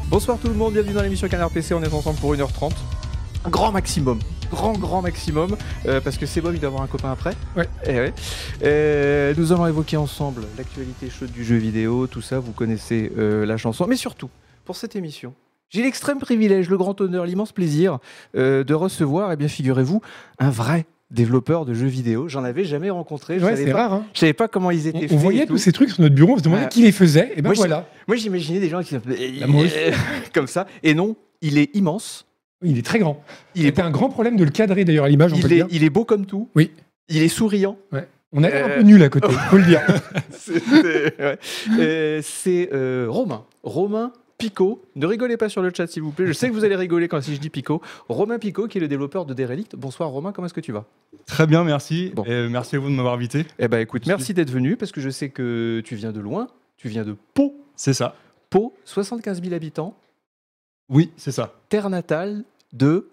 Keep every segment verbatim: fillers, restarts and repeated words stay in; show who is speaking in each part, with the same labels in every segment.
Speaker 1: Bonsoir tout le monde, bienvenue dans l'émission Canard P C, on est ensemble pour une heure trente. Grand maximum, grand grand maximum, euh, parce que c'est Bob, il doit avoir un copain après.
Speaker 2: Ouais.
Speaker 1: Et ouais. Euh, nous allons évoquer ensemble l'actualité chaude du jeu vidéo, tout ça, vous connaissez euh, la chanson. Mais surtout, pour cette émission, j'ai l'extrême privilège, le grand honneur, l'immense plaisir euh, de recevoir, et eh bien figurez-vous, un vrai développeur de jeux vidéo. J'en avais jamais rencontré. Je
Speaker 2: ouais,
Speaker 1: savais
Speaker 2: c'est
Speaker 1: pas,
Speaker 2: rare. Hein.
Speaker 1: Je savais pas comment ils étaient
Speaker 2: on,
Speaker 1: faits.
Speaker 2: On voyait tous ces trucs sur notre bureau, on se demandait euh, qui les faisait, et ben
Speaker 1: moi,
Speaker 2: voilà.
Speaker 1: Moi j'imaginais des gens qui s'appelaient
Speaker 2: euh,
Speaker 1: comme ça, et non, il est immense.
Speaker 2: Il est très grand.
Speaker 1: Il
Speaker 2: C'était
Speaker 1: est
Speaker 2: un grand problème de le cadrer d'ailleurs à l'image. On
Speaker 1: il,
Speaker 2: peut
Speaker 1: est,
Speaker 2: le dire.
Speaker 1: il est beau comme tout.
Speaker 2: Oui.
Speaker 1: Il est souriant.
Speaker 2: Ouais. On a l'air
Speaker 1: euh...
Speaker 2: un peu nul à côté, faut le dire.
Speaker 1: ouais. euh, c'est euh, Romain. Romain Picot. Ne rigolez pas sur le chat s'il vous plaît. Je sais que vous allez rigoler quand si je dis Picot. Romain Picot qui est le développeur de Derelict. Bonsoir Romain, comment est-ce que tu vas?
Speaker 3: Très bien, merci.
Speaker 1: Bon.
Speaker 3: Et merci à vous de m'avoir invité.
Speaker 1: Eh ben écoute, merci d'être venu parce que je sais que tu viens de loin. Tu viens de Pau.
Speaker 3: C'est ça.
Speaker 1: Pau, soixante-quinze mille habitants.
Speaker 3: Oui, c'est ça.
Speaker 1: Terre natale de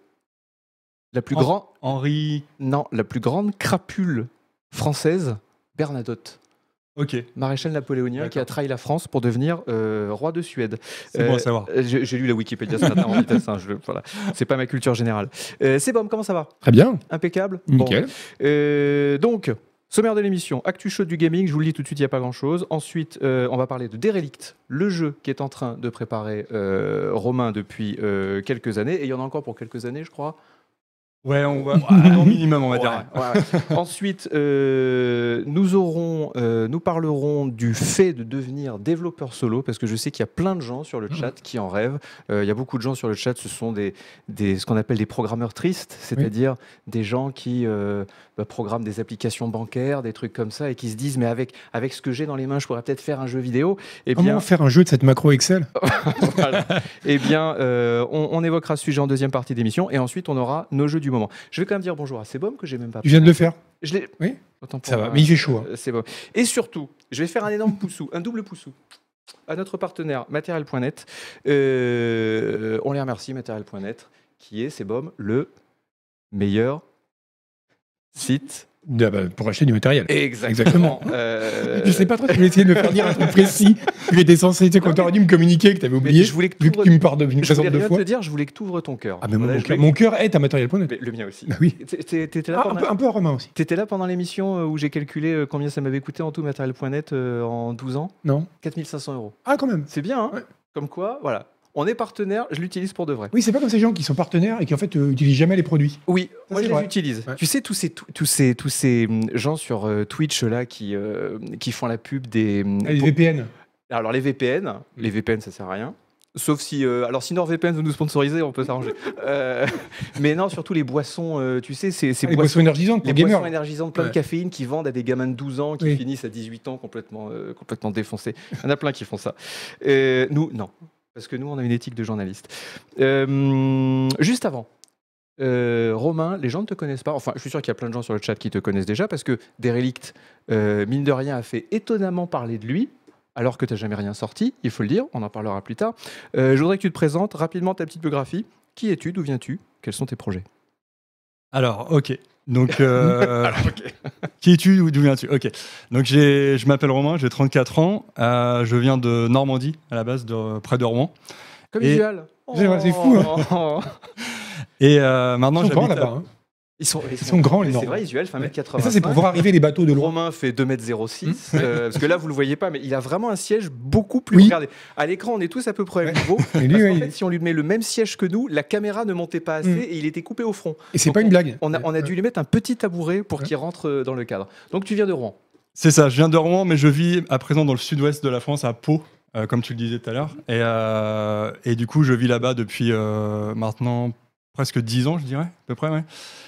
Speaker 1: la plus
Speaker 3: Hen-
Speaker 1: grande
Speaker 3: Henri.
Speaker 1: non, la plus grande crapule française, Bernadotte.
Speaker 3: Ok.
Speaker 1: Maréchal napoléonien
Speaker 3: D'accord.
Speaker 1: qui a trahi la France pour devenir euh, roi de Suède.
Speaker 3: C'est
Speaker 1: Euh,
Speaker 3: bon à savoir.
Speaker 1: J'ai, j'ai lu la Wikipédia ce matin en vitesse. Hein, je, voilà. C'est pas ma culture générale. Euh, c'est bon, comment ça va?
Speaker 2: Très bien.
Speaker 1: Impeccable.
Speaker 2: Nickel.
Speaker 1: Bon. Euh, donc, sommaire de l'émission, actu chaude du gaming. Je vous le dis tout de suite, il n'y a pas grand-chose. Ensuite, euh, on va parler de Derelict, le jeu qui est en train de préparer euh, Romain depuis euh, quelques années. Et il y en a encore pour quelques années, je crois.
Speaker 3: Ouais, on va. Ouais, au minimum, on va
Speaker 1: Ouais,
Speaker 3: dire.
Speaker 1: ouais, ouais. Ensuite, euh, nous aurons, euh, nous parlerons du fait de devenir développeur solo, parce que je sais qu'il y a plein de gens sur le chat qui en rêvent. Euh, il y a beaucoup de gens sur le chat, ce sont des, des ce qu'on appelle des programmeurs tristes, c'est-à-dire oui. des gens qui euh, bah, programment des applications bancaires, des trucs comme ça, et qui se disent mais avec avec ce que j'ai dans les mains, je pourrais peut-être faire un jeu vidéo. Et
Speaker 2: Comment
Speaker 1: bien,
Speaker 2: faire un jeu de cette macro Excel?
Speaker 1: voilà. Eh bien, euh, on, on évoquera ce sujet en deuxième partie d'émission, et ensuite on aura nos jeux du moment. Je vais quand même dire bonjour à Sebom que j'ai même pas.
Speaker 2: Tu viens de le faire?
Speaker 1: Je l'ai.
Speaker 2: Oui.
Speaker 1: Autant pour
Speaker 2: Ça
Speaker 1: moi.
Speaker 2: va, mais il fait chaud. Hein.
Speaker 1: C'est bon. Et surtout, je vais faire un énorme poussou, un double poussou à notre partenaire Matériel point net. Euh, on les remercie, Matériel point net, qui est, Sebom, le meilleur site.
Speaker 2: Ah bah, pour acheter du matériel.
Speaker 1: Exactement. euh...
Speaker 2: Je sais pas trop, tu voulais essayer de me faire dire un truc précis. Tu étais censé, tu sais, quand tu aurais dû me communiquer que tu avais oublié.
Speaker 1: Je voulais que
Speaker 2: vu que tu me parles de une
Speaker 1: je voulais
Speaker 2: deux
Speaker 1: rien
Speaker 2: fois.
Speaker 1: te dire, je voulais que tu ouvres ton cœur.
Speaker 2: Ah, mais
Speaker 1: voilà,
Speaker 2: mon,
Speaker 1: je
Speaker 2: cœur,
Speaker 1: voulais...
Speaker 2: mon cœur est à Matériel point net.
Speaker 1: Mais le mien aussi.
Speaker 2: Bah oui.
Speaker 1: T'étais là
Speaker 2: Ah,
Speaker 1: pendant...
Speaker 2: un, peu, un peu à Romain aussi.
Speaker 1: T'étais là pendant l'émission où j'ai calculé combien ça m'avait coûté en tout Matériel point net euh, en douze ans?
Speaker 2: Non.
Speaker 1: quatre mille cinq cents euros.
Speaker 2: Ah, quand même.
Speaker 1: C'est bien, hein?
Speaker 2: Ouais.
Speaker 1: Comme quoi, voilà. On est partenaire, je l'utilise pour de vrai.
Speaker 2: Oui, c'est pas comme ces gens qui sont partenaires et qui en fait euh, utilisent jamais les produits.
Speaker 1: Oui,
Speaker 2: ça,
Speaker 1: moi je
Speaker 2: vrai.
Speaker 1: les utilise.
Speaker 2: Ouais.
Speaker 1: Tu sais, tous ces, tous ces, tous ces gens sur euh, Twitch là qui, euh, qui font la pub des.
Speaker 2: Ah, les V P N.
Speaker 1: Alors les V P N, les V P N ça sert à rien. Sauf si. Euh, alors si NordVPN veut nous sponsoriser, on peut s'arranger. euh, mais non, surtout les boissons, euh, tu sais, c'est.
Speaker 2: Ah, les boissons énergisantes pour
Speaker 1: les
Speaker 2: gamers.
Speaker 1: boissons énergisantes, plein
Speaker 2: ouais.
Speaker 1: de caféine qui vendent à des gamins de douze ans qui
Speaker 2: oui.
Speaker 1: finissent à dix-huit ans complètement, euh, complètement défoncés. Il y en a plein qui font ça. Euh, nous, non. Parce que nous, on a une éthique de journaliste. Euh, juste avant, euh, Romain, les gens ne te connaissent pas. Enfin, je suis sûr qu'il y a plein de gens sur le chat qui te connaissent déjà, parce que Derelict, euh, mine de rien, a fait étonnamment parler de lui, alors que tu n'as jamais rien sorti, il faut le dire, on en parlera plus tard. Euh, je voudrais que tu te présentes rapidement ta petite biographie. Qui es-tu? D'où viens-tu? Quels sont tes projets?
Speaker 3: Alors, ok. Donc, euh,
Speaker 1: Alors, okay.
Speaker 3: Qui es-tu? D'où viens-tu? Ok. Donc, j'ai, je m'appelle Romain, j'ai trente-quatre ans. Euh, je viens de Normandie, à la base, de, près de Rouen.
Speaker 1: Comme
Speaker 3: Et...
Speaker 1: visual.
Speaker 2: Oh. C'est fou. Hein.
Speaker 3: Et euh, maintenant,
Speaker 2: ils sont grands
Speaker 3: j'habite
Speaker 2: là-bas.
Speaker 3: à...
Speaker 2: hein.
Speaker 1: Ils sont, ils
Speaker 2: ils sont grands, les
Speaker 1: C'est
Speaker 2: Normands.
Speaker 1: vrai, Isuel fait un mètre quatre-vingts.
Speaker 2: Ça, c'est pour voir arriver les bateaux de loin.
Speaker 1: Romain fait deux mètres zéro six, mmh. euh, parce que là, vous le voyez pas, mais il a vraiment un siège beaucoup plus...
Speaker 2: Oui.
Speaker 1: Regardez, à l'écran, on est tous à peu près au même niveau.
Speaker 2: Et lui,
Speaker 1: parce
Speaker 2: ouais,
Speaker 1: qu'en
Speaker 2: il-
Speaker 1: fait, si on lui met le même siège que nous, la caméra ne montait pas assez
Speaker 2: Mmh.
Speaker 1: et il était coupé au front.
Speaker 2: Et c'est
Speaker 1: Donc,
Speaker 2: pas une blague.
Speaker 1: On a, on a dû lui mettre un petit tabouret pour
Speaker 2: Ouais.
Speaker 1: qu'il rentre euh, dans le cadre. Donc, tu viens de Rouen.
Speaker 3: C'est ça, je viens de Rouen, mais je vis à présent dans le sud-ouest de la France, à Pau, euh, comme tu le disais tout à l'heure. Et, euh, et du coup, je vis là-bas depuis euh, maintenant presque dix ans, je dirais, à peu près, ouais.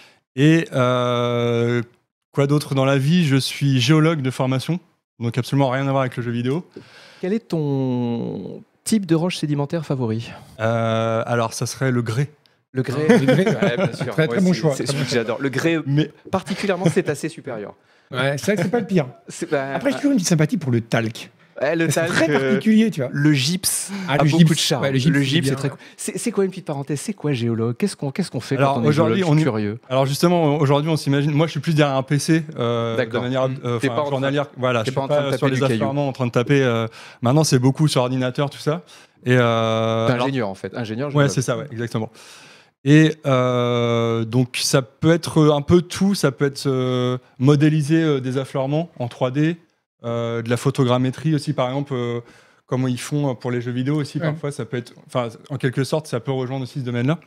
Speaker 3: Et euh, quoi d'autre dans la vie? Je suis géologue de formation, donc absolument rien à voir avec le jeu vidéo.
Speaker 1: Quel est ton type de roche sédimentaire favori?
Speaker 3: Euh, alors, ça serait le grès.
Speaker 1: Le grès.
Speaker 2: Le grès,
Speaker 1: Ouais, bien sûr.
Speaker 2: Très,
Speaker 1: Moi
Speaker 2: très bon
Speaker 1: aussi,
Speaker 2: choix.
Speaker 1: C'est
Speaker 2: Très
Speaker 1: celui
Speaker 2: bon
Speaker 1: que j'adore. Le grès,
Speaker 3: Mais
Speaker 1: particulièrement, c'est assez supérieur.
Speaker 2: Ouais, c'est vrai que c'est pas le pire.
Speaker 1: C'est- bah,
Speaker 2: Après, j'ai toujours une petite sympathie pour le talc.
Speaker 1: Ouais, le
Speaker 2: C'est
Speaker 1: talc,
Speaker 2: très
Speaker 1: euh,
Speaker 2: particulier, tu vois.
Speaker 1: le gypse
Speaker 2: Ah,
Speaker 1: a
Speaker 2: le
Speaker 1: beaucoup
Speaker 2: gypse.
Speaker 1: de charme.
Speaker 2: Ouais,
Speaker 1: le
Speaker 2: le gypse,
Speaker 1: gypse,
Speaker 2: c'est
Speaker 1: c'est
Speaker 2: bien.
Speaker 1: très cool. C'est c'est quoi une petite parenthèse? C'est quoi géologue? Qu'est-ce qu'on qu'est-ce qu'on fait
Speaker 3: Alors,
Speaker 1: quand on est
Speaker 3: aujourd'hui,
Speaker 1: géologue? Je suis
Speaker 3: on est-
Speaker 1: curieux.
Speaker 3: Alors justement, aujourd'hui, on s'imagine. Moi, je suis plus derrière un P C euh, de
Speaker 1: D'accord.
Speaker 3: manière euh,
Speaker 1: T'es
Speaker 3: enfin,
Speaker 1: pas en train-
Speaker 3: journalière. Voilà,
Speaker 1: t'es
Speaker 3: je
Speaker 1: pas
Speaker 3: suis
Speaker 1: en train de
Speaker 3: pas
Speaker 1: taper
Speaker 3: sur
Speaker 1: du
Speaker 3: les
Speaker 1: caillou.
Speaker 3: affleurements en train de taper. euh, Maintenant, c'est beaucoup sur ordinateur, tout ça. Et euh,
Speaker 1: T'es
Speaker 3: alors-
Speaker 1: ingénieur en fait. Ingénieur
Speaker 3: Ouais,
Speaker 1: géologue.
Speaker 3: c'est ça, ouais, exactement. Et euh, donc, ça peut être un peu tout. Ça peut être euh, modéliser euh, des affleurements en trois D, euh, de la photogrammétrie aussi, par exemple, euh, comme ils font pour les jeux vidéo aussi.
Speaker 2: Ouais.
Speaker 3: Parfois, ça peut être, enfin, en quelque sorte, ça peut rejoindre aussi ce domaine-là.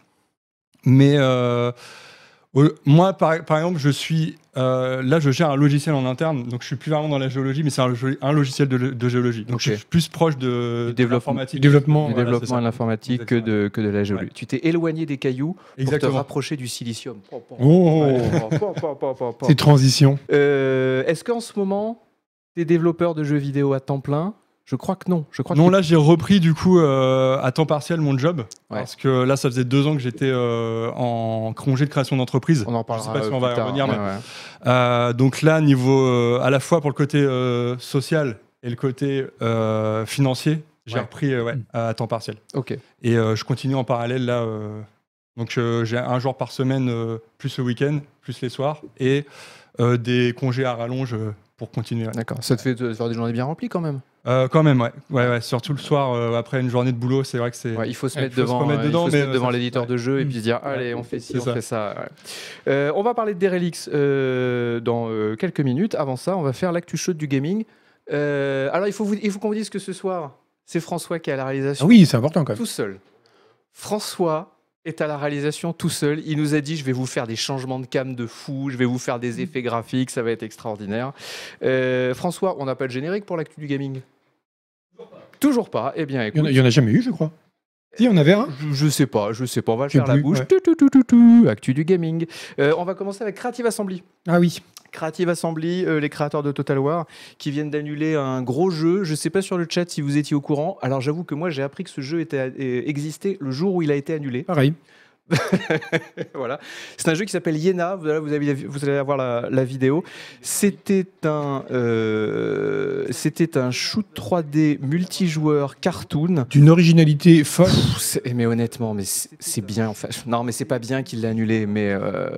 Speaker 3: Mais euh, au- moi, par, par exemple, je suis euh, là, je gère un logiciel en interne, donc je suis plus vraiment dans la géologie, mais c'est un, lo- un logiciel de, de géologie. Donc,
Speaker 1: Ok.
Speaker 3: je suis plus proche de,
Speaker 1: Du
Speaker 3: de
Speaker 1: développement.
Speaker 3: l'informatique.
Speaker 2: Du développement.
Speaker 1: Du
Speaker 3: Voilà,
Speaker 1: développement
Speaker 3: c'est ça.
Speaker 1: à l'informatique que de, que de la géologie.
Speaker 3: Ouais.
Speaker 1: Tu t'es éloigné des cailloux pour te
Speaker 3: Exactement.
Speaker 1: rapprocher du silicium.
Speaker 2: Oh, c'est transition.
Speaker 1: Euh, Est-ce qu'en ce moment, tu es développeur de jeux vidéo à temps plein? Je crois que non. Je crois
Speaker 3: Non,
Speaker 1: que
Speaker 3: là j'ai repris du coup euh, à temps partiel mon job
Speaker 1: Ouais.
Speaker 3: parce que là ça faisait deux ans que j'étais euh, en congé de création d'entreprise.
Speaker 1: on en
Speaker 3: Je sais
Speaker 1: parlera.
Speaker 3: pas si
Speaker 1: euh,
Speaker 3: on va
Speaker 1: plus
Speaker 3: y
Speaker 1: tard.
Speaker 3: revenir,
Speaker 1: Ouais,
Speaker 3: mais
Speaker 1: ouais.
Speaker 3: Euh, donc là niveau euh, à la fois pour le côté euh, social et le côté euh, financier, j'ai
Speaker 1: Ouais.
Speaker 3: repris euh, ouais,
Speaker 2: Mm.
Speaker 3: à temps partiel.
Speaker 1: Ok.
Speaker 3: Et euh, je continue en parallèle là. euh, donc euh, j'ai un jour par semaine euh, plus le week-end, plus les soirs et euh, des congés à rallonge euh, pour continuer. ouais.
Speaker 1: D'accord. Ça te fait te faire des journées bien remplies quand même.
Speaker 3: Euh, quand même, ouais. Ouais, ouais. Surtout le soir, euh, après une journée de boulot, c'est vrai que c'est.
Speaker 1: Ouais, il faut se
Speaker 3: Ouais,
Speaker 1: mettre
Speaker 3: faut se
Speaker 1: devant,
Speaker 3: remettre
Speaker 1: euh, il
Speaker 3: dedans,
Speaker 1: faut se
Speaker 3: mais,
Speaker 1: mettre
Speaker 3: euh,
Speaker 1: devant
Speaker 3: ça-
Speaker 1: l'éditeur
Speaker 3: ouais.
Speaker 1: de jeu et
Speaker 2: Mm.
Speaker 1: puis se dire allez, on fait ci,
Speaker 3: C'est
Speaker 1: on
Speaker 3: ça.
Speaker 1: fait ça. ouais. Euh, on va parler de Derelix euh, dans euh, quelques minutes. Avant ça, on va faire l'actu chaude du gaming. Euh, alors, il faut, vous- il faut qu'on vous dise que ce soir, c'est François qui est à la réalisation
Speaker 2: Ah oui, c'est important quand même.
Speaker 1: tout seul. François est à la réalisation tout seul. Il nous a dit je vais vous faire des changements de cam de fou, je vais vous faire des effets graphiques, ça va être extraordinaire. Euh, François, on n'a pas de générique pour l'actu du gaming? Toujours pas. Eh bien,
Speaker 2: Il y,
Speaker 1: écoute.
Speaker 2: en a, il y en a jamais eu, je crois. Si, on avait un.
Speaker 1: Je, je sais pas, je sais pas, on va le
Speaker 2: Je sais
Speaker 1: faire la
Speaker 2: plus,
Speaker 1: bouche.
Speaker 2: ouais.
Speaker 1: Tout, tout, tout, tout, tout. Actu du gaming. Euh, on va commencer avec Creative Assembly.
Speaker 2: Ah oui.
Speaker 1: Creative Assembly, euh, les créateurs de Total War, qui viennent d'annuler un gros jeu. Je sais pas sur le chat si vous étiez au courant. Alors j'avoue que moi j'ai appris que ce jeu était, euh, existait le jour où il a été annulé.
Speaker 2: Pareil.
Speaker 1: Voilà. C'est un jeu qui s'appelle Yena. Vous allez, vous avez- vous allez avoir la, la vidéo. C'était un, euh, c'était un shoot trois D multijoueur cartoon.
Speaker 2: D'une originalité folle.
Speaker 1: Pff, c'est- mais honnêtement, mais c'est c'est bien. Enfin, non, mais c'est pas bien qu'il l'ait annulé. Mais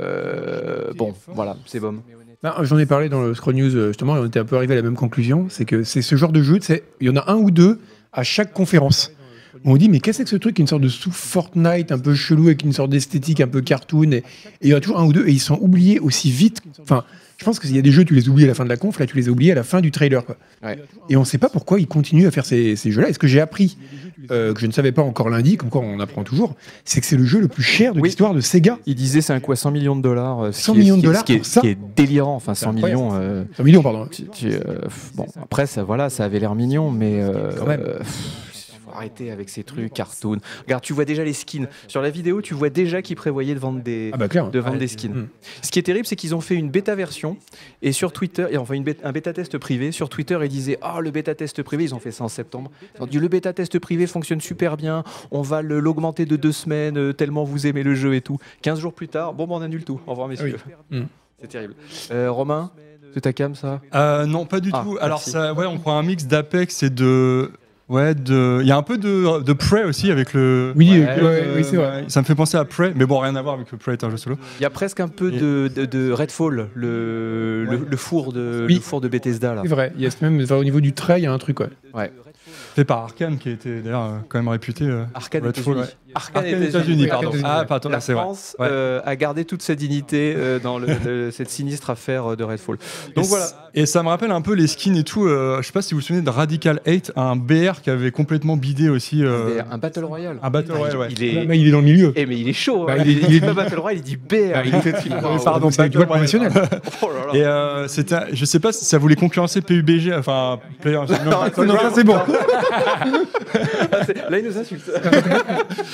Speaker 1: euh, bon, voilà, c'est bon.
Speaker 2: Ben, J'en ai parlé dans le Scroll News, euh, justement, et on était un peu arrivé à la même conclusion. C'est que c'est ce genre de jeu, c'est- il y en a un ou deux à chaque conférence. On dit, mais qu'est-ce que c'est que ce truc, une sorte de sous-Fortnite un peu chelou, avec une sorte d'esthétique un peu cartoon, et et il y en a toujours un ou deux, et ils sont oubliés aussi vite. Enfin, je pense qu'il y a des jeux, tu les oublies à la fin de la conf, là, tu les as oubliés à la fin du trailer. Quoi.
Speaker 1: Ouais.
Speaker 2: Et on ne sait pas pourquoi ils continuent à faire ces, ces jeux-là. Et ce que j'ai appris, euh, que je ne savais pas encore lundi, comme quoi on apprend toujours, c'est que c'est le jeu le plus cher de
Speaker 1: Oui.
Speaker 2: l'histoire de Sega.
Speaker 1: Il disait c'est un quoi cent millions de dollars. euh, ce
Speaker 2: cent
Speaker 1: qui est-
Speaker 2: millions de
Speaker 1: ce qui est-
Speaker 2: dollars
Speaker 1: ce qui est,
Speaker 2: pour ça
Speaker 1: ce qui est délirant. Enfin,
Speaker 2: C'est
Speaker 1: cent
Speaker 2: incroyable.
Speaker 1: millions. euh,
Speaker 2: cent millions, pardon.
Speaker 1: tu- tu, euh, bon, après, ça, voilà, ça avait l'air mignon, mais euh,
Speaker 2: Quand même.
Speaker 1: euh, faut arrêter avec ces trucs cartoon. Regarde, tu vois déjà les skins. Sur la vidéo, tu vois déjà qu'ils prévoyaient de vendre des,
Speaker 2: Ah bah clair.
Speaker 1: de vendre des skins.
Speaker 2: Mm.
Speaker 1: Ce qui est terrible, c'est qu'ils ont fait une bêta version et sur Twitter, et enfin une bêta- un bêta test privé. Sur Twitter, ils disaient ah le bêta test privé, ils ont fait ça en septembre. Ils ont dit le bêta test privé fonctionne super bien. On va le- l'augmenter de deux semaines euh, tellement vous aimez le jeu et tout. quinze jours plus tard, bon, bah, on annule tout. Au revoir messieurs.
Speaker 2: oui. Mm.
Speaker 1: C'est terrible. Euh, Romain, c'est ta cam ça?
Speaker 3: Euh, non, pas du
Speaker 1: Ah,
Speaker 3: tout. Alors,
Speaker 1: merci.
Speaker 3: ça, ouais, on prend un mix d'Apex et de. Ouais, de. Il y a un peu de, de Prey aussi avec le.
Speaker 2: Oui,
Speaker 1: Ouais,
Speaker 2: euh, ouais,
Speaker 3: Euh,
Speaker 2: oui, c'est vrai.
Speaker 3: ouais, ça me fait penser à Prey, mais bon, rien à voir avec que Prey est un jeu solo.
Speaker 1: Il y a presque un peu
Speaker 3: Et-
Speaker 1: de, de, de Redfall, le, le, le four de,
Speaker 2: Oui.
Speaker 1: le four de Bethesda là.
Speaker 2: C'est vrai. Il y a ce même, enfin, au niveau du trait, il y a un truc. Ouais.
Speaker 3: Fait par Arkane, qui était d'ailleurs euh, quand même réputé. euh,
Speaker 1: Arcane
Speaker 3: Redfall,
Speaker 1: États-Unis.
Speaker 3: ouais.
Speaker 1: Arcane
Speaker 3: Arkane
Speaker 1: États-Unis.
Speaker 3: États-Unis,
Speaker 2: Oui,
Speaker 3: pardon.
Speaker 2: Arkane
Speaker 3: Ah,
Speaker 2: États-Unis.
Speaker 3: pardon,
Speaker 1: La
Speaker 3: c'est vrai.
Speaker 1: France
Speaker 3: Ouais.
Speaker 1: euh, a gardé toute sa dignité euh, dans le- le- cette sinistre affaire de Redfall. Donc
Speaker 3: et
Speaker 1: voilà.
Speaker 3: c- Et ça me rappelle un peu les skins et tout. euh, je sais pas si vous vous souvenez de Radical eight, un B R qui avait complètement bidé aussi. euh,
Speaker 1: Mais un Battle Royale.
Speaker 3: un Battle
Speaker 1: Ah,
Speaker 3: Royale,
Speaker 1: il-
Speaker 3: ouais.
Speaker 1: Il est.
Speaker 2: Mais il est dans le milieu.
Speaker 1: Eh mais il est chaud.
Speaker 2: Bah,
Speaker 1: hein.
Speaker 2: il est-
Speaker 1: il,
Speaker 2: il
Speaker 1: dit
Speaker 2: est-
Speaker 1: pas Battle Royale, il dit B R.
Speaker 2: Bah, il est-
Speaker 1: Waouh.
Speaker 3: Pardon,
Speaker 2: c'est une boîte
Speaker 3: Battle Royale.
Speaker 2: professionnelle.
Speaker 1: Oh là là.
Speaker 3: Et euh, c'était, un- je sais pas si ça voulait concurrencer P U B G, enfin, Player.
Speaker 1: Non,
Speaker 2: Non, ça, c'est bon.
Speaker 1: Ah, c'est- Là, il nous insulte.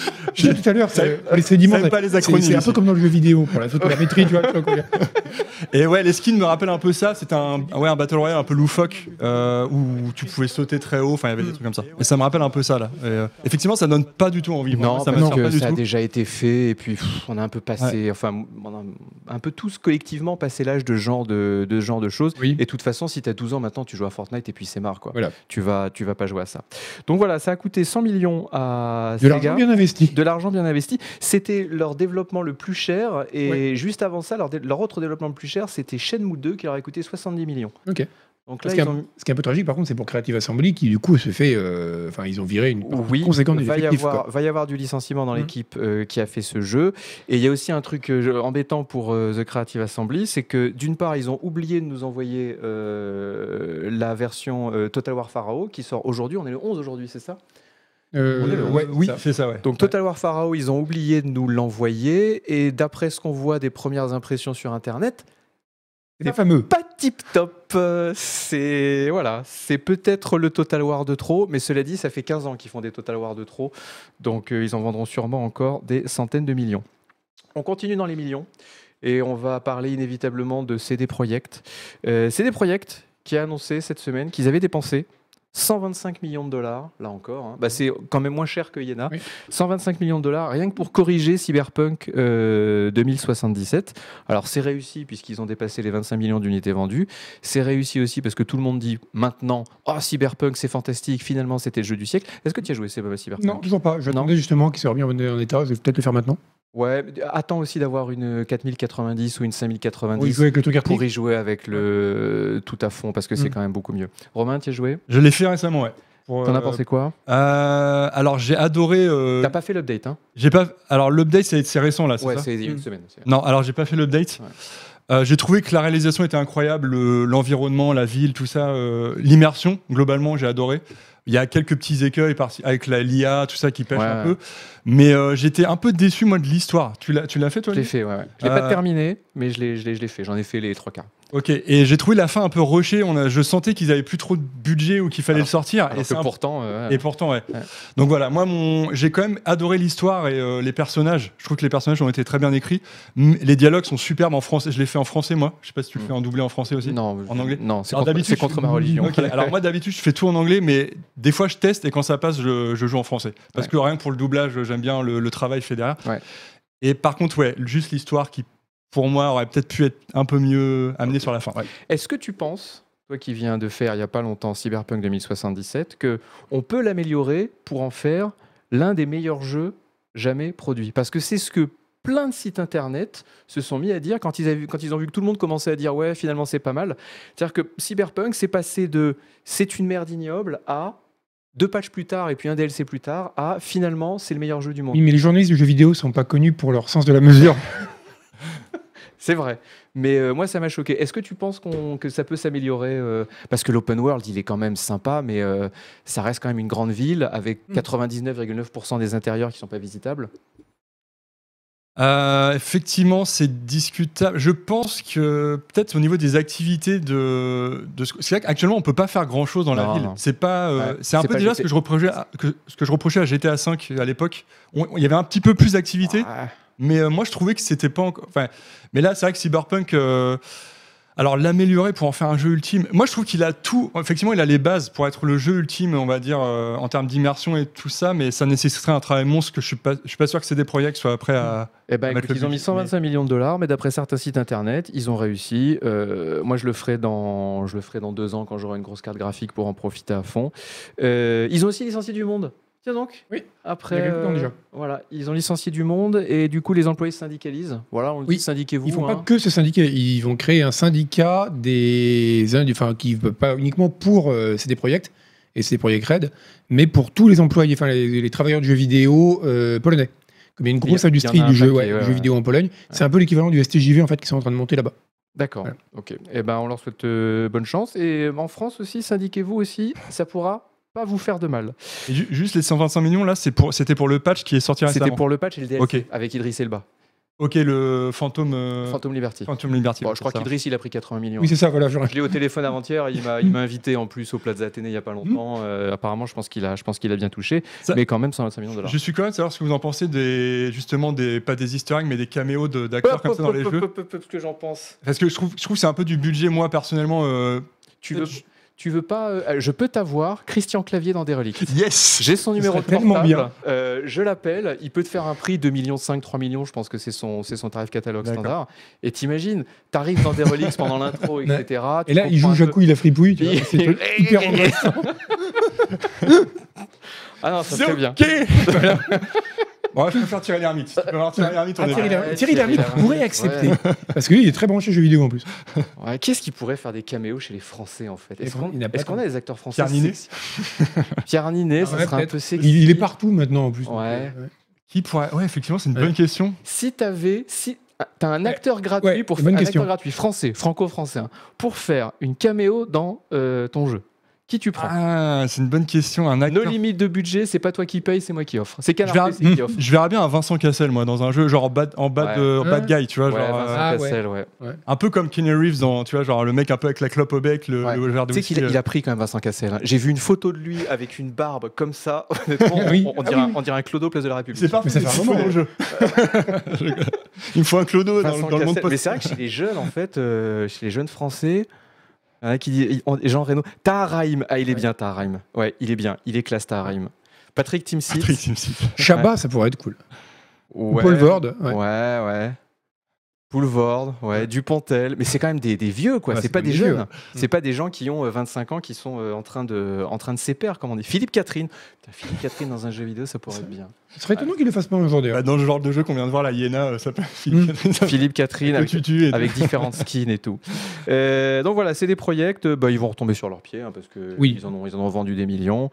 Speaker 2: Je disais tout à l'heure,
Speaker 3: Ça-
Speaker 2: c'est les sédiments.
Speaker 3: ça aime pas les
Speaker 2: c'est-
Speaker 3: acronymes
Speaker 2: C'est un
Speaker 3: ici.
Speaker 2: peu comme dans le jeu vidéo pour la photogrammétrie, tu vois. tu vois quoi.
Speaker 3: Et ouais, les skins me rappellent un peu ça. C'était un, ouais, un Battle Royale un peu loufoque euh, où tu pouvais sauter très haut. Enfin, il y avait des trucs comme ça. Et ça me rappelle un peu ça là. Et, euh, effectivement, ça donne pas du tout envie. Moi,
Speaker 1: Non,
Speaker 3: ça
Speaker 1: parce
Speaker 3: m'attire
Speaker 1: que
Speaker 3: pas du
Speaker 1: ça a
Speaker 3: tout.
Speaker 1: déjà été fait et puis pff, on a un peu passé, enfin, on a un peu tous collectivement passé l'âge de ce genre de, de, ce genre de choses.
Speaker 2: Oui.
Speaker 1: Et de toute façon, si tu as douze ans maintenant, tu joues à Fortnite et puis c'est marre, quoi.
Speaker 2: Voilà.
Speaker 1: Tu vas, tu vas pas jouer à ça. Donc voilà, ça a coûté cent millions à
Speaker 2: De l'argent
Speaker 1: Sega.
Speaker 2: bien investi.
Speaker 1: De l'argent bien investi. C'était leur développement le plus cher. Et
Speaker 2: Ouais.
Speaker 1: juste avant ça, leur, dé- leur autre développement le plus cher, c'était Shenmue deux qui leur a coûté soixante-dix millions.
Speaker 2: Ok.
Speaker 1: Donc là,
Speaker 2: Ce qui, est
Speaker 1: ils
Speaker 2: un,
Speaker 1: ont...
Speaker 2: ce qui est un peu tragique, par contre, c'est pour Creative Assembly qui, du coup, se fait. euh, Enfin, ils ont viré une part
Speaker 1: Oui,
Speaker 2: conséquente de
Speaker 1: va y,
Speaker 2: l'effectif.
Speaker 1: avoir,
Speaker 2: quoi.
Speaker 1: va y avoir du licenciement dans
Speaker 2: Mhm.
Speaker 1: l'équipe euh, qui a fait ce jeu. Et il y a aussi un truc euh, embêtant pour euh, The Creative Assembly, c'est que d'une part, ils ont oublié de nous envoyer euh, la version euh, Total War Pharaoh qui sort aujourd'hui. On est le onze aujourd'hui, c'est ça?
Speaker 2: Euh,
Speaker 1: On est le-
Speaker 2: ouais,
Speaker 3: Oui,
Speaker 2: ça.
Speaker 3: c'est ça, ouais.
Speaker 1: Donc Total War Pharaoh, ils ont oublié de nous l'envoyer. Et d'après ce qu'on voit des premières impressions sur Internet,
Speaker 2: C'est fameux.
Speaker 1: pas tip top. Euh, C'est voilà, c'est peut-être le Total War de trop, mais cela dit, ça fait quinze ans qu'ils font des Total War de trop, donc euh, ils en vendront sûrement encore des centaines de millions. On continue dans les millions et on va parler inévitablement de C D Projekt. Euh, C D Projekt qui a annoncé cette semaine qu'ils avaient dépensé cent vingt-cinq millions de dollars, là encore, hein. Bah, c'est quand même moins cher que Yena.
Speaker 2: Oui.
Speaker 1: cent vingt-cinq millions de dollars, rien que pour corriger Cyberpunk euh, deux mille soixante-dix-sept. Alors c'est réussi puisqu'ils ont dépassé les vingt-cinq millions d'unités vendues. C'est réussi aussi parce que tout le monde dit maintenant, oh Cyberpunk c'est fantastique, finalement c'était le jeu du siècle. Est-ce que tu as joué Cyberpunk?
Speaker 2: Non, toujours pas. J'attendais justement qu'il soit remis en, en état. Je vais peut-être le faire maintenant.
Speaker 1: Ouais, mais attends aussi d'avoir une quatre mille quatre-vingt-dix ou une cinq mille
Speaker 2: Pour y
Speaker 1: quatre-vingt-dix
Speaker 2: jouer avec le truc
Speaker 1: pour
Speaker 2: artistique.
Speaker 1: y jouer avec le tout à fond parce que c'est
Speaker 2: Mm.
Speaker 1: quand même beaucoup mieux. Romain, tu as joué?
Speaker 3: Je l'ai fait récemment, ouais. Pour,
Speaker 1: T'en as
Speaker 3: euh,
Speaker 1: pensé quoi?
Speaker 3: euh, Alors j'ai adoré. euh,
Speaker 1: T'as pas fait l'update, hein?
Speaker 3: J'ai pas. Alors l'update c'est c'est récent là, c'est
Speaker 1: Ouais,
Speaker 3: ça
Speaker 1: c'est il y a une
Speaker 2: Mm.
Speaker 1: semaine. c'est-
Speaker 3: Non, alors j'ai pas fait l'update.
Speaker 1: Ouais.
Speaker 3: Euh, j'ai trouvé que la réalisation était incroyable, le- l'environnement, la ville, tout ça, euh, l'immersion, globalement, j'ai adoré. Il y a quelques petits écueils par avec la l'I A, tout ça qui pêche
Speaker 1: Ouais,
Speaker 3: un
Speaker 1: ouais.
Speaker 3: peu. Mais euh, j'étais un peu déçu, moi, de l'histoire. Tu l'as, tu l'as fait, toi
Speaker 1: Je l'ai
Speaker 3: Lee
Speaker 1: fait, ouais. ouais. Je l'ai pas
Speaker 3: Euh,
Speaker 1: terminé, mais je l'ai, je l'ai, je l'ai fait. J'en ai fait les trois quarts.
Speaker 3: Ok, et j'ai trouvé la fin un peu rushée. On a, je sentais qu'ils avaient plus trop de budget ou qu'il fallait
Speaker 1: Alors-
Speaker 3: le sortir.
Speaker 1: Alors
Speaker 3: et
Speaker 1: que
Speaker 3: c'est un-
Speaker 1: pourtant, euh,
Speaker 3: et pourtant, ouais.
Speaker 1: Ouais.
Speaker 3: Donc voilà, moi, mon, j'ai quand même adoré l'histoire et euh, les personnages. Je trouve que les personnages ont été très bien écrits. M- Les dialogues sont superbes en français. Je l'ai fait en français, moi. Je sais pas si tu le
Speaker 1: Mm.
Speaker 3: fais en doublé en français aussi.
Speaker 1: non,
Speaker 3: En anglais
Speaker 1: non, c'est
Speaker 3: Alors,
Speaker 1: contre,
Speaker 3: d'habitude,
Speaker 1: c'est contre
Speaker 3: je-
Speaker 1: ma religion.
Speaker 3: Ok, alors moi d'habitude je fais tout en anglais, mais des fois je teste et quand ça passe je, je joue en français. Parce
Speaker 1: Ouais.
Speaker 3: que rien que pour le doublage, j'aime bien le, le travail fait derrière.
Speaker 1: Ouais.
Speaker 3: Et par contre, ouais, juste l'histoire qui pour moi aurait peut-être pu être un peu mieux amenée sur la fin. Ouais.
Speaker 1: Est-ce que tu penses, toi qui viens de faire il y a pas longtemps Cyberpunk deux mille soixante-dix-sept, que on peut l'améliorer pour en faire l'un des meilleurs jeux jamais produits? Parce que c'est ce que plein de sites internet se sont mis à dire quand ils, avaient vu- quand ils ont vu que tout le monde commençait à dire ouais finalement c'est pas mal. C'est-à-dire que Cyberpunk c'est passé de c'est une merde ignoble à deux patchs plus tard et puis un D L C plus tard à finalement c'est le meilleur jeu du monde.
Speaker 2: Oui, mais les journalistes de jeux vidéo sont pas connus pour leur sens de la mesure.
Speaker 1: C'est vrai, mais euh, moi ça m'a choqué. Est-ce que tu penses qu'on- que ça peut s'améliorer euh, parce que l'open world il est quand même sympa, mais euh, ça reste quand même une grande ville avec
Speaker 2: Mm.
Speaker 1: quatre-vingt-dix-neuf virgule neuf pour cent des intérieurs qui sont pas visitables.
Speaker 3: Euh, effectivement, c'est discutable. Je pense que peut-être au niveau des activités de, de ce- c'est vrai qu'actuellement on peut pas faire grand chose dans la
Speaker 1: Non,
Speaker 3: ville.
Speaker 1: non.
Speaker 3: C'est pas, euh,
Speaker 1: Ouais.
Speaker 3: c'est un
Speaker 1: C'est
Speaker 3: peu
Speaker 1: pas
Speaker 3: déjà
Speaker 1: G T.
Speaker 3: ce que je reprochais, à, que, ce que je reprochais à G T A cinq à l'époque. On- Il y avait un petit peu plus d'activités.
Speaker 1: Ah,
Speaker 3: Mais euh, moi, je trouvais que c'était pas encore. Enfin, mais là, c'est vrai que Cyberpunk. euh, Alors, l'améliorer pour en faire un jeu ultime. Moi, je trouve qu'il a tout. Effectivement, il a les bases pour être le jeu ultime, on va dire, euh, en termes d'immersion et tout ça. Mais ça nécessiterait un travail monstre que je suis pas. Je suis pas sûr que C D Projekt soit prêt à.
Speaker 1: Eh ben,
Speaker 3: à mettre
Speaker 1: écoute,
Speaker 3: le
Speaker 1: ils ont mis
Speaker 3: budget,
Speaker 1: cent vingt-cinq millions de dollars, mais d'après certains sites internet, ils ont réussi. Euh, moi, je le ferai dans, je le ferai dans deux ans quand j'aurai une grosse carte graphique pour en profiter à fond. Euh, ils ont aussi licencié du monde. Tiens donc.
Speaker 2: Oui.
Speaker 1: Après,
Speaker 2: Il y a quelques temps
Speaker 1: euh,
Speaker 2: déjà.
Speaker 1: voilà, ils ont licencié du monde et du coup, les employés se syndicalisent. Voilà, on le
Speaker 2: Oui.
Speaker 1: dit, syndiquez-vous.
Speaker 2: Ils font
Speaker 1: hein.
Speaker 2: pas que ce syndicat, ils vont créer un syndicat des, enfin, qui veut pas uniquement pour euh, C D Projekt et C D Projekt Red, mais pour tous les employés, enfin les, les travailleurs du jeu vidéo euh, polonais. Comme il y a une
Speaker 1: Il y a-
Speaker 2: grosse
Speaker 1: il y en
Speaker 2: industrie
Speaker 1: a un
Speaker 2: du jeu,
Speaker 1: paquet,
Speaker 2: ouais,
Speaker 1: ouais,
Speaker 2: du jeu
Speaker 1: ouais.
Speaker 2: vidéo en Pologne, c'est un peu l'équivalent du S T J V en fait qui sont en train de monter là-bas.
Speaker 1: D'accord.
Speaker 2: Voilà.
Speaker 1: Ok. Eh ben, on leur souhaite euh, bonne chance et en France aussi, syndiquez-vous aussi. Ça pourra pas vous faire de mal.
Speaker 3: Et ju- juste les cent vingt-cinq millions là, c'est pour. C'était pour le patch qui est sorti récemment.
Speaker 1: C'était pour le patch et le D L C
Speaker 3: Ok.
Speaker 1: avec Idriss Elba.
Speaker 3: Ok, le Phantom, euh,
Speaker 1: Phantom Liberty.
Speaker 3: Phantom Liberty.
Speaker 1: Bon, je crois
Speaker 3: ça.
Speaker 1: qu'Idriss, il a pris quatre-vingts millions.
Speaker 2: Oui, c'est ça, voilà. Genre...
Speaker 1: Je l'ai au téléphone avant-hier, il m'a, il m'a invité en plus au Plaza Athénée il n'y a pas longtemps. Euh, apparemment, je pense qu'il a, je pense qu'il a bien touché,
Speaker 3: Ça-
Speaker 1: mais quand même cent vingt-cinq millions de dollars.
Speaker 3: Je suis quand même de savoir ce que vous en pensez des, justement, des, pas des easter eggs, mais des caméos de- d'acteurs comme ça dans les jeux.
Speaker 1: Ce que j'en pense.
Speaker 3: Parce que je trouve, je trouve que c'est un peu du budget, moi, personnellement. euh,
Speaker 1: Tu veux, tu veux pas euh, Je peux t'avoir Christian Clavier dans Derelict.
Speaker 3: Yes.
Speaker 1: J'ai son numéro de
Speaker 2: serait tellement
Speaker 1: portable.
Speaker 2: bien.
Speaker 1: Euh, je l'appelle. Il peut te faire un prix deux virgule cinq millions, trois millions. Je pense que c'est son, c'est son tarif catalogue
Speaker 3: D'accord.
Speaker 1: standard. Et t'imagines, t'arrives dans Derelict pendant l'intro, et cetera.
Speaker 2: Et là, il joue Jacouille la fripouille. Tu vois,
Speaker 1: Il-
Speaker 2: c'est hyper intéressant.
Speaker 1: Ah non, ça
Speaker 3: C'est
Speaker 1: serait bien.
Speaker 3: ok. Voilà. Bon, je préfère Thierry Lhermitte. Si tu peux avoir Thierry Lhermitte, on
Speaker 2: Ah,
Speaker 3: est
Speaker 2: Thierry
Speaker 3: bien.
Speaker 2: Lhermitte,
Speaker 1: Ouais,
Speaker 2: Thierry
Speaker 1: Thierry
Speaker 2: Lhermitte
Speaker 1: Lhermitte,
Speaker 2: pourrait
Speaker 1: ouais.
Speaker 2: accepter. Parce que lui, il est très branché jeux vidéo en plus.
Speaker 1: Ouais, qu'est-ce qui pourrait faire des caméos chez les Français en fait? Est-ce
Speaker 2: Les
Speaker 1: qu'on
Speaker 2: Fran- il n'a pas
Speaker 1: est-ce qu'on
Speaker 2: tant.
Speaker 1: a des acteurs français
Speaker 3: Pierre Ninet.
Speaker 1: sexy Pierre Ninet, ça
Speaker 2: Ouais,
Speaker 1: serait un
Speaker 2: peut-être.
Speaker 1: peu sexy.
Speaker 2: Il, il est partout maintenant en plus. donc,
Speaker 1: Ouais.
Speaker 2: euh,
Speaker 3: Qui pourrait... Ouais, effectivement, c'est une
Speaker 2: Ouais.
Speaker 3: bonne question.
Speaker 1: Si t'avais, si t'as un acteur gratuit
Speaker 2: ouais,
Speaker 1: pour
Speaker 2: bonne
Speaker 1: un
Speaker 2: question.
Speaker 1: acteur gratuit français, franco-français, hein, pour faire une caméo dans euh, ton jeu, qui tu prends?
Speaker 3: Ah, c'est une bonne question. Un
Speaker 1: No
Speaker 3: acteur.
Speaker 1: limite de budget, c'est pas toi qui paye, c'est moi qui offre. C'est
Speaker 3: Je
Speaker 1: Canard
Speaker 3: verrais,
Speaker 1: P C qui offre.
Speaker 3: je verrais bien un Vincent Cassel, moi, dans un jeu genre en bad, en bad,
Speaker 1: Ouais.
Speaker 3: euh,
Speaker 2: Ouais.
Speaker 3: bad guy, tu vois.
Speaker 1: Ouais,
Speaker 3: genre,
Speaker 1: Vincent
Speaker 3: euh,
Speaker 2: Ah, ouais.
Speaker 1: Cassel, ouais.
Speaker 3: un peu comme Keanu Reeves dans, tu vois, genre le mec un peu avec la clope au bec, le,
Speaker 1: Ouais.
Speaker 3: le verre de
Speaker 1: Tu sais qu'il
Speaker 3: whisky,
Speaker 1: a,
Speaker 3: euh.
Speaker 1: il a pris quand même Vincent Cassel. hein. J'ai vu une photo de lui avec une barbe comme ça. Honnêtement,
Speaker 2: Oui.
Speaker 1: on, on
Speaker 2: Ah
Speaker 1: dirait,
Speaker 2: oui.
Speaker 1: un- on dirait un clodo place de la République.
Speaker 3: C'est parfait,
Speaker 2: Mais ça fait un moment,
Speaker 3: dans le jeu. Il me faut un clodo dans,
Speaker 1: Vincent
Speaker 3: dans le monde
Speaker 1: Cassel.
Speaker 3: post.
Speaker 1: Mais c'est vrai que chez les jeunes, en fait, euh, chez les jeunes français, il y en a qui disent on- Jean Reno, Taharaim. Ah, il est bien, Taharaim. Ouais, il est bien. Il est classe, Taharaim. Patrick Timsit.
Speaker 3: Patrick Timsit.
Speaker 2: Chabat, ça pourrait être cool.
Speaker 1: Ouais.
Speaker 2: Paul Vord.
Speaker 1: Ouais,
Speaker 2: Ouais.
Speaker 1: ouais. Poulvord, ouais, Dupontel, mais c'est quand même des, des vieux, quoi.
Speaker 2: Ouais,
Speaker 1: c'est
Speaker 2: c'est
Speaker 1: pas
Speaker 2: des
Speaker 1: des
Speaker 2: vieux,
Speaker 1: jeunes.
Speaker 2: ouais.
Speaker 1: C'est pas des gens qui ont euh, vingt-cinq ans qui sont euh, en train de, en train de s'épaire, comme on dit. Philippe Catherine. Putain, Philippe Catherine dans un jeu vidéo, ça pourrait être bien.
Speaker 2: Ce serait étonnant qu'il le fasse pas un jour d'ailleurs.
Speaker 3: Bah, dans le genre de jeu qu'on vient de voir, la Iéna, euh, ça peut.
Speaker 2: Mm.
Speaker 1: Philippe Catherine avec,
Speaker 3: Tutu et tout.
Speaker 1: avec différentes skins et tout. Euh, donc voilà, c'est des projets. Bah, ils vont retomber sur leurs pieds hein, parce que
Speaker 2: Oui.
Speaker 1: ils en ont, ils en ont vendu des millions.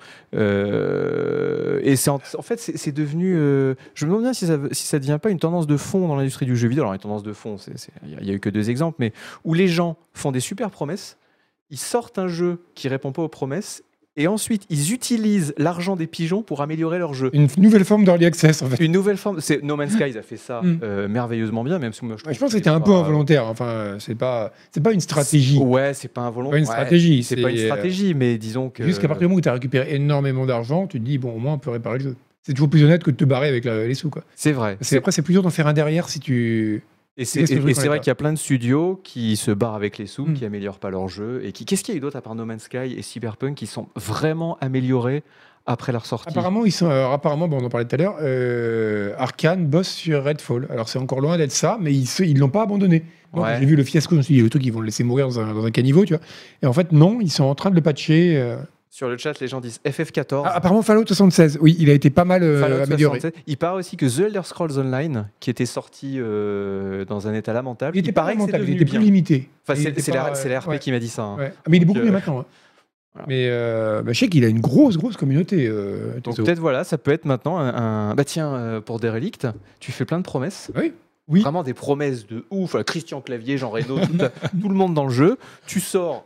Speaker 1: Euh, et c'est en, en fait, c'est c'est devenu. euh, je me demande bien si ça, si ça devient pas une tendance de fond dans l'industrie du jeu vidéo. Alors une tendance de fond, c'est- c'est- il y, a eu que deux exemples, mais où les gens font des super promesses, ils sortent un jeu qui répond pas aux promesses. Et ensuite, ils utilisent l'argent des pigeons pour améliorer leur jeu.
Speaker 2: Une nouvelle forme d'early access en fait.
Speaker 1: Une nouvelle forme. C'est No Man's Sky, ils a fait ça
Speaker 2: Mm.
Speaker 1: euh, merveilleusement bien, même si moi je,
Speaker 2: Ouais, je
Speaker 1: trouve
Speaker 2: pense que c'était un
Speaker 1: c'est
Speaker 2: peu
Speaker 1: pas-
Speaker 2: involontaire. Enfin, euh, c'est pas, c'est pas une stratégie.
Speaker 1: Ouais, c'est pas un volontaire.
Speaker 2: Pas une stratégie,
Speaker 1: c'est pas une
Speaker 2: c'est, euh,
Speaker 1: stratégie, mais disons que.
Speaker 2: Jusqu'à partir du moment où tu as récupéré énormément d'argent, tu te dis bon, au moins on peut réparer le jeu. C'est toujours plus honnête que de te barrer avec la- les sous quoi.
Speaker 1: C'est vrai.
Speaker 2: Parce que après c'est plus dur d'en faire un derrière si tu.
Speaker 1: Et c'est
Speaker 2: Qu'est-ce que
Speaker 1: et-
Speaker 2: je veux
Speaker 1: et
Speaker 2: qu'on
Speaker 1: c'est
Speaker 2: ait
Speaker 1: vrai
Speaker 2: pas
Speaker 1: qu'il y a plein de studios qui se barrent avec les sous,
Speaker 2: Mm.
Speaker 1: qui améliorent pas leur jeu. Et qui... Qu'est-ce qu'il y a eu d'autre à part No Man's Sky et Cyberpunk qui sont vraiment améliorés après leur sortie?
Speaker 2: Apparemment ils sont. Alors, apparemment, bon, on en parlait tout à l'heure. Euh, Arkane bosse sur Redfall. Alors c'est encore loin d'être ça, mais ils se- ils l'ont pas abandonné. Moi,
Speaker 1: Ouais.
Speaker 2: quand j'ai vu le fiasco, je me suis dit le truc ils vont le laisser mourir dans un, dans un caniveau, tu vois. Et en fait non, ils sont en train de le patcher. euh.
Speaker 1: Sur le chat, les gens disent F F quatorze.
Speaker 2: Ah, apparemment Fallout soixante-seize. Oui, il a été pas mal euh,
Speaker 1: Fallout
Speaker 2: amélioré.
Speaker 1: soixante-sept. Il paraît aussi que The Elder Scrolls Online, qui était sorti euh, dans un état lamentable,
Speaker 2: Il était pas
Speaker 1: paraît que c'est
Speaker 2: lamentable, il
Speaker 1: devenu
Speaker 2: était plus
Speaker 1: bien.
Speaker 2: limité.
Speaker 1: Enfin,
Speaker 2: Il
Speaker 1: c'est
Speaker 2: était
Speaker 1: c'est
Speaker 2: pas,
Speaker 1: la, c'est la R P
Speaker 2: ouais.
Speaker 1: qui m'a dit ça. hein.
Speaker 2: Ouais. Ah, mais il est beaucoup
Speaker 1: Donc,
Speaker 2: mieux
Speaker 1: euh,
Speaker 2: maintenant. hein.
Speaker 1: voilà.
Speaker 2: Mais euh, bah, je sais qu'il a une grosse, grosse communauté. Euh,
Speaker 1: Donc
Speaker 2: Tezo.
Speaker 1: peut-être voilà, ça peut être maintenant un. un- Bah tiens, euh, pour Derelict, tu fais plein de promesses.
Speaker 2: Oui. Oui.
Speaker 1: Vraiment des promesses de ouf. Voilà, Christian Clavier, Jean Reno, tout, tout le monde dans le jeu. Tu sors.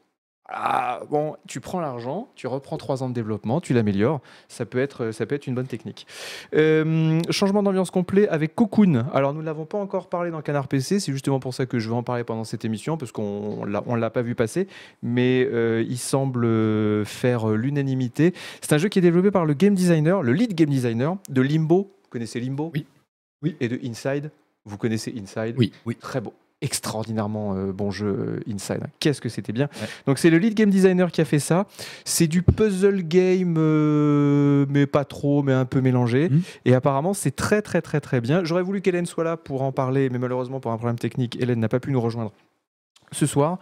Speaker 1: Ah, bon, tu prends l'argent, tu reprends trois ans de développement, tu l'améliores. Ça peut être, ça peut être une bonne technique. Euh, changement d'ambiance complet avec Cocoon. Alors nous ne l'avons pas encore parlé dans Canard P C. C'est justement pour ça que je vais en parler pendant cette émission parce qu'on l'a, on l'a pas vu passer. Mais euh, il semble euh, faire euh, l'unanimité. C'est un jeu qui est développé par le game designer, le lead game designer de Limbo. Vous connaissez Limbo?
Speaker 2: Oui. Oui.
Speaker 1: Et de Inside. Vous connaissez Inside?
Speaker 2: Oui. Oui.
Speaker 1: Très beau. Extraordinairement euh, bon jeu euh, Inside. Qu'est-ce que c'était bien. Ouais. Donc c'est le lead game designer qui a fait ça. C'est du puzzle game, euh, mais pas trop, mais un peu mélangé. Mmh. Et apparemment c'est très très très très bien. J'aurais voulu qu'Hélène soit là pour en parler, mais malheureusement pour un problème technique, Hélène n'a pas pu nous rejoindre ce soir.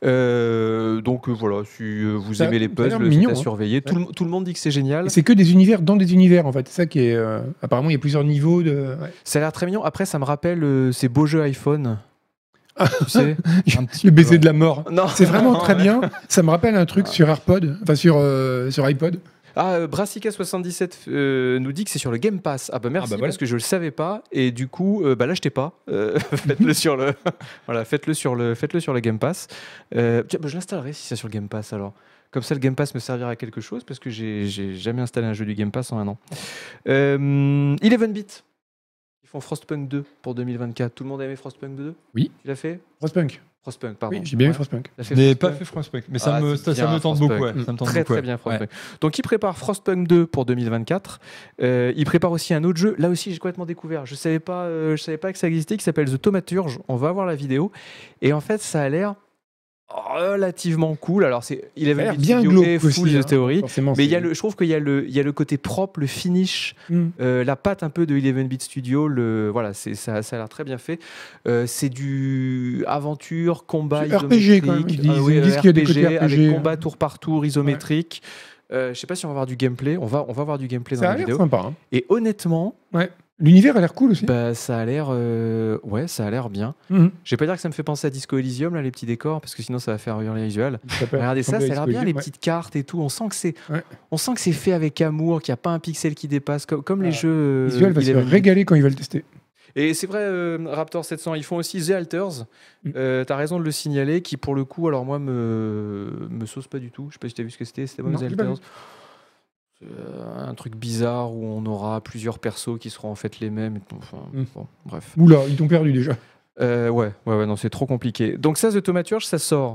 Speaker 1: Euh, donc euh, voilà, si euh, vous ça, aimez les puzzles, c'est à surveiller.
Speaker 2: Hein.
Speaker 1: Tout, le, tout le monde dit que c'est génial.
Speaker 2: Et c'est que des univers dans des univers en fait. C'est ça qui est. Euh, apparemment, il y a plusieurs niveaux de. Ouais.
Speaker 1: Ça a l'air très mignon. Après, ça me rappelle euh, ces beaux jeux iPhone. Tu sais,
Speaker 2: un petit le baiser de la mort.
Speaker 1: Non,
Speaker 2: c'est vraiment
Speaker 1: non,
Speaker 2: très
Speaker 1: ouais.
Speaker 2: bien. Ça me rappelle un truc sur AirPod, enfin sur euh, sur iPod.
Speaker 1: Ah, euh, Brassica soixante-dix-sept euh, nous dit que c'est sur le Game Pass. Ah bah merci, ah bah voilà. Parce que je le savais pas et du coup, euh, bah l'achetez pas. Euh, faites-le sur le, voilà, faites-le sur le, faites-le sur le Game Pass. Euh, tiens, bah, je l'installerai si c'est sur le Game Pass alors. Comme ça, le Game Pass me servira à quelque chose parce que j'ai, j'ai jamais installé un jeu du Game Pass en un an. Euh, eleven bit. font Frostpunk deux pour deux mille vingt-quatre. Tout le monde a aimé Frostpunk deux?
Speaker 2: Oui.
Speaker 1: Tu l'as fait?
Speaker 2: Frostpunk.
Speaker 1: Frostpunk, pardon.
Speaker 2: Oui, j'ai bien aimé
Speaker 1: Ouais.
Speaker 2: Frostpunk.
Speaker 1: T'as
Speaker 3: Je
Speaker 1: fait
Speaker 3: n'ai pas
Speaker 1: Frostpunk
Speaker 3: fait Frostpunk, mais ça
Speaker 1: Ah,
Speaker 3: me,
Speaker 1: c'est
Speaker 3: ça, ça
Speaker 1: bien,
Speaker 3: me tente
Speaker 1: Frostpunk.
Speaker 3: beaucoup. Ouais, ça me tente
Speaker 1: Très
Speaker 3: beaucoup,
Speaker 1: très
Speaker 3: ouais.
Speaker 1: bien Frostpunk.
Speaker 3: Ouais.
Speaker 1: Donc il prépare Frostpunk deux pour deux mille vingt-quatre. Euh, il prépare aussi un autre jeu. Là aussi j'ai complètement découvert. Je savais pas, euh, je savais pas que ça existait. Qui s'appelle The Thaumaturge. On va voir la vidéo. Et en fait ça a l'air relativement cool. Alors c'est il
Speaker 2: Ça a
Speaker 1: avait
Speaker 2: l'air bien glauque aussi,
Speaker 1: full de
Speaker 2: hein.
Speaker 1: théorie.
Speaker 2: Forcément,
Speaker 1: Mais il y a
Speaker 2: c'est-
Speaker 1: le, je trouve qu'il y a le, il y a le côté propre, le finish,
Speaker 2: Mm.
Speaker 1: euh, la patte un peu de eleven bit Studio. Le voilà, c'est ça, ça a l'air très bien fait. Euh, c'est du aventure, combat
Speaker 2: C'est R P G, quand même.
Speaker 1: isométrique.
Speaker 2: Ils disent-
Speaker 1: Ah oui,
Speaker 2: ils disent qu'il y a des côtés
Speaker 1: R P G,
Speaker 2: R P G,
Speaker 1: avec
Speaker 2: hein.
Speaker 1: combat tour par tour isométrique. Euh, je sais pas si on va voir du gameplay. On va, on va voir du gameplay dans
Speaker 2: Ça
Speaker 1: la
Speaker 2: a l'air
Speaker 1: vidéo.
Speaker 2: sympa. hein.
Speaker 1: Et honnêtement,
Speaker 2: L'univers a l'air cool aussi.
Speaker 1: bah, ça a l'air, euh, ouais, ça a l'air bien.
Speaker 2: Mhm.
Speaker 1: Je vais pas dire que ça me fait penser à Disco Elysium là, les petits décors, parce que sinon ça va faire hurler les visuels.
Speaker 2: Ça peut
Speaker 1: Regardez ça, ça a
Speaker 2: ressembler à
Speaker 1: l'air bien, les
Speaker 2: Disco
Speaker 1: petites cartes et tout. On sent que c'est,
Speaker 2: Ouais.
Speaker 1: on sent que c'est fait avec amour, qu'il n'y a pas un pixel qui dépasse, comme, comme les
Speaker 2: Ah,
Speaker 1: jeux. euh,
Speaker 2: Visuel va se
Speaker 1: Eleven bit.
Speaker 2: régaler quand il va le tester.
Speaker 1: Et c'est vrai, euh, Raptor sept cents, ils font aussi The Alters.
Speaker 2: Mm.
Speaker 1: Euh, T'as raison de le signaler, qui pour le coup, alors moi, me, me sauce pas du tout. Je sais pas si t'as vu ce que c'était. C'était bon,
Speaker 2: Non,
Speaker 1: The
Speaker 2: j'ai pas
Speaker 1: Alters. C'est, euh, un truc bizarre où on aura plusieurs persos qui seront en fait les mêmes. et- Enfin,
Speaker 2: Mm.
Speaker 1: bon, bref.
Speaker 2: Oula, ils t'ont perdu déjà.
Speaker 1: Euh, ouais, ouais, ouais, non, c'est trop compliqué. Donc ça, The Thaumaturge, ça sort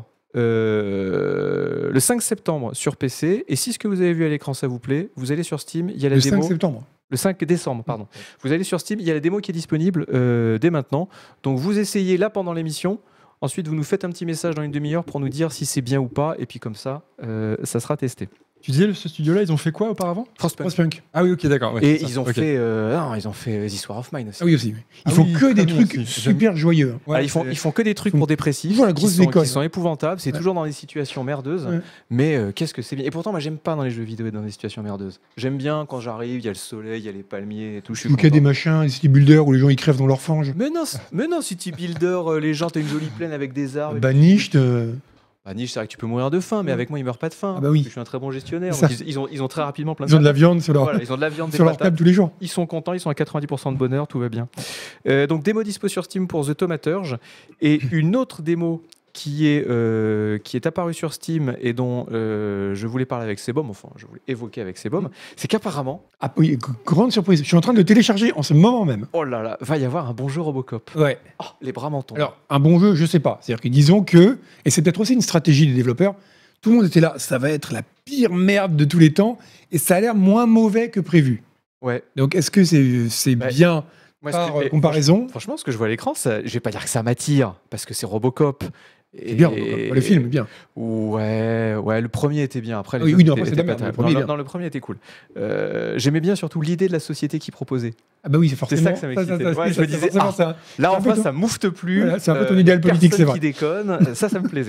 Speaker 1: euh, le cinq septembre sur P C. Et si ce que vous avez vu à l'écran, ça vous plaît, vous allez sur Steam, il y a la
Speaker 2: Le
Speaker 1: démo.
Speaker 2: cinq septembre.
Speaker 1: Le cinq décembre, pardon. Vous allez sur Steam, il y a la démo qui est disponible euh, dès maintenant. Donc vous essayez là pendant l'émission. Ensuite, vous nous faites un petit message dans une demi-heure pour nous dire si c'est bien ou pas. Et puis comme ça, euh, ça sera testé.
Speaker 3: Tu disais, ce studio-là, ils ont fait quoi auparavant?
Speaker 1: Frostpunk.
Speaker 2: Frostpunk.
Speaker 3: Ah oui, ok, d'accord. ouais,
Speaker 1: Et
Speaker 3: c'est ça.
Speaker 1: ils ont
Speaker 3: Ok.
Speaker 1: fait, euh, non, ils ont fait The War of Mine aussi.
Speaker 2: Ah oui, aussi. oui. Ils
Speaker 3: Ah
Speaker 2: font
Speaker 3: oui,
Speaker 2: que
Speaker 3: très
Speaker 2: des
Speaker 3: bien
Speaker 2: trucs
Speaker 3: aussi.
Speaker 2: super joyeux. hein.
Speaker 3: Ouais,
Speaker 1: Ah, ils, font,
Speaker 3: c'est-
Speaker 1: ils font que des trucs
Speaker 2: Ils font
Speaker 1: pour dépressifs
Speaker 2: toujours la
Speaker 1: qui
Speaker 2: grosse
Speaker 1: sont, qui
Speaker 2: déconne.
Speaker 1: sont épouvantables. C'est
Speaker 2: Ouais.
Speaker 1: toujours dans des situations merdeuses.
Speaker 2: Ouais.
Speaker 1: Mais euh, qu'est-ce que c'est bien. Et pourtant, moi, j'aime pas dans les jeux vidéo être dans des situations merdeuses. J'aime bien quand j'arrive, il y a le soleil, il y a les palmiers et tout. Je suis
Speaker 2: Ou qu'il y a des
Speaker 1: content.
Speaker 2: machins, des city builders où les gens ils crèvent dans leur fange.
Speaker 1: Mais non, c- mais non, City Builder, euh, les gens, t'as une jolie plaine avec des arbres. et
Speaker 2: Banished. euh,
Speaker 1: Bah, Niche, c'est vrai que tu peux mourir de faim, mais
Speaker 2: Ouais.
Speaker 1: avec moi, ils meurent pas de faim.
Speaker 2: Ah bah oui.
Speaker 1: Je suis un très bon gestionnaire.
Speaker 2: Ça.
Speaker 1: Donc, ils, ils ont, ils ont très rapidement plein de
Speaker 2: Ils ont de la
Speaker 1: patates.
Speaker 2: viande sur leur,
Speaker 1: Voilà, ils ont de la viande, des
Speaker 2: sur leur
Speaker 1: patates.
Speaker 2: table tous les jours.
Speaker 1: Ils sont contents, ils sont à quatre-vingt-dix pour cent de bonheur, tout va bien. Euh, donc, démo dispo sur Steam pour The Thaumaturge. Et une autre démo qui est, euh, qui est apparue sur Steam et dont euh, je voulais parler avec Sebum, enfin, je voulais évoquer avec Sebum, c'est qu'apparemment,
Speaker 2: Ah oui, g- grande surprise. Je suis en train de le télécharger en ce moment même.
Speaker 1: oh là là, va y avoir un bon jeu Robocop.
Speaker 2: Ouais.
Speaker 1: Oh, les bras m'en tombent.
Speaker 2: Alors, un bon jeu, je sais pas. C'est-à-dire que disons que, et c'est peut-être aussi une stratégie des développeurs, tout le monde était là, ça va être la pire merde de tous les temps, et ça a l'air moins mauvais que prévu.
Speaker 1: Ouais.
Speaker 2: Donc, est-ce que c'est c'est
Speaker 1: Bah,
Speaker 2: bien
Speaker 1: Moi, ce
Speaker 2: par
Speaker 1: que-
Speaker 2: euh,
Speaker 1: et
Speaker 2: comparaison?
Speaker 1: Franchement, ce que je vois à l'écran, ça, je vais pas dire que ça m'attire, parce que c'est Robocop.
Speaker 2: C'est bien, Robocop. Le film est bien.
Speaker 1: Ouais, ouais, le premier était bien. Après, les
Speaker 2: Oui,
Speaker 1: autres
Speaker 2: oui, non,
Speaker 1: étaient-
Speaker 2: après, c'est
Speaker 1: étaient
Speaker 2: de la
Speaker 1: pas
Speaker 2: merde, le
Speaker 1: terribles.
Speaker 2: premier est
Speaker 1: Non,
Speaker 2: bien.
Speaker 1: non, le premier était cool. Euh, J'aimais bien surtout l'idée de la société qui proposait.
Speaker 2: Ah bah oui, c'est forcément.
Speaker 1: ça que ça m'excitait. Ouais, je me
Speaker 2: c'est
Speaker 1: disais,
Speaker 2: forcément
Speaker 1: ah,
Speaker 2: ça.
Speaker 1: Là,
Speaker 2: C'est un
Speaker 1: enfin,
Speaker 2: peu
Speaker 1: ça moufte plus.
Speaker 2: Voilà, c'est un peu ton idéal politique,
Speaker 1: personne
Speaker 2: c'est vrai.
Speaker 1: qui déconne. Ça, ça me plaisait.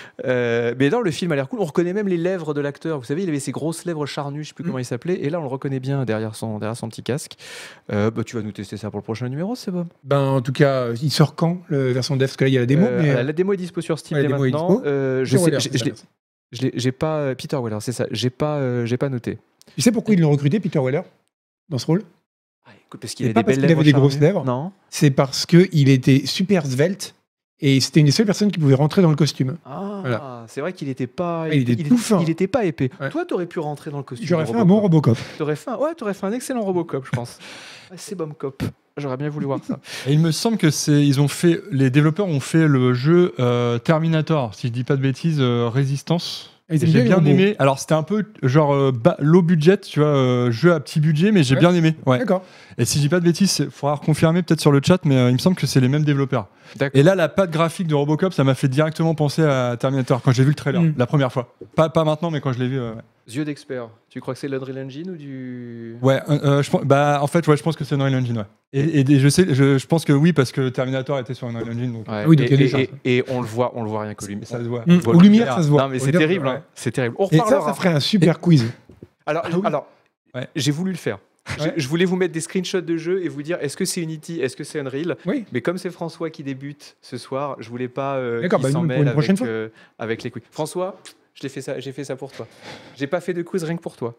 Speaker 1: Euh, mais dans le film a l'air cool. On reconnaît même les lèvres de l'acteur. Vous savez, il avait ces grosses lèvres charnues, je sais plus
Speaker 2: Mm.
Speaker 1: comment il s'appelait. Et là, on le reconnaît bien derrière son, derrière son petit casque. Euh, bah, tu vas nous tester ça pour le prochain numéro, c'est bon.
Speaker 2: Ben, en tout cas, il sort quand, la version dev? Parce que là, il y a la démo.
Speaker 1: Euh,
Speaker 2: mais,
Speaker 1: la, la démo est dispo sur Steam
Speaker 2: ouais, la
Speaker 1: dès
Speaker 2: démo est
Speaker 1: maintenant.
Speaker 2: dispo.
Speaker 1: Euh, je
Speaker 2: Peter
Speaker 1: sais,
Speaker 2: Weller,
Speaker 1: je-
Speaker 2: c'est
Speaker 1: je
Speaker 2: ça,
Speaker 1: l'ai-
Speaker 2: merci.
Speaker 1: je l'ai- j'ai pas euh, Peter Weller, c'est ça. J'ai pas, euh, j'ai pas noté.
Speaker 2: Tu sais pourquoi ils l'ont recruté, Peter Weller, dans ce rôle?
Speaker 1: Ah, écoute, parce qu'il
Speaker 2: Et
Speaker 1: a
Speaker 2: pas
Speaker 1: des
Speaker 2: parce
Speaker 1: belles
Speaker 2: qu'il
Speaker 1: lèvres
Speaker 2: avait des grosses
Speaker 1: charnues.
Speaker 2: lèvres.
Speaker 1: Non.
Speaker 2: C'est parce qu'il était super svelte et c'était une des seules personnes qui pouvait rentrer dans le costume.
Speaker 1: Ah,
Speaker 2: Voilà.
Speaker 1: c'est vrai qu'il était pas.
Speaker 2: Ah, il était tout fin.
Speaker 1: Il était pas épais.
Speaker 2: Ouais.
Speaker 1: Toi, t'aurais pu rentrer dans le costume.
Speaker 2: J'aurais
Speaker 1: de
Speaker 2: fait un bon Robocop.
Speaker 1: T'aurais fait, un... ouais, t'aurais fait un excellent Robocop, je pense. Ouais, c'est Bomb Cop. J'aurais bien voulu voir ça.
Speaker 3: Et il me semble que c'est, ils ont fait, les développeurs ont fait le jeu euh, Terminator, si je dis pas de bêtises, euh, Résistance.
Speaker 2: Ah, ils aiment
Speaker 3: J'ai
Speaker 2: bien les
Speaker 3: bien
Speaker 2: robots.
Speaker 3: aimé. Alors c'était un peu genre euh, bas- low budget, tu vois, euh, jeu à petit budget, mais j'ai
Speaker 2: Ouais.
Speaker 3: bien aimé. Ouais.
Speaker 2: D'accord.
Speaker 3: Et si je dis pas de bêtises, il faudra reconfirmer peut-être sur le chat, mais euh, il me semble que c'est les mêmes développeurs.
Speaker 1: D'accord.
Speaker 3: Et là, la patte graphique de Robocop, ça m'a fait directement penser à Terminator quand j'ai vu le trailer,
Speaker 2: Mm.
Speaker 3: la première fois. Pas, pas maintenant, mais quand je l'ai vu. euh, ouais.
Speaker 1: Yeux d'expert. Tu crois que c'est l'Unreal Engine ou du.
Speaker 3: Ouais, euh, euh, je pense, bah, en fait, ouais, je pense que c'est Unreal Engine, ouais. Et, et- et je sais, je, je pense que oui, parce que Terminator était sur Unreal Engine, donc
Speaker 1: Ouais,
Speaker 2: oui, donc
Speaker 1: et,
Speaker 2: il y a des
Speaker 1: et-
Speaker 2: chances.
Speaker 1: et- et on le voit, on le voit rien que lui.
Speaker 3: ça se voit.
Speaker 2: Mm.
Speaker 1: Voilà.
Speaker 2: Aux lumières, ça se voit.
Speaker 1: Non, mais
Speaker 2: Faut
Speaker 1: c'est
Speaker 2: dire-
Speaker 1: terrible.
Speaker 2: ouais.
Speaker 1: hein. C'est terrible. On
Speaker 2: Et ça,
Speaker 1: reparlera.
Speaker 2: ça ferait un super quiz.
Speaker 1: Alors,
Speaker 2: Ah oui.
Speaker 1: alors
Speaker 3: Ouais.
Speaker 1: j'ai voulu le faire.
Speaker 2: Ouais.
Speaker 1: Je- Je voulais vous mettre des screenshots de jeu et vous dire est-ce que c'est Unity, est-ce que c'est Unreal.
Speaker 2: Oui.
Speaker 1: Mais comme c'est François qui débute ce soir, je voulais pas euh,
Speaker 2: D'accord,
Speaker 1: qu'il
Speaker 2: bah,
Speaker 1: s'en
Speaker 2: nous, pour
Speaker 1: mêle
Speaker 2: une
Speaker 1: avec,
Speaker 2: prochaine fois.
Speaker 1: euh, avec les quiz. François, je l'ai fait ça, j'ai fait ça pour toi. J'ai pas fait de quiz rien que pour toi.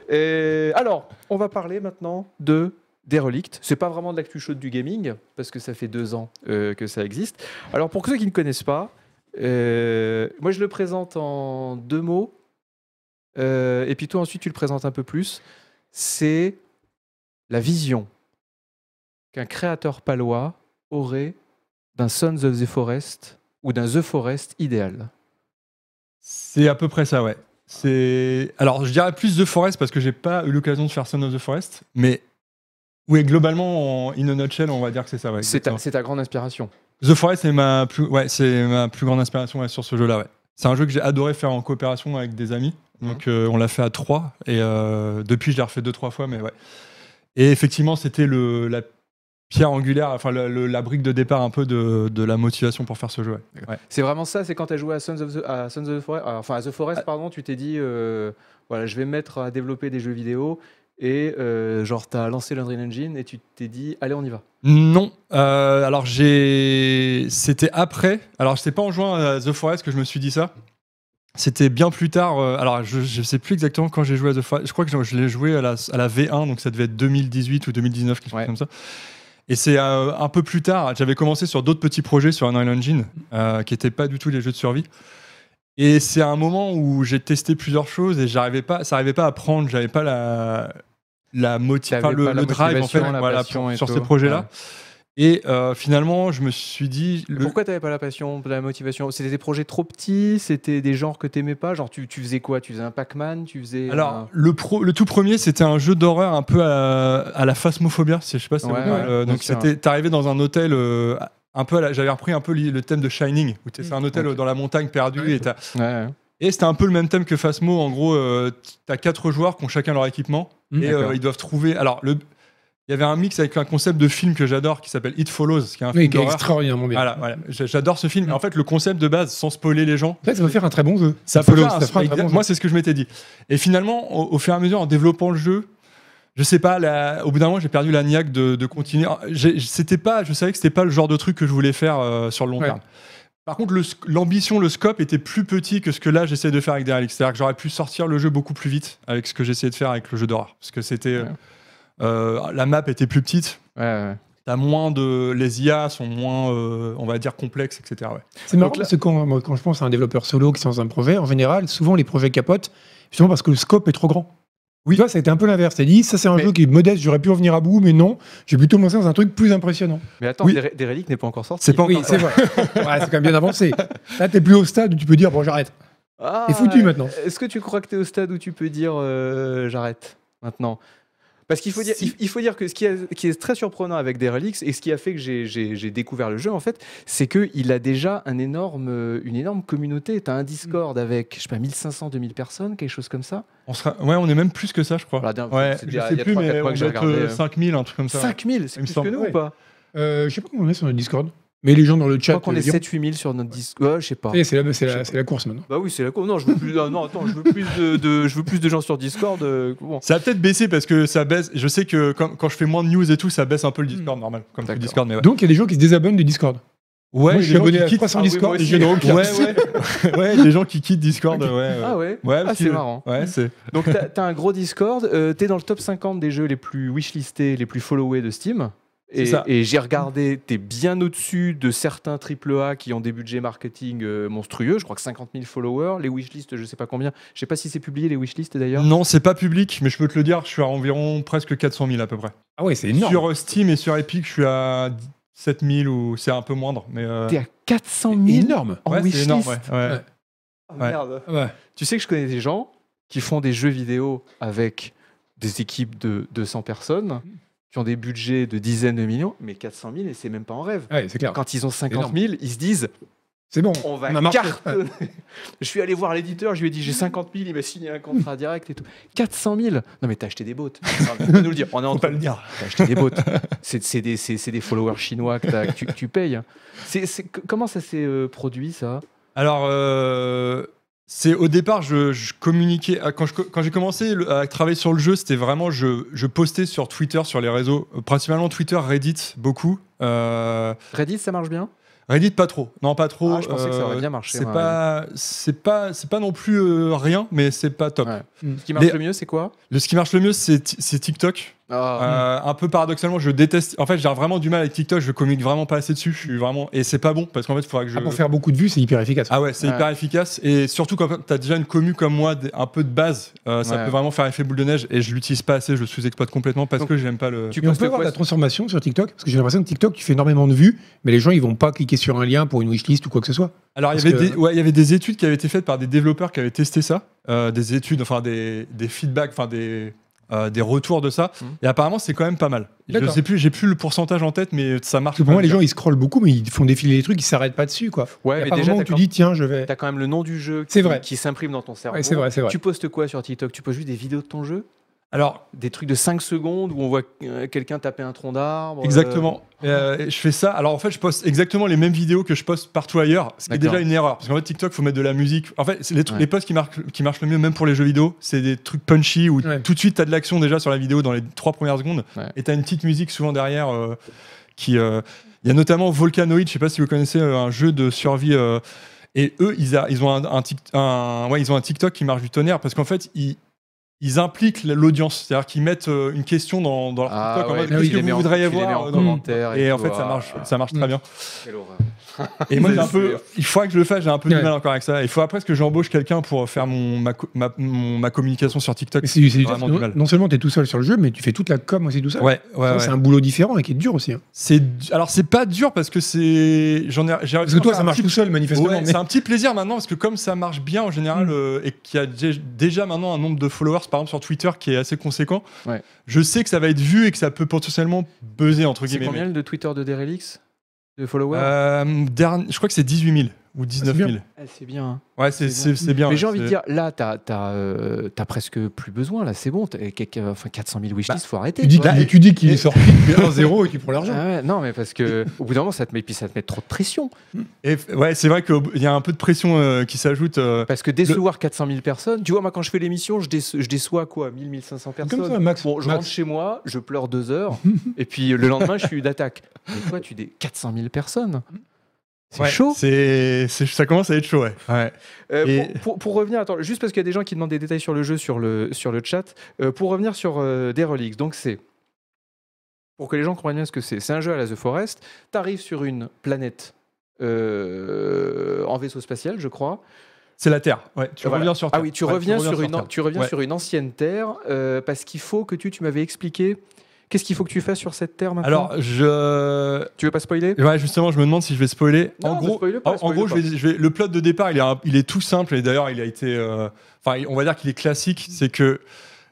Speaker 1: Euh, alors, on va parler maintenant de Derelict. C'est pas vraiment de l'actu chaude du gaming parce que ça fait deux ans euh, que ça existe. Alors pour ceux qui ne connaissent pas, euh, moi je le présente en deux mots. Euh, et puis toi ensuite tu le présentes un peu plus. C'est la vision qu'un créateur palois aurait d'un Sons of the Forest ou d'un The Forest idéal?
Speaker 3: C'est à peu près ça, ouais. C'est... Alors, je dirais plus The Forest parce que j'ai pas eu l'occasion de faire Son of the Forest, mais oui, globalement, en in a nutshell, on va dire que c'est ça, ouais.
Speaker 1: C'est ta, c'est ta grande inspiration.
Speaker 3: The Forest, c'est ma plus, ouais, c'est ma plus grande inspiration ouais, sur ce jeu-là, ouais. C'est un jeu que j'ai adoré faire en coopération avec des amis. Donc, mmh. euh, on l'a fait à trois, et euh, depuis, je l'ai refait deux, trois fois, mais ouais. Et effectivement, c'était le, la pierre angulaire, enfin le, le, la brique de départ un peu de, de la motivation pour faire ce jeu. Ouais. Ouais.
Speaker 1: C'est vraiment ça, c'est quand tu as joué à Sons of the, à Sons of the Forest, enfin à The Forest, pardon, tu t'es dit, euh, voilà, je vais me mettre à développer des jeux vidéo, et euh, genre tu as lancé l'Unreal Engine et tu t'es dit, allez, on y va.
Speaker 3: Non, euh, alors j'ai, c'était après, alors c'est pas en jouant à The Forest que je me suis dit ça. C'était bien plus tard. Euh, alors, je ne sais plus exactement quand j'ai joué à The Forest. Je crois que je, je l'ai joué à la, à la V un, donc ça devait être deux mille dix-huit ou deux mille dix-neuf, quelque chose ouais. comme ça. Et c'est euh, un peu plus tard. J'avais commencé sur d'autres petits projets sur Unreal Engine, euh, qui n'étaient pas du tout les jeux de survie. Et c'est un moment où j'ai testé plusieurs choses et j'arrivais pas, ça n'arrivait pas à prendre. J'avais pas la, la motiv- enfin, le, le drive en fait, voilà, pour, sur ces projets-là. Ouais. Et euh, finalement, je me suis dit...
Speaker 1: Le... Pourquoi tu n'avais pas la passion, la motivation? C'était des projets trop petits? C'était des genres que tu n'aimais pas? Genre, tu, tu faisais quoi? Tu faisais un Pac-Man? Tu faisais
Speaker 3: Alors,
Speaker 1: un...
Speaker 3: le, pro, le tout premier, c'était un jeu d'horreur un peu à, à la Phasmophobia. Je ne sais pas si
Speaker 1: ouais,
Speaker 3: vous
Speaker 1: ouais,
Speaker 3: euh, Donc, tu arrivais dans un hôtel... Euh, un peu la, j'avais repris un peu le thème de Shining, où c'est un hôtel okay. dans la montagne perdu. Ouais. Et, t'as,
Speaker 1: ouais, ouais.
Speaker 3: et c'était un peu le même thème que Phasmo. En gros, euh, tu as quatre joueurs qui ont chacun leur équipement. Mmh, et euh, ils doivent trouver... Alors, le... Il y avait un mix avec un concept de film que j'adore qui s'appelle It Follows, qui est un
Speaker 2: oui,
Speaker 3: film
Speaker 2: qui est extraordinairement bien.
Speaker 3: Voilà, voilà. J'adore ce film. Mmh. En fait, le concept de base, sans spoiler les gens,
Speaker 2: en fait, ça va faire un très bon jeu.
Speaker 3: Ça,
Speaker 2: Follows,
Speaker 3: un,
Speaker 2: ça fera un très bon
Speaker 3: moi,
Speaker 2: jeu.
Speaker 3: c'est ce que je m'étais dit. Et finalement, au, au fur et à mesure, en développant le jeu, je sais pas. La, au bout d'un moment, j'ai perdu la niaque de, de continuer. C'était pas, je savais que c'était pas le genre de truc que je voulais faire euh, sur le long ouais. terme. Par contre, le, l'ambition, le scope était plus petit que ce que là j'essaie de faire avec Derelict. C'est-à-dire que j'aurais pu sortir le jeu beaucoup plus vite avec ce que j'essayais de faire avec le jeu d'horreur, parce que c'était. Ouais. Euh, la map était plus petite.
Speaker 1: Ouais, ouais.
Speaker 3: T'as moins de, les I A sont moins, euh, on va dire, complexes, et cetera. Ouais.
Speaker 2: C'est marrant là... parce que quand, moi, quand je pense à un développeur solo qui est dans un projet, en général, souvent les projets capotent, justement parce que le scope est trop grand. Oui, toi, ça a été un peu l'inverse. T'as dit, ça c'est un mais... jeu qui est modeste, j'aurais pu en venir à bout, mais non, j'ai plutôt lancé dans un truc plus impressionnant.
Speaker 1: Mais attends, oui. Derelict n'est pas encore sorti.
Speaker 3: C'est pas encore.
Speaker 2: Oui, c'est vrai. Ouais, c'est quand même bien avancé. Là, t'es plus au stade où tu peux dire, bon, j'arrête.
Speaker 1: Ah,
Speaker 2: t'es foutu maintenant.
Speaker 1: Est-ce que tu crois que t'es au stade où tu peux dire, euh, j'arrête maintenant? Parce qu'il faut dire, si. il faut dire que ce qui, a, qui est très surprenant avec Derelict et ce qui a fait que j'ai, j'ai, j'ai découvert le jeu, en fait, c'est qu'il a déjà un énorme, une énorme communauté. Tu as un Discord avec, je sais pas, mille cinq cents, deux mille personnes, quelque chose comme ça.
Speaker 3: On sera, ouais, on est même plus que ça, je crois.
Speaker 1: Voilà,
Speaker 3: ouais,
Speaker 1: c'est
Speaker 3: je sais plus, mais on doit être cinq mille, un truc comme ça.
Speaker 1: cinq mille, c'est plus que nous
Speaker 2: ouais.
Speaker 1: ou pas?
Speaker 2: euh, Je sais pas comment on est sur notre Discord. Mais les gens dans le chat.
Speaker 1: Je crois qu'on est sept huit mille sur notre Discord. Ouais, je sais pas.
Speaker 2: Et c'est la, c'est, la, c'est la course maintenant.
Speaker 1: Bah oui, c'est la course. Non, je veux plus. non, attends, je veux plus de, de, je veux plus de gens sur Discord. Euh, bon.
Speaker 3: Ça a peut-être baissé parce que ça baisse. Je sais que quand, quand je fais moins de news et tout, ça baisse un peu le Discord mmh. normal, comme le Discord. Mais ouais.
Speaker 2: Donc il y a des gens qui se désabonnent du Discord.
Speaker 3: Ouais,
Speaker 2: moi, je suis abonné à trois cents Discord et je ne
Speaker 3: ouais, ouais. ouais, des gens qui quittent Discord. Okay. Ouais,
Speaker 1: ah ouais.
Speaker 3: Ouais,
Speaker 1: ah, c'est
Speaker 3: que,
Speaker 1: marrant.
Speaker 3: Ouais, c'est.
Speaker 1: Donc t'as, t'as un gros Discord. Euh, t'es dans le top cinquante des jeux les plus wishlistés, les plus followés de Steam. Et, et j'ai regardé, t'es bien au-dessus de certains triple A qui ont des budgets marketing euh, monstrueux. Je crois que cinquante mille followers. Les wishlists, je sais pas combien. Je sais pas si c'est publié, les wishlists d'ailleurs.
Speaker 3: Non, c'est pas public, mais je peux te le dire, je suis à environ presque quatre cent mille à peu près.
Speaker 2: Ah ouais, c'est énorme.
Speaker 3: Sur Steam et sur Epic, je suis à sept mille ou c'est un peu moindre. Mais euh...
Speaker 1: T'es à quatre cent mille
Speaker 2: énorme.
Speaker 1: En
Speaker 3: ouais,
Speaker 1: wishlist.
Speaker 3: C'est énorme, ouais. ouais.
Speaker 1: ouais. Oh, merde.
Speaker 2: Ouais.
Speaker 1: Tu sais que je connais des gens qui font des jeux vidéo avec des équipes de deux cents personnes. Qui ont des budgets de dizaines de millions, mais quatre cent mille, et c'est même pas en rêve.
Speaker 2: Ouais, c'est clair.
Speaker 1: Quand ils ont cinquante mille, ils se disent
Speaker 2: c'est bon,
Speaker 1: on va cartonner. Je suis allé voir l'éditeur, je lui ai dit j'ai cinquante mille, il m'a signé un contrat direct et tout. quatre cent mille. Non, mais t'as acheté des bots. Tu peux nous le dire. On est en
Speaker 3: Faut pas le dire.
Speaker 1: T'as acheté des bots. C'est, c'est, des, c'est, c'est des followers chinois que, que, tu, que tu payes. C'est, c'est, comment ça s'est euh, produit, ça?
Speaker 3: Alors. Euh... C'est au départ, je, je communiquais. Quand, je, quand j'ai commencé à travailler sur le jeu, c'était vraiment je, je postais sur Twitter, sur les réseaux, principalement Twitter, Reddit, beaucoup. Euh...
Speaker 1: Reddit, ça marche bien?
Speaker 3: Reddit, pas trop. Non, pas trop.
Speaker 1: Ah, je pensais euh, que ça aurait bien marché.
Speaker 3: C'est
Speaker 1: ouais.
Speaker 3: pas, c'est pas, c'est pas non plus euh, rien, mais c'est pas top.
Speaker 1: Ouais. Mmh. Ce qui marche les, le mieux, c'est quoi?
Speaker 3: Le ce qui marche le mieux, c'est, c'est TikTok.
Speaker 1: Ah.
Speaker 3: Euh, un peu paradoxalement, je déteste. En fait, j'ai vraiment du mal avec TikTok. Je communique vraiment pas assez dessus. Je suis vraiment et c'est pas bon parce qu'en fait, il faudrait que je.
Speaker 2: Ah, pour faire beaucoup de vues, c'est hyper efficace.
Speaker 3: Ah ouais, c'est
Speaker 1: Ouais.
Speaker 3: hyper efficace et surtout quand tu as déjà une commu comme moi, des- un peu de base, euh, ça
Speaker 1: Ouais.
Speaker 3: peut vraiment faire effet boule de neige et je l'utilise pas assez. Je le sous-exploite complètement parce
Speaker 1: Donc,
Speaker 3: que j'aime pas le.
Speaker 1: Tu
Speaker 2: Mais on
Speaker 1: postes
Speaker 2: peut avoir
Speaker 1: quoi
Speaker 2: de la transformation sur TikTok parce que j'ai l'impression que TikTok, tu fais énormément de vues, mais les gens ils vont pas cliquer sur un lien pour une wishlist ou quoi que ce soit.
Speaker 3: Alors, il y,
Speaker 2: Parce
Speaker 3: avait
Speaker 2: que-
Speaker 3: des, ouais, il y avait des études qui avaient été faites par des développeurs qui avaient testé ça, euh, des études, enfin des, des feedbacks, enfin des, euh, des retours de ça.
Speaker 1: Mhm.
Speaker 3: Et apparemment, c'est quand même pas mal. Je
Speaker 2: D'accord.
Speaker 3: sais plus, j'ai plus le pourcentage en tête, mais ça marche.
Speaker 2: Parce que pour moi,
Speaker 3: quand
Speaker 2: les
Speaker 3: même
Speaker 2: gens ils scrollent beaucoup, mais ils font défiler les trucs, ils s'arrêtent pas dessus quoi.
Speaker 1: Ouais,
Speaker 2: Il y a
Speaker 1: mais
Speaker 2: pas un
Speaker 1: déjà,
Speaker 2: moment
Speaker 1: t'as
Speaker 2: où tu
Speaker 1: quand-
Speaker 2: dis tiens, je vais.
Speaker 1: t'as quand même le nom du jeu
Speaker 2: C'est
Speaker 1: qui,
Speaker 2: vrai.
Speaker 1: qui s'imprime dans ton cerveau.
Speaker 2: Ouais, c'est vrai, c'est vrai.
Speaker 1: Tu postes quoi sur TikTok? Tu postes juste des vidéos de ton jeu?
Speaker 3: Alors,
Speaker 1: Des trucs de cinq secondes où on voit euh, quelqu'un taper un tronc d'arbre? euh,
Speaker 3: exactement. Euh, je fais ça. Alors, en fait, je poste exactement les mêmes vidéos que je poste partout ailleurs, ce qui est
Speaker 1: D'accord.
Speaker 3: déjà une erreur. Parce qu'en fait, TikTok, faut mettre de la musique. En fait, c'est les, tr-
Speaker 1: Ouais.
Speaker 3: les posts qui marchent, qui marchent le mieux, même pour les jeux vidéo, c'est des trucs punchy où
Speaker 2: Ouais.
Speaker 3: tout de suite, tu as de l'action déjà sur la vidéo dans les trois premières secondes.
Speaker 1: Ouais.
Speaker 3: Et tu as une petite musique souvent derrière euh, qui. euh, Il y a notamment Volcanoid, je sais pas si vous connaissez euh, un jeu de survie. euh, et eux, ils, a- ils ont un, un, tic- un- ouais, ils ont un TikTok qui marche du tonnerre parce qu'en fait, ils, ils impliquent l'audience. C'est-à-dire qu'ils mettent euh, une question dans, dans leur
Speaker 1: Ah,
Speaker 3: TikTok en
Speaker 1: ouais,
Speaker 3: mode
Speaker 1: puis
Speaker 3: qu'est-ce
Speaker 1: tu
Speaker 3: que
Speaker 1: les mets
Speaker 3: vous
Speaker 1: en-
Speaker 3: voudriez
Speaker 1: tu les mets
Speaker 3: voir
Speaker 1: en
Speaker 3: euh,
Speaker 1: commentaire
Speaker 3: Et en
Speaker 1: tout,
Speaker 3: fait, ça
Speaker 1: ah.
Speaker 3: marche, ça marche
Speaker 2: Mm.
Speaker 3: très bien.
Speaker 1: Quelle horreur.
Speaker 3: Et moi, j'ai un
Speaker 1: C'est-
Speaker 3: peu, il faudrait que je le fasse, j'ai un peu de
Speaker 2: Ouais.
Speaker 3: mal encore avec ça. Il faut après que j'embauche quelqu'un pour faire mon, ma, co- ma, mon- ma communication sur TikTok.
Speaker 2: Mais c'est du- c'est du-
Speaker 3: vraiment
Speaker 2: non,
Speaker 3: du mal.
Speaker 2: non seulement tu es tout seul sur le jeu, mais tu fais toute la com aussi tout seul.
Speaker 3: Ouais, ouais,
Speaker 2: Ça,
Speaker 3: ouais.
Speaker 2: C'est un boulot différent et qui est dur aussi. hein.
Speaker 3: C'est alors c'est pas dur parce que c'est j'en ai j'ai
Speaker 2: Parce que toi, ça marche tout seul manifestement.
Speaker 3: Ouais,
Speaker 2: mais-
Speaker 3: c'est un petit plaisir maintenant parce que comme ça marche bien en général
Speaker 2: Mm.
Speaker 3: euh, et qu'il y a dé- déjà maintenant un nombre de followers par exemple sur Twitter qui est assez conséquent,
Speaker 1: Ouais.
Speaker 3: je sais que ça va être vu et que ça peut potentiellement buzzer entre
Speaker 1: C'est
Speaker 3: guillemets.
Speaker 1: combien le de Twitter de Derelix? De followers?
Speaker 3: Euh, dernier- je crois que c'est dix-huit mille ou dix-neuf mille.
Speaker 1: Ah, c'est bien. hein.
Speaker 3: Ouais, c'est
Speaker 1: C'est
Speaker 3: c'est c'est bien.
Speaker 1: Mais
Speaker 3: ouais,
Speaker 1: j'ai envie de
Speaker 3: c'est-
Speaker 1: dire, là, t'as as, presque plus besoin. Là, c'est bon. t'as- quelqu'un- Enfin, quatre cent mille wishlists, faut arrêter.
Speaker 2: Tu dis
Speaker 1: tu vois.
Speaker 2: qu'il tu dis qu'il est sorti depuis un zéro et qu'il prend l'argent.
Speaker 1: Ah ouais, non, mais parce que au bout d'un moment, ça te met, puis ça te met trop de pression.
Speaker 3: Et f- ouais, c'est vrai qu'il y a un peu de pression euh, qui s'ajoute. euh,
Speaker 1: Parce que décevoir quatre cent mille personnes, tu vois, moi, quand je fais l'émission, je, déce- je déçois quoi mille, mille cinq cents personnes.
Speaker 2: Comme ça, Max.
Speaker 1: Bon, je
Speaker 2: Max.
Speaker 1: rentre chez moi, je pleure deux heures, et puis le lendemain, je suis d'attaque. Mais toi, tu dis quatre cent mille personnes. C'est
Speaker 3: ouais,
Speaker 1: chaud.
Speaker 3: c'est c'est- ça commence à être chaud, ouais. ouais.
Speaker 1: Euh,
Speaker 3: Et-
Speaker 1: pour, pour- pour revenir, attends, juste parce qu'il y a des gens qui demandent des détails sur le jeu sur le, sur le chat, euh, pour revenir sur euh, Derelix, donc c'est, pour que les gens comprennent bien ce que c'est, c'est un jeu à la The Forest, tu arrives sur une planète euh, en vaisseau spatial, je crois.
Speaker 3: C'est la Terre. Ouais, tu
Speaker 1: Voilà.
Speaker 3: reviens sur Terre.
Speaker 1: Ah oui, tu
Speaker 3: Ouais,
Speaker 1: reviens, sur,
Speaker 3: Terre.
Speaker 1: une, tu reviens
Speaker 3: Ouais.
Speaker 1: sur une ancienne Terre, euh, parce qu'il faut que tu, tu m'avais expliqué, qu'est-ce qu'il faut que tu fasses sur cette Terre maintenant?
Speaker 3: Alors, je.
Speaker 1: Tu veux pas spoiler?
Speaker 3: Ouais, justement, je me demande si je vais spoiler.
Speaker 1: Non,
Speaker 3: en
Speaker 1: ne
Speaker 3: gros,
Speaker 1: spoile pas,
Speaker 3: en, en
Speaker 1: spoile
Speaker 3: gros
Speaker 1: pas.
Speaker 3: je vais, je vais- le plot de départ, il est, un- il est tout simple et d'ailleurs, il a été. euh, Enfin, on va dire qu'il est classique. C'est que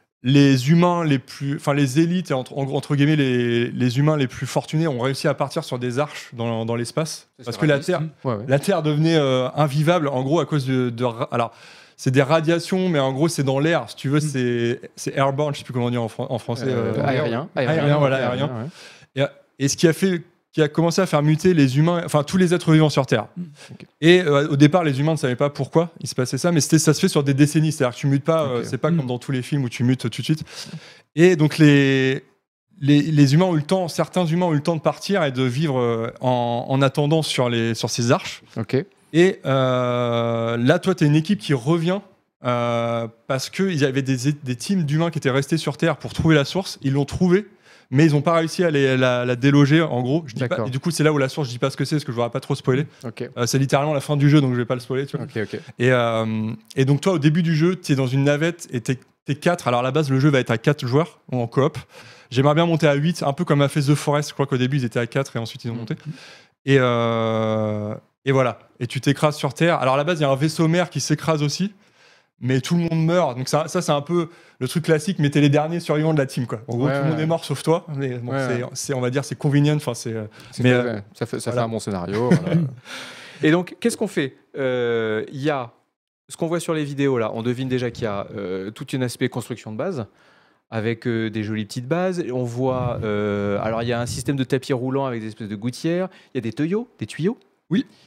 Speaker 3: les humains les plus. Enfin, les élites et entre, en- entre guillemets, les, les humains les plus fortunés ont réussi à partir sur des arches dans, dans l'espace.
Speaker 1: Ça,
Speaker 3: Parce
Speaker 1: c'est
Speaker 3: que la
Speaker 1: raciste.
Speaker 3: Terre,
Speaker 1: Ouais, ouais.
Speaker 3: la Terre devenait euh, invivable, en gros, à cause de. de ra- alors, c'est des radiations, mais en gros, c'est dans l'air. Si tu veux, c'est c'est airborne, je sais plus comment dire en, fran- en français.
Speaker 1: Euh,
Speaker 3: euh,
Speaker 1: aérien,
Speaker 3: aérien, voilà, aérien.
Speaker 1: ouais.
Speaker 3: Et, et ce qui a fait qui a commencé à faire muter les humains, enfin tous les êtres vivants sur Terre.
Speaker 1: Ok.
Speaker 3: Et euh, au départ, les humains ne savaient pas pourquoi il se passait ça, mais c'était ça se fait sur des décennies, c'est-à-dire que tu mutes pas, euh,
Speaker 1: Ok.
Speaker 3: c'est pas
Speaker 2: Mm.
Speaker 3: comme dans tous les films où tu mutes tout de suite. Et donc les les, les humains ont eu le temps, certains humains ont eu le temps de partir et de vivre euh, en, en attendant sur les sur ces arches.
Speaker 1: Ok.
Speaker 3: Et euh, là, toi, tu as une équipe qui revient. euh, parce qu'il y avait des, des teams d'humains qui étaient restés sur Terre pour trouver la source. Ils l'ont trouvée, mais ils n'ont pas réussi à les- la, la déloger, en gros. Je dis pas,
Speaker 1: D'accord.
Speaker 3: et du coup, c'est là où la source, je dis pas ce que c'est, parce que je ne voudrais pas trop spoiler.
Speaker 1: Ok.
Speaker 3: Euh, c'est littéralement la fin du jeu, donc je vais pas le spoiler. Tu vois.
Speaker 1: Ok. Ok.
Speaker 3: Et, euh, et donc, toi, au début du jeu, tu es dans une navette et tu es quatre. Alors, à la base, le jeu va être à quatre joueurs en coop. J'aimerais bien monter à huit, un peu comme a fait The Forest. Je crois qu'au début, ils étaient à quatre et ensuite, ils ont
Speaker 1: Mm.
Speaker 3: monté. Et, euh, et voilà. Et tu t'écrases sur Terre. Alors, à la base, il y a un vaisseau mère qui s'écrase aussi. Mais tout le monde meurt. Donc, ça, ça c'est un peu le truc classique. Mais t'es les derniers survivants de la team, quoi. En gros,
Speaker 1: Ouais,
Speaker 3: tout le monde
Speaker 1: ouais.
Speaker 3: est mort sauf toi. Mais bon,
Speaker 1: Ouais,
Speaker 3: c'est-
Speaker 1: ouais.
Speaker 3: c'est, on va dire, c'est convenient. Enfin, c'est. euh,
Speaker 1: C'est
Speaker 3: Mais,
Speaker 1: fait,
Speaker 3: euh,
Speaker 1: ouais. ça fait, ça
Speaker 3: voilà.
Speaker 1: fait un bon scénario. voilà. Et donc, qu'est-ce qu'on fait? Euh, Il y a ce qu'on voit sur les vidéos là. On devine déjà qu'il y a euh, tout un aspect construction de base avec euh, des jolies petites bases. Et on voit. euh, alors, il y a un système de tapis roulant avec des espèces de gouttières. Il y a des tuyaux, des tuyaux.
Speaker 3: Oui.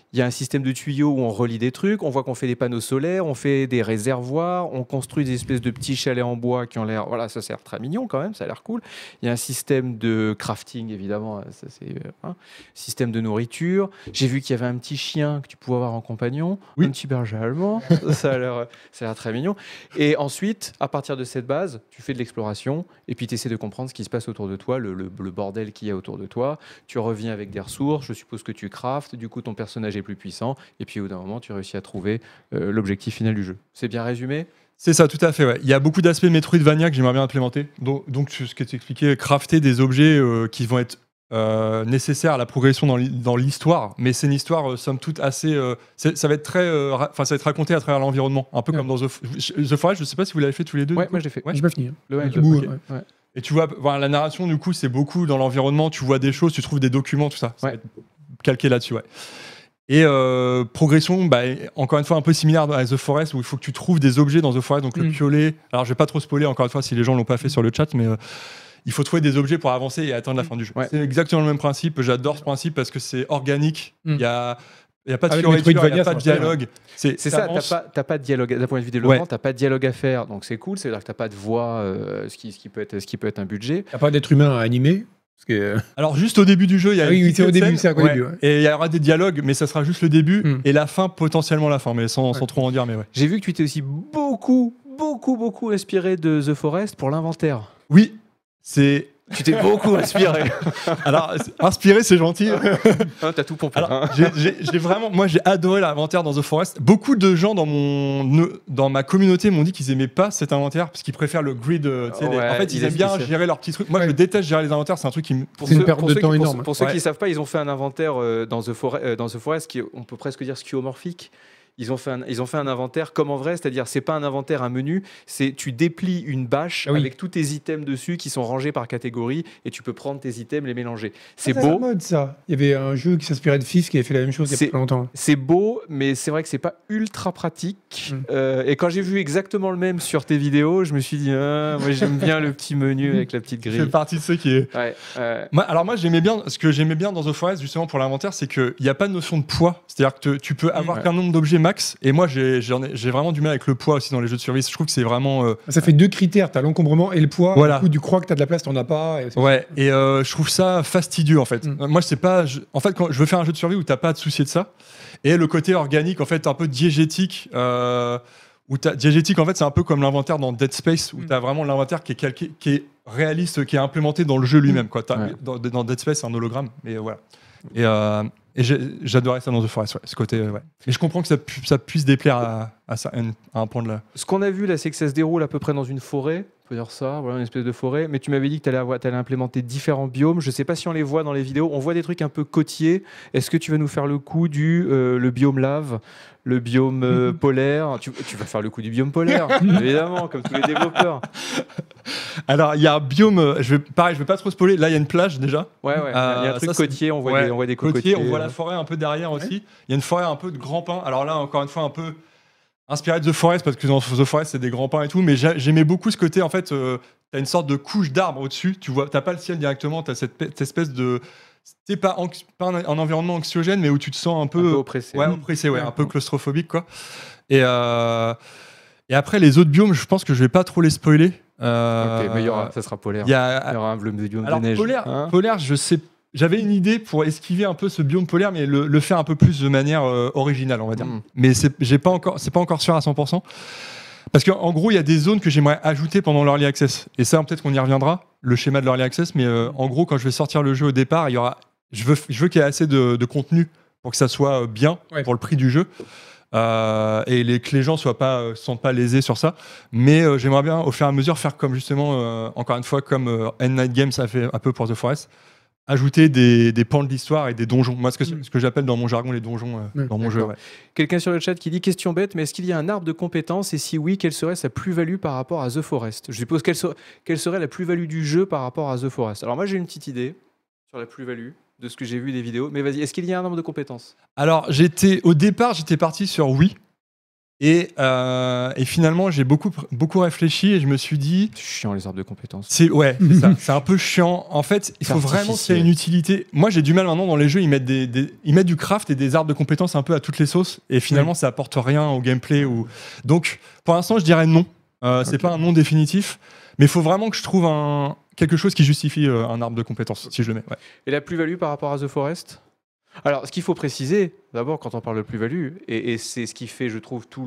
Speaker 1: Il y a un système de tuyaux où on relie des trucs. On voit qu'on fait des panneaux solaires, on fait des réservoirs, on construit des espèces de petits chalets en bois qui ont l'air. Voilà, ça, ça a l'air très mignon quand même, ça a l'air cool. Il y a un système de crafting, évidemment. Ça, c'est, hein, système de nourriture. J'ai vu qu'il y avait un petit chien que tu pouvais avoir en compagnon,
Speaker 3: Oui.
Speaker 1: un petit berger allemand. ça, a l'air, ça a l'air très mignon. Et ensuite, à partir de cette base, tu fais de l'exploration et puis tu essaies de comprendre ce qui se passe autour de toi, le, le, le bordel qu'il y a autour de toi. Tu reviens avec des ressources, je suppose que tu craftes, du coup ton personnage est plus puissant et puis au bout d'un moment tu réussis à trouver euh, l'objectif final du jeu. C'est bien résumé ?
Speaker 3: C'est ça, tout à fait. Ouais. Il y a beaucoup d'aspects Metroidvania que j'aimerais bien implémenter. Donc, donc ce que tu expliquais, crafter des objets euh, qui vont être euh, nécessaires à la progression dans, l'hi- dans l'histoire, mais c'est une histoire euh, somme toute assez. Euh, c'est- ça va être très, euh, ra- enfin ça va être raconté à travers l'environnement, un peu
Speaker 2: Ouais.
Speaker 3: comme dans The, F- The Forest. Je sais pas si vous l'avez fait tous les deux.
Speaker 1: Ouais,
Speaker 3: du coup.
Speaker 1: moi je l'ai fait.
Speaker 3: Ouais.
Speaker 2: J'ai pas fini. hein.
Speaker 1: Le un et
Speaker 2: Du
Speaker 1: le
Speaker 2: coup,
Speaker 1: deux,
Speaker 2: ouais.
Speaker 1: ouais.
Speaker 3: Et tu vois, voilà, la narration du coup, c'est beaucoup dans l'environnement. Tu vois des choses, tu trouves des documents, tout ça. Ça
Speaker 1: Ouais.
Speaker 3: va être calqué là-dessus, ouais. Et euh, progression, bah, encore une fois, un peu similaire à The Forest, où il faut que tu trouves des objets dans The Forest, donc le
Speaker 2: Mm.
Speaker 3: piolet. Alors, je vais pas trop spoiler, encore une fois, si les gens l'ont pas fait sur le chat, mais euh, il faut trouver des objets pour avancer et atteindre la fin du jeu.
Speaker 1: Ouais.
Speaker 3: C'est exactement le même principe. J'adore ce principe parce que c'est organique. Il
Speaker 2: Mm.
Speaker 3: y a, il y a pas de
Speaker 2: Ah oui,
Speaker 3: fioriture, il
Speaker 2: Metroidvania,
Speaker 3: y a pas de
Speaker 2: ça marche bien.
Speaker 3: dialogue. C'est
Speaker 1: C'est ça, t'as
Speaker 3: t'avances.
Speaker 1: pas, t'as pas de dialogue. D'un point de vue développement,
Speaker 3: Ouais.
Speaker 1: t'as pas de dialogue à faire, donc c'est cool. C'est-à-dire que t'as pas de voix, euh, ce, qui, ce, qui peut être, ce qui peut être un budget.
Speaker 2: Il n'y a pas d'être humain à animer. Parce que, euh,
Speaker 3: Alors juste au début du jeu, il y a
Speaker 2: Ah oui,
Speaker 3: une
Speaker 2: oui,
Speaker 3: petite
Speaker 2: c'est au début,
Speaker 3: scène,
Speaker 2: c'est au début, ouais.
Speaker 3: Et il y aura des dialogues, mais ça sera juste le début
Speaker 2: Mm.
Speaker 3: et la fin, potentiellement la fin, mais sans, sans
Speaker 2: Ouais.
Speaker 3: trop en dire, mais ouais.
Speaker 1: J'ai vu que tu t'es aussi beaucoup, beaucoup, beaucoup inspiré de The Forest pour l'inventaire.
Speaker 3: Oui, c'est.
Speaker 1: Tu t'es beaucoup inspiré.
Speaker 3: Alors, c'est- inspiré, c'est gentil.
Speaker 1: Hein, t'as tout pompé.
Speaker 3: Alors,
Speaker 1: hein.
Speaker 3: j'ai- j'ai j'ai vraiment, moi, j'ai adoré l'inventaire dans The Forest. Beaucoup de gens dans mon, dans ma communauté m'ont dit qu'ils aimaient pas cet inventaire parce qu'ils préfèrent le grid. euh, tu sais, les-
Speaker 1: Ouais,
Speaker 3: en fait, ils
Speaker 1: il est
Speaker 3: aiment bien
Speaker 1: spécial.
Speaker 3: gérer leurs petits trucs. Moi,
Speaker 2: Ouais.
Speaker 3: je déteste gérer les inventaires. C'est un truc qui me.
Speaker 1: Pour
Speaker 2: C'est une
Speaker 1: ceux-
Speaker 2: perte
Speaker 1: pour
Speaker 2: de
Speaker 1: ceux
Speaker 2: temps
Speaker 1: qui- pour
Speaker 2: énorme.
Speaker 1: ceux- Pour ceux
Speaker 3: Ouais.
Speaker 1: qui ne savent pas, ils ont fait un inventaire euh, dans The Forest, euh, dans The Forest qui est, on peut presque dire skeuomorphique. Ils ont, fait un, ils ont fait un inventaire comme en vrai, c'est-à-dire c'est pas un inventaire, un menu, c'est tu déplies une bâche
Speaker 2: Ah oui.
Speaker 1: avec tous tes items dessus qui sont rangés par catégorie et tu peux prendre tes items, les mélanger. C'est
Speaker 2: Ah, ça,
Speaker 1: beau,
Speaker 2: la mode, ça. Il y avait un jeu qui s'inspirait de Fif qui avait fait la même chose il y a
Speaker 1: C'est-
Speaker 2: pas longtemps.
Speaker 1: c'est beau, mais c'est vrai que c'est pas ultra pratique.
Speaker 2: Mm.
Speaker 1: Euh, et quand j'ai vu exactement le même sur tes vidéos, je me suis dit, ah, moi j'aime bien le petit menu avec la petite
Speaker 3: Je fais
Speaker 1: grille.
Speaker 3: partie de ceux qui. Est...
Speaker 1: Ouais, ouais.
Speaker 3: Moi, alors moi, j'aimais bien. Ce que j'aimais bien dans The Forest, justement pour l'inventaire, c'est qu'il n'y a pas de notion de poids. C'est-à-dire que te- tu peux avoir
Speaker 1: Ouais.
Speaker 3: qu'un nombre d'objets max. Et moi, j'ai j'en ai, j'ai vraiment du mal avec le poids aussi dans les jeux de survie. Je trouve que c'est vraiment. euh,
Speaker 2: Ça fait deux critères. Tu as l'encombrement et le poids.
Speaker 3: Voilà.
Speaker 2: Du coup, tu crois que tu as de la place, tu n'en as pas. et c'est-
Speaker 3: Ouais, et euh, je trouve ça fastidieux en fait.
Speaker 2: Mm.
Speaker 3: Euh, Moi, je sais pas. je- En fait, quand je veux faire un jeu de survie où t'as pas à te soucier de ça, et le côté organique, en fait, un peu diégétique. Euh, où t'as- diégétique, en fait, c'est un peu comme l'inventaire dans Dead Space, où
Speaker 2: Mm.
Speaker 3: tu as vraiment l'inventaire qui est calqué, qui est réaliste, qui est implémenté dans le jeu lui-même. Quoi. T'as-
Speaker 1: Ouais.
Speaker 3: Dans, dans Dead Space, c'est un hologramme, mais voilà. Et, euh, et j'ai- j'adorais ça dans The Forest, ouais, ce côté. euh, ouais. Et je comprends que ça, pu- ça puisse déplaire à, à, ça- à un point de là.
Speaker 1: Ce qu'on a vu là, c'est que ça se déroule à peu près dans une forêt. On peut dire ça, voilà, une espèce de forêt. Mais tu m'avais dit que tu allais, avoir- t'allais implémenter différents biomes. Je ne sais pas si on les voit dans les vidéos. On voit des trucs un peu côtiers. Est-ce que tu vas nous faire le coup du euh, le biome lave, le biome euh, polaire tu, tu vas faire le coup du biome polaire, évidemment, comme tous les développeurs.
Speaker 3: Alors, il y a un biome, euh, je vais, pareil, je vais pas trop spoiler. Là, il y a une plage déjà.
Speaker 1: Ouais, ouais. Il y a
Speaker 3: Euh,
Speaker 1: un truc
Speaker 3: ça, c'est-
Speaker 1: côtier. On voit,
Speaker 3: Ouais,
Speaker 1: des, on voit des
Speaker 3: côtier,
Speaker 1: cocotiers.
Speaker 3: on voit la forêt un peu derrière aussi. Il y a une forêt un peu de grands pins. Alors là, encore une fois, un peu inspiré de The Forest, parce que dans The Forest, c'est des grands pins et tout. Mais j'a- j'aimais beaucoup ce côté, en fait, euh, t'as une sorte de couche d'arbres au-dessus. Tu vois, t'as pas le ciel directement, t'as cette, cette espèce de. C'est pas, anx- pas un, un environnement anxiogène, mais où tu te sens un
Speaker 1: un
Speaker 3: peu.
Speaker 1: peu oppressé.
Speaker 3: Ouais, oppressé, ouais,
Speaker 2: Ouais.
Speaker 3: un peu claustrophobique, quoi. Et, euh, et après, les autres biomes, je pense que je vais pas trop les spoiler. Euh,
Speaker 1: Ok, mais il y aura, ça sera polaire.
Speaker 3: il y a,
Speaker 1: Il y aura un biome biome
Speaker 3: alors
Speaker 1: de neige.
Speaker 3: polaire,
Speaker 1: hein.
Speaker 3: polaire, je sais. J'avais une idée pour esquiver un peu ce biome polaire, mais le, le faire un peu plus de manière euh, originale, on va dire.
Speaker 1: Mm.
Speaker 3: Mais c'est, j'ai pas encore, c'est pas encore sûr à cent pour cent. Parce qu'en en gros, il y a des zones que j'aimerais ajouter pendant l'early access. Et ça, peut-être qu'on y reviendra, le schéma de l'early access. Mais euh, en gros, quand je vais sortir le jeu au départ, il y aura, je veux, je veux qu'il y ait assez de, de contenu pour que ça soit euh, bien
Speaker 2: Ouais.
Speaker 3: pour le prix du jeu. Euh, et les, que les gens soient pas, euh, se sentent pas lésés sur ça. Mais euh, j'aimerais bien, au fur et à mesure, faire comme justement, euh, encore une fois, comme euh, End Night Games a fait un peu pour The Forest, ajouter des, des pans de l'histoire et des donjons. Moi, ce que,
Speaker 2: Mm.
Speaker 3: ce que j'appelle dans mon jargon les donjons euh,
Speaker 2: Mm,
Speaker 3: dans mon jeu.
Speaker 1: d'accord.
Speaker 3: Ouais.
Speaker 1: Quelqu'un sur le chat qui dit question bête, mais est-ce qu'il y a un arbre de compétences et si oui, quelle serait sa plus-value par rapport à The Forest? Je suppose quelle, ser- quelle serait la plus-value du jeu par rapport à The Forest. Alors moi j'ai une petite idée sur la plus-value de ce que j'ai vu des vidéos, mais vas-y, est-ce qu'il y a un arbre de compétences?
Speaker 3: Alors, j'étais au départ, j'étais parti sur oui. Et, euh, et finalement, j'ai beaucoup, beaucoup réfléchi et je me suis dit.
Speaker 1: C'est chiant les arbres de compétences.
Speaker 3: C'est, ouais, c'est ça. C'est un peu chiant. En fait, il
Speaker 1: C'est
Speaker 3: faut vraiment qu'il y ait une utilité. Moi, j'ai du mal maintenant dans les jeux, ils mettent, des, des, ils mettent du craft et des arbres de compétences un peu à toutes les sauces. Et finalement, oui. ça apporte rien au gameplay. Ou... Donc, pour l'instant, je dirais non. Euh, c'est okay. pas un non définitif. Mais il faut vraiment que je trouve un, quelque chose qui justifie euh, un arbre de compétences, si je le mets. Ouais.
Speaker 1: Et la plus-value par rapport à The Forest ? Alors, ce qu'il faut préciser, d'abord, quand on parle de plus-value, et, et c'est ce qui fait, je trouve, tout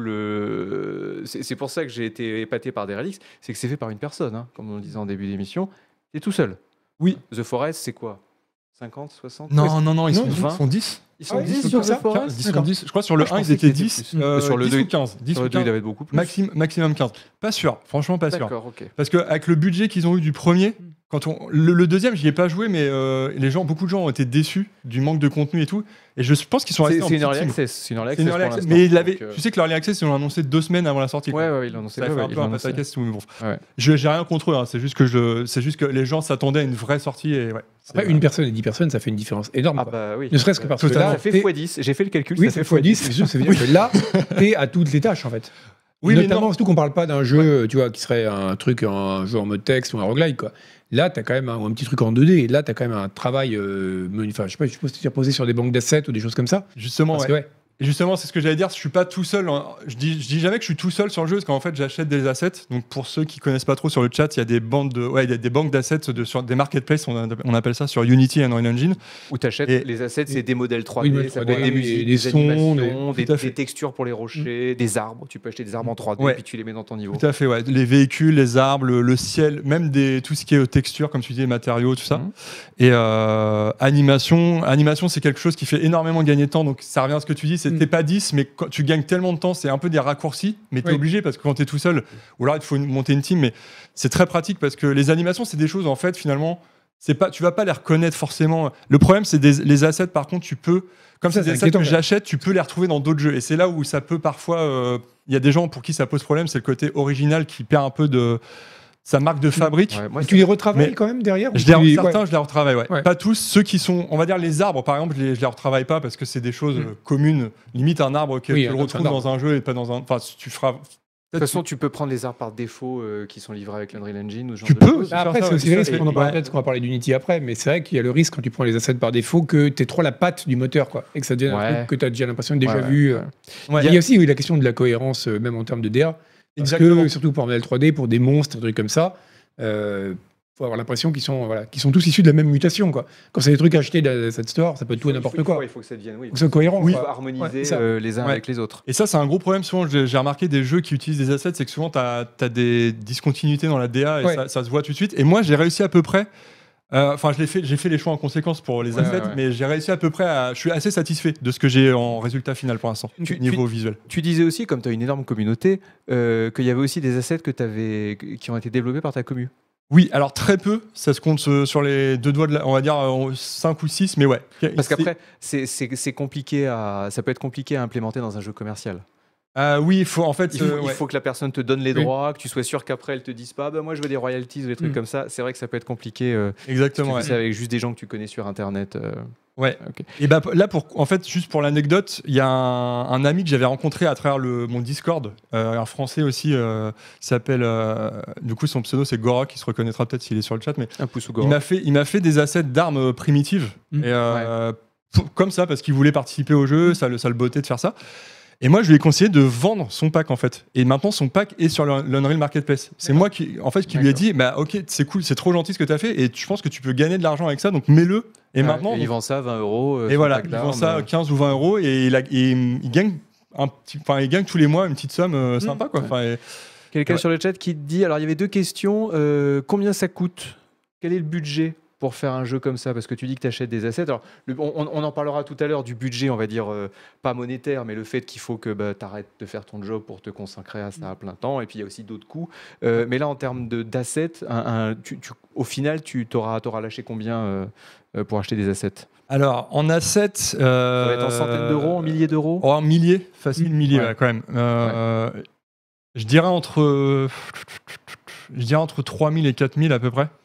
Speaker 1: le... C'est, c'est pour ça que j'ai été épaté par Derelix, c'est que c'est fait par une personne, hein, comme on le disait en début d'émission. T'es tout seul.
Speaker 3: Oui.
Speaker 1: The Forest, c'est quoi ? cinquante, soixante ?
Speaker 3: Non, non, non, ils
Speaker 1: non,
Speaker 3: sont, vingt. Ils sont dix.
Speaker 1: Ils sont ah, dix sur ça
Speaker 3: quinze, dix, dix. Je crois sur le ah, un, ils étaient dix. Euh, sur le deux, ou quinze. dix
Speaker 1: sur le deux, il avait beaucoup plus.
Speaker 3: Maxim, maximum quinze. Pas sûr, franchement pas sûr.
Speaker 1: D'accord, ok.
Speaker 3: Parce qu'avec le budget qu'ils ont eu du premier, quand on, le, le deuxième, j'y ai pas joué, mais euh, les gens, beaucoup de gens ont été déçus du manque de contenu et tout. Et je pense qu'ils sont restés
Speaker 1: c'est,
Speaker 3: en
Speaker 1: c'est une early access. C'est une early access.
Speaker 3: Early access mais il avait, euh... tu sais que l'early access, ils l'ont annoncé deux semaines avant la sortie.
Speaker 1: Ouais, ouais, ils l'ont annoncé.
Speaker 3: Ça
Speaker 1: ouais,
Speaker 3: fait
Speaker 1: ouais,
Speaker 3: un peu un pataquès tout. Bon.
Speaker 1: Ouais.
Speaker 3: Je j'ai rien contre eux. Hein, c'est juste que je, c'est juste que les gens s'attendaient à une vraie sortie et ouais.
Speaker 2: Après, une personne et dix personnes, ça fait une différence énorme.
Speaker 1: Ah bah oui.
Speaker 2: Ne serait-ce que parce que
Speaker 1: là, ça fait fois dix. J'ai fait le calcul.
Speaker 2: Oui, ça fait fois dix. C'est sûr, ça veut dire que là, t'es à toutes les tâches en fait. Oui, notamment, surtout qu'on parle pas d'un jeu, ouais. tu vois, qui serait un truc, un jeu en mode texte ou un roguelike, quoi. Là, tu as quand même un, un petit truc en deux D. Et là, tu as quand même un travail, euh, enfin, je sais pas, je suppose que tu as posé sur des banques d'assets ou des choses comme ça.
Speaker 3: Justement, ouais. Que, ouais. Et justement, c'est ce que j'allais dire. Je suis pas tout seul. En... Je dis, je dis jamais que je suis tout seul sur le jeu, parce qu'en fait, j'achète des assets. Donc, pour ceux qui connaissent pas trop sur le chat, il y a des bandes de, ouais, il y a des banques d'assets de, sur des marketplaces. On, a, on appelle ça sur Unity et Unreal Engine.
Speaker 1: Où tu achètes et... les assets, c'est des modèles trois D,
Speaker 2: oui,
Speaker 1: ça
Speaker 2: peut être des musiques, des, des sons, des,
Speaker 1: des, des textures pour les rochers, mmh. des arbres. Tu peux acheter des arbres en trois D,
Speaker 3: ouais.
Speaker 1: puis tu les mets dans ton niveau.
Speaker 3: Tout à fait. Ouais. Les véhicules, les arbres, le, le ciel, même des, tout ce qui est texture, comme tu dis, les matériaux, tout ça. Mmh. Et euh, animation, animation, c'est quelque chose qui fait énormément gagner de temps. Donc, ça revient à ce que tu dis. C'était mmh. pas dix, mais quand tu gagnes tellement de temps, c'est un peu des raccourcis, mais tu es oui. obligé parce que quand tu es tout seul, ou alors il faut monter une team, mais c'est très pratique parce que les animations, c'est des choses, en fait, finalement, c'est pas, tu vas pas les reconnaître forcément. Le problème, c'est des, les assets, par contre, tu peux, comme ça, c'est des assets que j'achète, tu peux les retrouver dans d'autres jeux. Et c'est là où ça peut parfois, il euh, y a des gens pour qui ça pose problème, c'est le côté original qui perd un peu de sa marque de fabrique.
Speaker 2: Ouais, moi, tu les retravailles mais quand même derrière
Speaker 3: je les, Certains, ouais. je les retravaille, ouais. ouais. Pas tous. Ceux qui sont, on va dire, les arbres, par exemple, je les, je les retravaille pas parce que c'est des choses mmh. communes. Limite, un arbre que oui, tu le retrouves dans un jeu et pas dans un. Enfin, tu feras.
Speaker 1: De toute façon, tu peux prendre les arbres par défaut euh, qui sont livrés avec l'Unreal Engine ou ce genre
Speaker 2: tu
Speaker 1: de
Speaker 2: peux.
Speaker 1: choses.
Speaker 2: Ah, après, c'est aussi le risque. On en parlera peut-être qu'on va parler d'Unity après, mais c'est vrai qu'il y a le risque quand tu prends les assets par défaut que tu aies trop la patte du moteur, quoi, et que ça devienne ouais. un truc que tu as déjà l'impression de déjà ouais, vu. Ouais. Ouais. Il y a aussi oui, la question de la cohérence, euh, même en termes de D A. Exactement. Parce que, surtout pour un modèle trois D, pour des monstres, des trucs comme ça. Euh, faut avoir l'impression qu'ils sont, voilà, qu'ils sont tous issus de la même mutation, quoi. Quand c'est des trucs achetés de cette store, ça peut être tout et n'importe
Speaker 1: faut,
Speaker 2: quoi.
Speaker 1: Il faut que ça devienne, oui,
Speaker 2: faut que ça soit cohérent,
Speaker 1: oui,
Speaker 2: quoi.
Speaker 1: Faut harmoniser ouais, euh, les uns ouais. avec les autres.
Speaker 3: Et ça, c'est un gros problème. Souvent, j'ai, j'ai remarqué des jeux qui utilisent des assets, c'est que souvent, tu as des discontinuités dans la D A et ouais. ça, ça se voit tout de suite. Et moi, j'ai réussi à peu près. Enfin, euh, fait, j'ai fait les choix en conséquence pour les assets, ouais, ouais. mais j'ai réussi à peu près à. Je suis assez satisfait de ce que j'ai en résultat final pour l'instant, tu, niveau
Speaker 1: tu,
Speaker 3: visuel.
Speaker 1: Tu disais aussi, comme tu as une énorme communauté, euh, qu'il y avait aussi des assets que t'avais, qui ont été développés par ta commu.
Speaker 3: Oui, alors très peu, ça se compte sur les deux doigts de la, on va dire cinq ou six, mais ouais.
Speaker 1: Parce qu'après, c'est, c'est, c'est compliqué à, ça peut être compliqué à implémenter dans un jeu commercial.
Speaker 3: Euh, oui, il faut en fait.
Speaker 1: Il faut,
Speaker 3: euh,
Speaker 1: il
Speaker 3: ouais.
Speaker 1: faut que la personne te donne les droits, oui. que tu sois sûr qu'après elle te dise pas, bah moi je veux des royalties ou des trucs mmh. comme ça. C'est vrai que ça peut être compliqué. Euh,
Speaker 3: Exactement.
Speaker 1: Si tu
Speaker 3: ouais.
Speaker 1: fais ça avec juste des gens que tu connais sur Internet. Euh,
Speaker 3: Ouais. Okay. Et bah là, pour, en fait, juste pour l'anecdote, il y a un, un ami que j'avais rencontré à travers le, mon Discord, euh, un Français aussi, euh, qui s'appelle. Euh, du coup, son pseudo c'est Gorok, il se reconnaîtra peut-être s'il est sur le chat, mais
Speaker 1: un pouce ou
Speaker 3: il m'a fait, il m'a fait des assets d'armes primitives, mmh. et, euh, ouais. pour, comme ça, parce qu'il voulait participer au jeu, ça le, ça le bottait de faire ça. Et moi, je lui ai conseillé de vendre son pack, en fait. Et maintenant, son pack est sur l'Unreal Marketplace. C'est D'accord. moi qui, en fait, qui D'accord. lui ai dit, bah, ok, c'est cool, c'est trop gentil ce que tu as fait, et je pense que tu peux gagner de l'argent avec ça, donc mets-le. Et ouais, maintenant,
Speaker 1: et il vend ça vingt euros. Euh,
Speaker 3: et voilà, il vend ça quinze ou vingt euros, et il, a, et il gagne un petit, enfin, il gagne tous les mois une petite somme euh, sympa, mmh. quoi.
Speaker 1: Ouais. Et, Quelqu'un ouais. sur le chat qui te dit, alors il y avait deux questions. Euh, combien ça coûte ? Quel est le budget pour faire un jeu comme ça, parce que tu dis que tu achètes des assets. Alors, le, on, on en parlera tout à l'heure du budget, on va dire, euh, pas monétaire, mais le fait qu'il faut que bah, tu arrêtes de faire ton job pour te consacrer à ça à plein temps, et puis il y a aussi d'autres coûts. Euh, mais là, en termes de, d'assets, un, un, tu, tu, au final, tu t'auras, t'auras lâché combien euh, euh, pour acheter des assets ?
Speaker 3: Alors, en assets... Euh,
Speaker 1: ça va être en centaines d'euros, en milliers d'euros ?
Speaker 3: Oh, en milliers, facile, mmh. milliers, ouais. Ouais, quand même. Euh, ouais. Je dirais entre... Je dirais entre trois mille et quatre mille à peu près.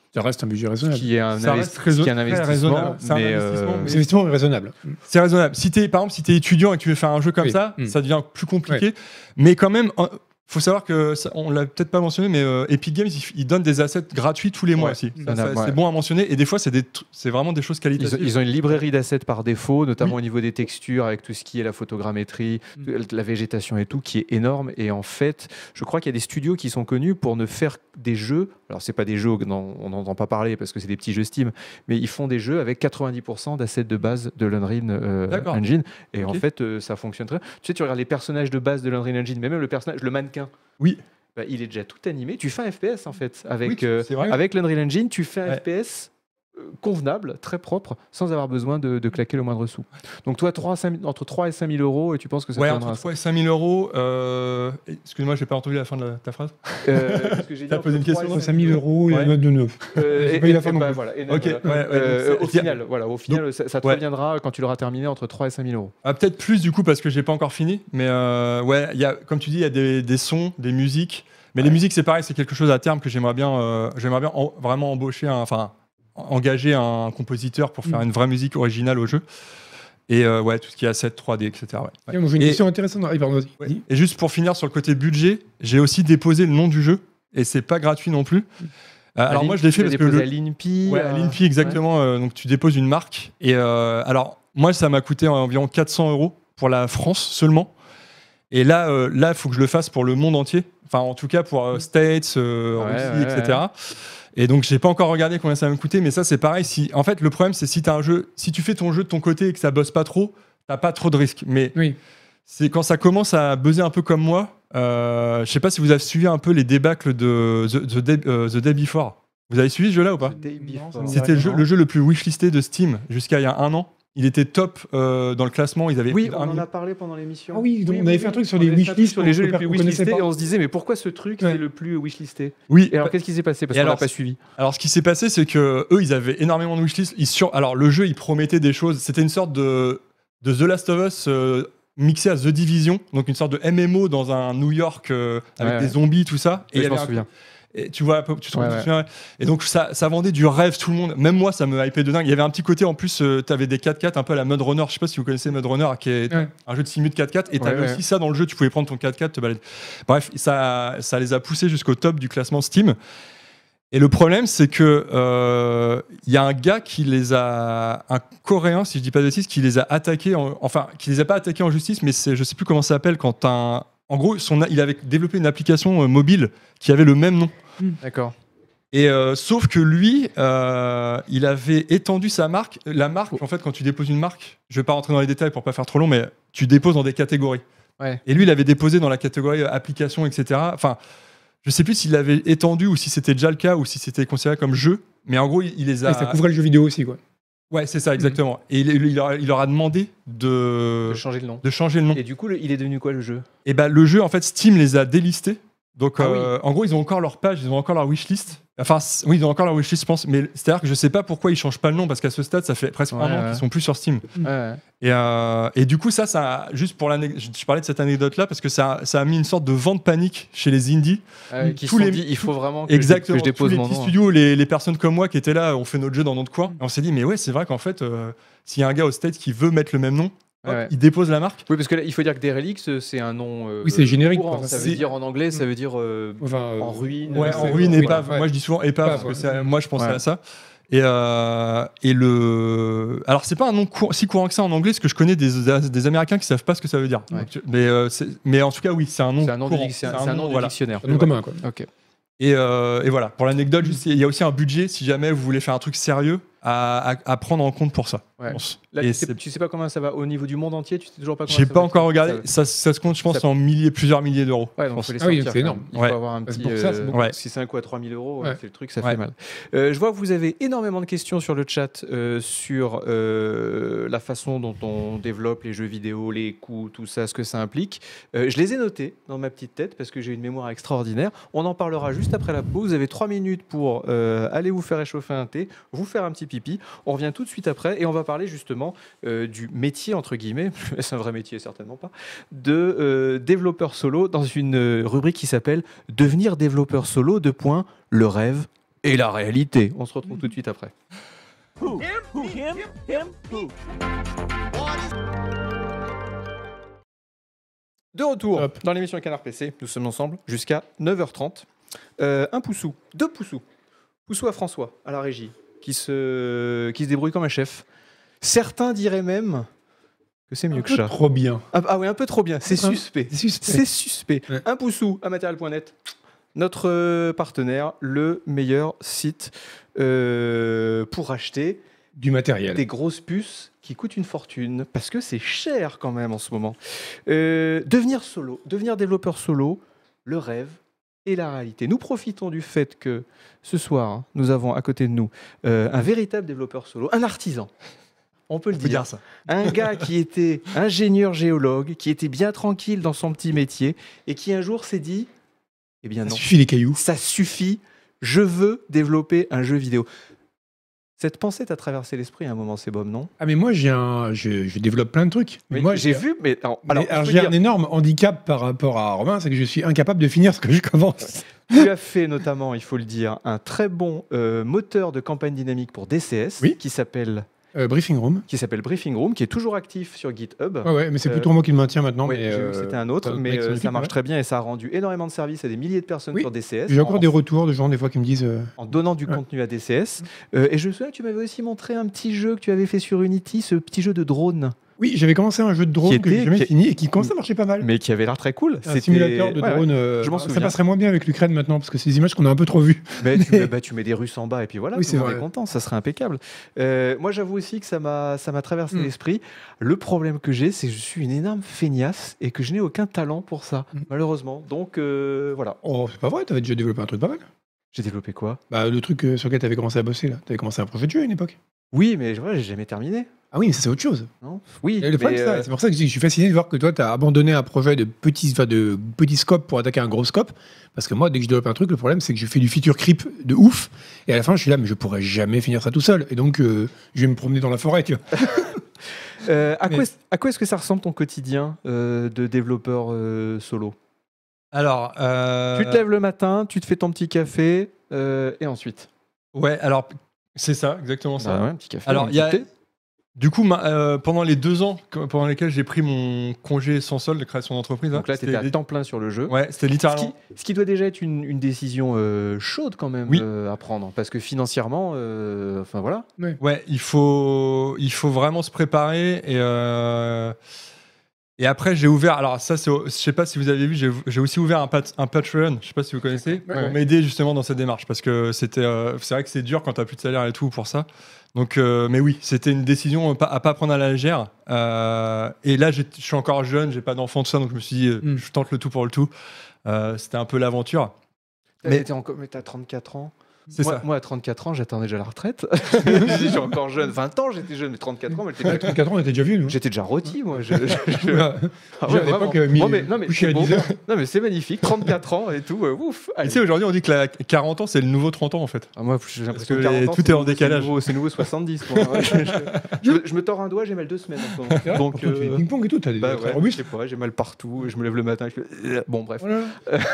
Speaker 2: Ça reste un budget
Speaker 1: Ce
Speaker 2: raisonnable.
Speaker 1: qui est un,
Speaker 3: Ça
Speaker 1: investi-
Speaker 3: reste très-
Speaker 1: ce qui est un
Speaker 3: très
Speaker 1: investissement.
Speaker 3: raisonnable. C'est un
Speaker 1: mais, euh,
Speaker 3: investissement, mais-
Speaker 2: C'est effectivement raisonnable.
Speaker 3: C'est raisonnable. Si t'es, par exemple, si tu es étudiant et que tu veux faire un jeu comme
Speaker 2: Oui.
Speaker 3: ça,
Speaker 2: Mm.
Speaker 3: ça devient plus compliqué. Mais quand même, il faut savoir que, ça, on l'a peut-être pas mentionné, mais euh, Epic Games, ils, ils donnent des assets gratuits tous les mois
Speaker 1: Ouais.
Speaker 3: aussi.
Speaker 1: Mm.
Speaker 3: Ça, ça,
Speaker 1: Ouais.
Speaker 3: c'est bon à mentionner. Et des fois, c'est, des tr- c'est vraiment des choses
Speaker 1: Ils ont,
Speaker 3: qualitatives.
Speaker 1: ils ont une librairie d'assets par défaut, notamment
Speaker 3: Oui.
Speaker 1: au niveau des textures, avec tout ce qui est la photogrammétrie,
Speaker 2: Mm.
Speaker 1: la végétation et tout, qui est énorme. Et en fait, je crois qu'il y a des studios qui sont connus pour ne faire des jeux. Alors, c'est pas des jeux dont on n'entend pas parler parce que c'est des petits jeux Steam, mais ils font des jeux avec quatre-vingt-dix pour cent d'assets de base de l'Unreal euh,
Speaker 3: D'accord.
Speaker 1: Engine. Et en
Speaker 3: Ok.
Speaker 1: fait, euh, ça fonctionne très bien. Tu sais, tu regardes les personnages de base de l'Unreal Engine, mais même le personnage, le mannequin.
Speaker 3: Oui.
Speaker 1: Bah, il est déjà tout animé. Tu fais un F P S en fait. Avec,
Speaker 3: Oui, tu-
Speaker 1: euh,
Speaker 3: c'est vrai.
Speaker 1: avec l'Unreal Engine, tu fais un
Speaker 3: Ouais.
Speaker 1: F P S euh, convenable, très propre, sans avoir besoin de, de claquer le moindre sou. Donc toi, trois à cinq mille entre trois et cinq mille euros, et tu penses que ça
Speaker 3: Ouais,
Speaker 1: te
Speaker 3: entre
Speaker 1: viendra à
Speaker 3: trois et cinq mille euros. Euh... Excuse-moi, j'ai pas entendu la fin de la- ta phrase.
Speaker 1: ça. Euh, parce que j'ai dit
Speaker 3: T'as posé
Speaker 1: entre
Speaker 3: une
Speaker 1: trois et
Speaker 3: question,
Speaker 2: cinq mille euros et
Speaker 3: Ouais.
Speaker 2: la note de neuf.
Speaker 1: Euh,
Speaker 2: J'ai
Speaker 1: et-
Speaker 2: pas eu la
Speaker 1: et-
Speaker 2: fin
Speaker 1: et
Speaker 2: non
Speaker 1: bah,
Speaker 2: plus.
Speaker 1: voilà, et-
Speaker 3: Ok,
Speaker 1: voilà.
Speaker 3: ouais, ouais,
Speaker 1: Euh,
Speaker 3: donc
Speaker 1: au
Speaker 3: c'est-
Speaker 1: final, voilà, au final, ça, ça te
Speaker 3: ouais.
Speaker 1: reviendra quand tu l'auras terminé entre trois et cinq mille euros.
Speaker 3: Ah, peut-être plus du coup parce que j'ai pas encore fini. Mais euh, ouais, il y a, comme tu dis, il y a des, des sons, des musiques. Mais les musiques, c'est pareil, c'est quelque chose à terme que j'aimerais bien, euh, j'aimerais bien en- vraiment embaucher, un- enfin engager un compositeur pour faire
Speaker 2: Mm.
Speaker 3: une vraie musique originale au jeu. Et euh, ouais, tout ce qui est asset trois D, et cetera. Ouais.
Speaker 2: Ouais, moi, j'ai une
Speaker 3: Et-
Speaker 2: question intéressante. Ah, pardon, vas-y.
Speaker 3: Ouais.
Speaker 2: Vas-y.
Speaker 3: Et juste pour finir sur le côté budget, j'ai aussi déposé le nom du jeu et c'est pas gratuit non plus. Euh, alors moi je l'ai fait parce que
Speaker 1: le...
Speaker 3: le...
Speaker 1: à l'INPI.
Speaker 3: Ouais, à l'INPI exactement. euh, donc tu déposes une marque et euh, alors moi ça m'a coûté environ quatre cents euros pour la France seulement. Et là, euh, là, il faut que je le fasse pour le monde entier. Enfin, en tout cas pour euh, States, euh,
Speaker 1: Ouais,
Speaker 3: Russie,
Speaker 1: ouais,
Speaker 3: et cetera. Et donc, j'ai pas encore regardé combien ça va me coûter, mais ça, c'est pareil. Si, en fait, le problème, c'est si t'as un jeu, si tu fais ton jeu de ton côté et que ça bosse pas trop, t'as pas trop de risques. Mais
Speaker 2: Oui.
Speaker 3: c'est quand ça commence à buzzer un peu comme moi. Euh, je sais pas si vous avez suivi un peu les débâcles de The, The, Day, euh, The Day Before. Vous avez suivi ce jeu-là ou pas?
Speaker 1: The Day Before.
Speaker 3: C'était le jeu, le jeu le plus wishlisté de Steam jusqu'à il y a un an. Il était top euh, dans le classement. Ils avaient
Speaker 1: Oui,
Speaker 3: un
Speaker 1: on en
Speaker 3: million-
Speaker 1: a parlé pendant l'émission.
Speaker 2: Ah oui, donc on avait fait un truc sur
Speaker 1: On
Speaker 2: les
Speaker 1: avait fait un truc
Speaker 2: wishlists
Speaker 1: sur les jeux les
Speaker 2: qu'on
Speaker 1: plus
Speaker 2: connaissait
Speaker 1: wishlistés
Speaker 2: pas.
Speaker 1: et on se disait mais pourquoi ce truc
Speaker 2: Ouais.
Speaker 1: c'est le plus wishlisté?
Speaker 3: Oui.
Speaker 1: Et alors qu'est-ce qui s'est passé parce
Speaker 3: Et
Speaker 1: qu'on l'a
Speaker 3: alors,
Speaker 1: pas suivi.
Speaker 3: Alors, ce qui s'est passé, c'est que eux, ils avaient énormément de wishlists. Ils sur... Alors, le jeu, il promettait des choses. C'était une sorte de, de The Last of Us euh, mixé à The Division, donc une sorte de M M O dans un New York euh, avec
Speaker 1: Ouais,
Speaker 3: des
Speaker 1: ouais.
Speaker 3: zombies, tout ça.
Speaker 1: Et
Speaker 3: il y
Speaker 1: je m'en
Speaker 3: avait un-
Speaker 1: souviens.
Speaker 3: Et tu vois, un peu- tu te
Speaker 1: Ouais,
Speaker 3: tu te
Speaker 1: ouais.
Speaker 3: souviens, ouais. Et donc ça, ça vendait du rêve, tout le monde. Même moi, ça me hypait de dingue. Il y avait un petit côté en plus, euh, tu avais des quatre quatre un peu à la Mud Runner. Je sais pas si vous connaissez Mud Runner, qui est
Speaker 2: Ouais.
Speaker 3: un jeu de simul quatre quatre. Et tu avais
Speaker 1: Ouais, ouais.
Speaker 3: aussi ça dans le jeu. Tu pouvais prendre ton quatre quatre, te balader. Bref, ça, ça les a poussés jusqu'au top du classement Steam. Et le problème, c'est que euh, il y a un gars qui les a, un Coréen, si je dis pas de bêtises, qui les a attaqués, en- enfin, qui les a pas attaqués en justice, mais c'est, je sais plus comment ça s'appelle quand un, en gros, son, il avait développé une application euh, mobile qui avait le même nom.
Speaker 1: D'accord.
Speaker 3: Et euh, sauf que lui, euh, il avait étendu sa marque. La marque, en fait, quand tu déposes une marque, je vais pas rentrer dans les détails pour pas faire trop long, mais tu déposes dans des catégories.
Speaker 1: Ouais.
Speaker 3: Et lui, il avait déposé dans la catégorie euh, application, et cetera. Enfin, je sais plus s'il l'avait étendu ou si c'était déjà le cas ou si c'était considéré comme jeu. Mais en gros, il, il les a.
Speaker 2: Ouais, ça couvrait le jeu vidéo aussi, quoi.
Speaker 3: Ouais, c'est ça, exactement. Et il, il leur, il leur a demandé de,
Speaker 1: De changer le nom.
Speaker 3: de changer le nom.
Speaker 1: Et du coup, le- il est devenu quoi le jeu?
Speaker 3: Et ben le jeu, en fait, Steam les a délistés. Donc,
Speaker 1: Ah
Speaker 3: euh, en gros, ils ont encore leur page, ils ont encore leur wishlist. Enfin, c- oui, ils ont encore leur wishlist, je pense. Mais c'est-à-dire que je sais pas pourquoi ils changent pas le nom, parce qu'à ce stade, ça fait presque
Speaker 1: Ouais,
Speaker 3: un an
Speaker 1: ouais.
Speaker 3: qu'ils sont plus sur Steam.
Speaker 1: Ouais.
Speaker 3: Et, euh, et du coup, ça, ça, juste pour l'anecdote, je je parlais de cette anecdote-là parce que ça, ça a mis une sorte de vent de panique chez les indies.
Speaker 1: Euh, qui se
Speaker 3: Tous
Speaker 1: sont
Speaker 3: les-
Speaker 1: dit, il faut vraiment que,
Speaker 3: Exactement.
Speaker 1: je, que je dépose
Speaker 3: Tous les
Speaker 1: mon
Speaker 3: petits
Speaker 1: nom. hein.
Speaker 3: studios, les, les personnes comme moi qui étaient là, on fait notre jeu dans notre coin. Et on s'est dit, mais ouais, c'est vrai qu'en fait, euh, s'il y a un gars au States qui veut mettre le même nom,
Speaker 1: Ouais,
Speaker 3: hop,
Speaker 1: ouais.
Speaker 3: il dépose la marque.
Speaker 1: Oui, parce que là, il faut dire que Derelict, c'est un nom. euh,
Speaker 2: Oui, c'est générique,
Speaker 1: courant.
Speaker 2: quoi.
Speaker 1: Ça
Speaker 2: C'est-
Speaker 1: veut dire en anglais, ça veut dire euh,
Speaker 2: Enfin, euh,
Speaker 1: en ruine.
Speaker 3: Ouais,
Speaker 1: euh,
Speaker 3: en
Speaker 1: c'est-
Speaker 3: ruine,
Speaker 2: oui,
Speaker 3: épave.
Speaker 2: ouais.
Speaker 3: Moi, je dis souvent épave,
Speaker 2: Épave,
Speaker 3: parce que
Speaker 2: ouais.
Speaker 3: c'est- moi, je pensais
Speaker 1: Ouais.
Speaker 3: à ça. Et, euh, et le. Alors, c'est pas un nom cour- si courant que ça en anglais, parce que je connais des, des Américains qui savent pas ce que ça veut dire.
Speaker 1: Ouais.
Speaker 3: Donc, mais, euh, c'est- mais en tout cas, oui, c'est un nom
Speaker 1: C'est un nom, du,
Speaker 3: courant.
Speaker 1: dic- c'est un- c'est un nom du
Speaker 3: voilà.
Speaker 1: dictionnaire.
Speaker 2: un nom commun, quoi.
Speaker 1: Ok.
Speaker 3: Et, euh, et voilà, pour l'anecdote, juste, il y a aussi un budget si jamais vous voulez faire un truc sérieux à, à- à prendre en compte pour ça.
Speaker 1: Ouais.
Speaker 3: je pense.
Speaker 1: Là,
Speaker 3: Et
Speaker 1: tu, sais,
Speaker 3: c'est-
Speaker 1: tu sais pas comment ça va au niveau du monde entier. Tu sais toujours pas comment
Speaker 3: J'ai
Speaker 1: ça
Speaker 3: pas
Speaker 1: va
Speaker 3: encore
Speaker 1: être-
Speaker 3: regardé,
Speaker 1: ça-
Speaker 3: ça, ça se compte, je pense,
Speaker 1: ça-
Speaker 3: en milliers, plusieurs milliers d'euros.
Speaker 1: Ouais,
Speaker 3: je
Speaker 1: donc
Speaker 3: pense.
Speaker 1: faut les
Speaker 2: Ah oui,
Speaker 1: sortir.
Speaker 2: c'est
Speaker 1: quand
Speaker 2: énorme.
Speaker 1: même. Il
Speaker 3: Ouais.
Speaker 1: faut avoir un
Speaker 2: Bah, c'est
Speaker 1: petit.
Speaker 2: pour ça, c'est
Speaker 1: euh,
Speaker 2: beaucoup.
Speaker 3: Ouais.
Speaker 1: Si c'est un coup à trois mille euros,
Speaker 2: Ouais.
Speaker 1: c'est le truc, ça
Speaker 3: Ouais.
Speaker 1: fait mal. Euh, je vois que vous avez énormément de questions sur le chat euh, sur euh, la façon dont on développe les jeux vidéo, les coûts, tout ça, ce que ça implique. Euh, je les ai notés dans ma petite tête parce que j'ai une mémoire extraordinaire. On en parlera juste après la pause. Vous avez trois minutes pour euh, aller vous faire réchauffer un thé, vous faire un petit pipi. On revient tout de suite après et on va parler justement euh, du métier, entre guillemets, c'est un vrai métier certainement pas, de euh, développeur solo dans une euh, rubrique qui s'appelle « Devenir développeur solo, deux points, le rêve et la réalité. On se retrouve tout de suite après.
Speaker 4: Who? Who? Him? Him? Who?
Speaker 1: De retour
Speaker 2: Hop.
Speaker 1: dans l'émission Canard P C, nous sommes ensemble jusqu'à neuf heures trente. Euh, un poussou, deux poussous. Poussou à François, à la régie, qui se, qui se débrouille comme un chef. Certains diraient même que c'est mieux
Speaker 2: Un
Speaker 1: que
Speaker 2: peu
Speaker 1: chat.
Speaker 2: trop bien.
Speaker 1: Ah, ah oui, un peu trop bien, c'est
Speaker 2: Un-
Speaker 1: suspect.
Speaker 2: C'est suspect.
Speaker 1: C'est suspect.
Speaker 2: Ouais.
Speaker 1: Un poussou à matériel point net, notre euh, partenaire, le meilleur site euh, pour acheter
Speaker 2: Du matériel.
Speaker 1: des grosses puces qui coûtent une fortune, parce que c'est cher quand même en ce moment. Euh, devenir solo, devenir développeur solo, le rêve et la réalité. Nous profitons du fait que ce soir, hein, nous avons à côté de nous euh, un véritable développeur solo, un artisan. On peut le
Speaker 3: On peut
Speaker 1: dire.
Speaker 3: dire ça.
Speaker 1: Un gars qui était ingénieur géologue, qui était bien tranquille dans son petit métier et qui un jour s'est dit, eh bien
Speaker 2: Ça
Speaker 1: non,
Speaker 2: suffit les cailloux.
Speaker 1: ça suffit, je veux développer un jeu vidéo. Cette pensée t'a traversé l'esprit à un moment, c'est Bob, non?
Speaker 2: Ah mais moi j'ai un, je, je développe plein de trucs. Mais
Speaker 1: Oui,
Speaker 2: moi
Speaker 1: j'ai vu, mais alors,
Speaker 2: Mais
Speaker 1: alors,
Speaker 2: alors,
Speaker 1: je peux
Speaker 2: j'ai
Speaker 1: dire,
Speaker 2: un énorme handicap par rapport à Romain, c'est que je suis incapable de finir ce que je commence.
Speaker 1: tu as fait notamment, il faut le dire, un très bon euh, moteur de campagne dynamique pour D C S
Speaker 2: Oui.
Speaker 1: qui s'appelle
Speaker 2: Euh, Briefing Room.
Speaker 1: qui s'appelle Briefing Room, qui est toujours actif sur GitHub.
Speaker 2: Ouais, ouais, mais c'est
Speaker 1: Euh,
Speaker 2: plutôt moi qui le maintiens maintenant.
Speaker 1: Oui,
Speaker 2: mais
Speaker 1: j'ai vu
Speaker 2: euh,
Speaker 1: que c'était un autre,
Speaker 2: t'as
Speaker 1: mais
Speaker 2: mec qui s'en
Speaker 1: euh, ça
Speaker 2: occupe,
Speaker 1: marche
Speaker 2: ouais.
Speaker 1: très bien et ça a rendu énormément de services à des milliers de personnes
Speaker 2: Oui.
Speaker 1: sur D C S.
Speaker 2: J'ai
Speaker 1: en-
Speaker 2: encore des retours de gens des fois qui me disent. euh,
Speaker 1: en donnant du
Speaker 2: Ouais.
Speaker 1: contenu à D C S. Euh, et je me souviens que tu m'avais aussi montré un petit jeu que tu avais fait sur Unity, ce petit jeu de drone,
Speaker 2: Oui, j'avais commencé un jeu de drone
Speaker 1: Qui
Speaker 2: que j'ai
Speaker 1: était-
Speaker 2: jamais
Speaker 1: qui-
Speaker 2: fini et qui commençait à marcher pas mal.
Speaker 1: mais qui avait l'air très cool.
Speaker 2: Un
Speaker 1: C'était-
Speaker 2: simulateur de
Speaker 1: Ouais, ouais.
Speaker 2: drone. euh,
Speaker 1: Je m'en
Speaker 2: ça
Speaker 1: souviens.
Speaker 2: passerait moins bien avec l'Ukraine maintenant parce que c'est des images qu'on a un peu trop vues.
Speaker 1: Mais tu, mets, bah, tu mets des Russes en bas et puis voilà,
Speaker 2: Oui,
Speaker 1: tout
Speaker 2: c'est
Speaker 1: le monde
Speaker 2: vrai.
Speaker 1: est content, ça serait impeccable. Euh, moi, j'avoue aussi que ça m'a ça m'a traversé
Speaker 2: Mm.
Speaker 1: l'esprit. Le problème que j'ai, c'est que je suis une énorme feignasse et que je n'ai aucun talent pour ça,
Speaker 2: Mm.
Speaker 1: malheureusement. Donc euh, voilà.
Speaker 2: Oh, c'est pas vrai, t'avais déjà développé un truc pas mal.
Speaker 1: J'ai développé quoi?
Speaker 2: Bah, le truc euh, sur lequel t'avais commencé à bosser là. T'avais commencé un projet de jeu à une époque.
Speaker 1: Oui, mais voilà, j'ai jamais terminé.
Speaker 2: Ah oui, mais ça c'est autre chose.
Speaker 1: Non oui,
Speaker 2: Et le problème,
Speaker 1: mais,
Speaker 2: c'est ça.
Speaker 1: euh,
Speaker 2: C'est pour ça que je dis que je suis fasciné de voir que toi, tu as abandonné un projet de petit, enfin, de petit scope pour attaquer un gros scope. Parce que moi, dès que je développe un truc, le problème, c'est que je fais du feature creep de ouf. Et à la fin, je suis là, mais je pourrais jamais finir ça tout seul. Et donc, euh, je vais me promener dans la forêt, tu vois.
Speaker 1: euh, à,
Speaker 2: mais-
Speaker 1: quoi, est-ce- à quoi est-ce que ça ressemble ton quotidien euh, de développeur euh, solo?
Speaker 3: Alors, euh,
Speaker 1: Tu te lèves le matin, tu te fais ton petit café euh, et ensuite
Speaker 3: ouais, alors c'est ça, exactement ça.
Speaker 1: Bah ouais, un petit café.
Speaker 3: Alors,
Speaker 1: un
Speaker 3: il y a,
Speaker 1: petit thé.
Speaker 3: du coup, ma- euh, pendant les deux ans que- pendant lesquels j'ai pris mon congé sans solde de création d'entreprise,
Speaker 1: Donc là, tu
Speaker 3: c'était
Speaker 1: étais à
Speaker 3: li-
Speaker 1: temps plein sur le jeu.
Speaker 3: ouais, c'était
Speaker 1: Ce
Speaker 3: littéralement.
Speaker 1: qui, ce qui doit déjà être une, une décision euh, chaude quand même
Speaker 3: Oui.
Speaker 1: euh, à prendre, parce que financièrement, euh, enfin voilà.
Speaker 3: Ouais, il faut, il faut vraiment se préparer et. euh, Et après, j'ai ouvert. Alors, ça, c'est, je sais pas si vous avez vu, j'ai, j'ai aussi ouvert un, pat- un Patreon. Je sais pas si vous connaissez,
Speaker 2: Ouais,
Speaker 3: pour
Speaker 2: ouais.
Speaker 3: m'aider justement dans cette démarche, parce que c'était, euh, c'est vrai que c'est dur quand t'as plus de salaire et tout pour ça. Donc, euh, mais oui, c'était une décision pas- à pas prendre à la légère. Euh, et là, j'ai- je suis encore jeune, j'ai pas d'enfant tout ça, donc je me suis dit, euh,
Speaker 2: Mm.
Speaker 3: je tente le tout pour le tout. Euh, c'était un peu l'aventure.
Speaker 1: Mais
Speaker 3: Mais-
Speaker 1: t'es encore, mais t'as trente-quatre ans.
Speaker 3: C'est
Speaker 1: moi,
Speaker 3: ça.
Speaker 1: moi, à trente-quatre ans, j'attendais déjà la retraite. Je suis encore jeune. vingt ans, j'étais jeune, mais trente-quatre ans, moi, j'étais,
Speaker 2: trente-quatre ans, on était déjà vieux, nous.
Speaker 1: j'étais déjà rôti, moi. Je- je- je-
Speaker 2: Ouais.
Speaker 1: Ah ouais,
Speaker 2: À
Speaker 1: vraiment.
Speaker 2: l'époque, euh, mi-
Speaker 1: Bon, mais- non, mais
Speaker 2: couché
Speaker 1: c'est
Speaker 2: à
Speaker 1: beau.
Speaker 2: dix heures.
Speaker 1: Non, mais c'est magnifique. trente-quatre ans et tout. euh, ouf.
Speaker 3: Et
Speaker 1: Allez.
Speaker 3: tu sais, aujourd'hui, on dit que la quarante ans, c'est le nouveau trente ans en fait.
Speaker 1: Ah, moi, j'ai l'impression
Speaker 3: que
Speaker 1: que quarante
Speaker 3: les-
Speaker 1: ans,
Speaker 3: tout
Speaker 1: c'est
Speaker 3: est en
Speaker 1: nouveau-
Speaker 3: décalage.
Speaker 1: C'est nouveau, c'est nouveau soixante-dix. moi. Ouais, je, je- je me, je me tords un doigt, j'ai mal deux semaines. en ce moment.
Speaker 2: C'est vrai,
Speaker 1: Donc,
Speaker 2: pourtant, tu fais
Speaker 1: euh,
Speaker 2: ping-pong et tout, t'as des
Speaker 1: bah
Speaker 2: très
Speaker 1: ouais, je
Speaker 2: robustes.
Speaker 1: sais pas, j'ai mal partout. Je me lève le matin. Je fais... euh, Bon, bref.
Speaker 2: Voilà.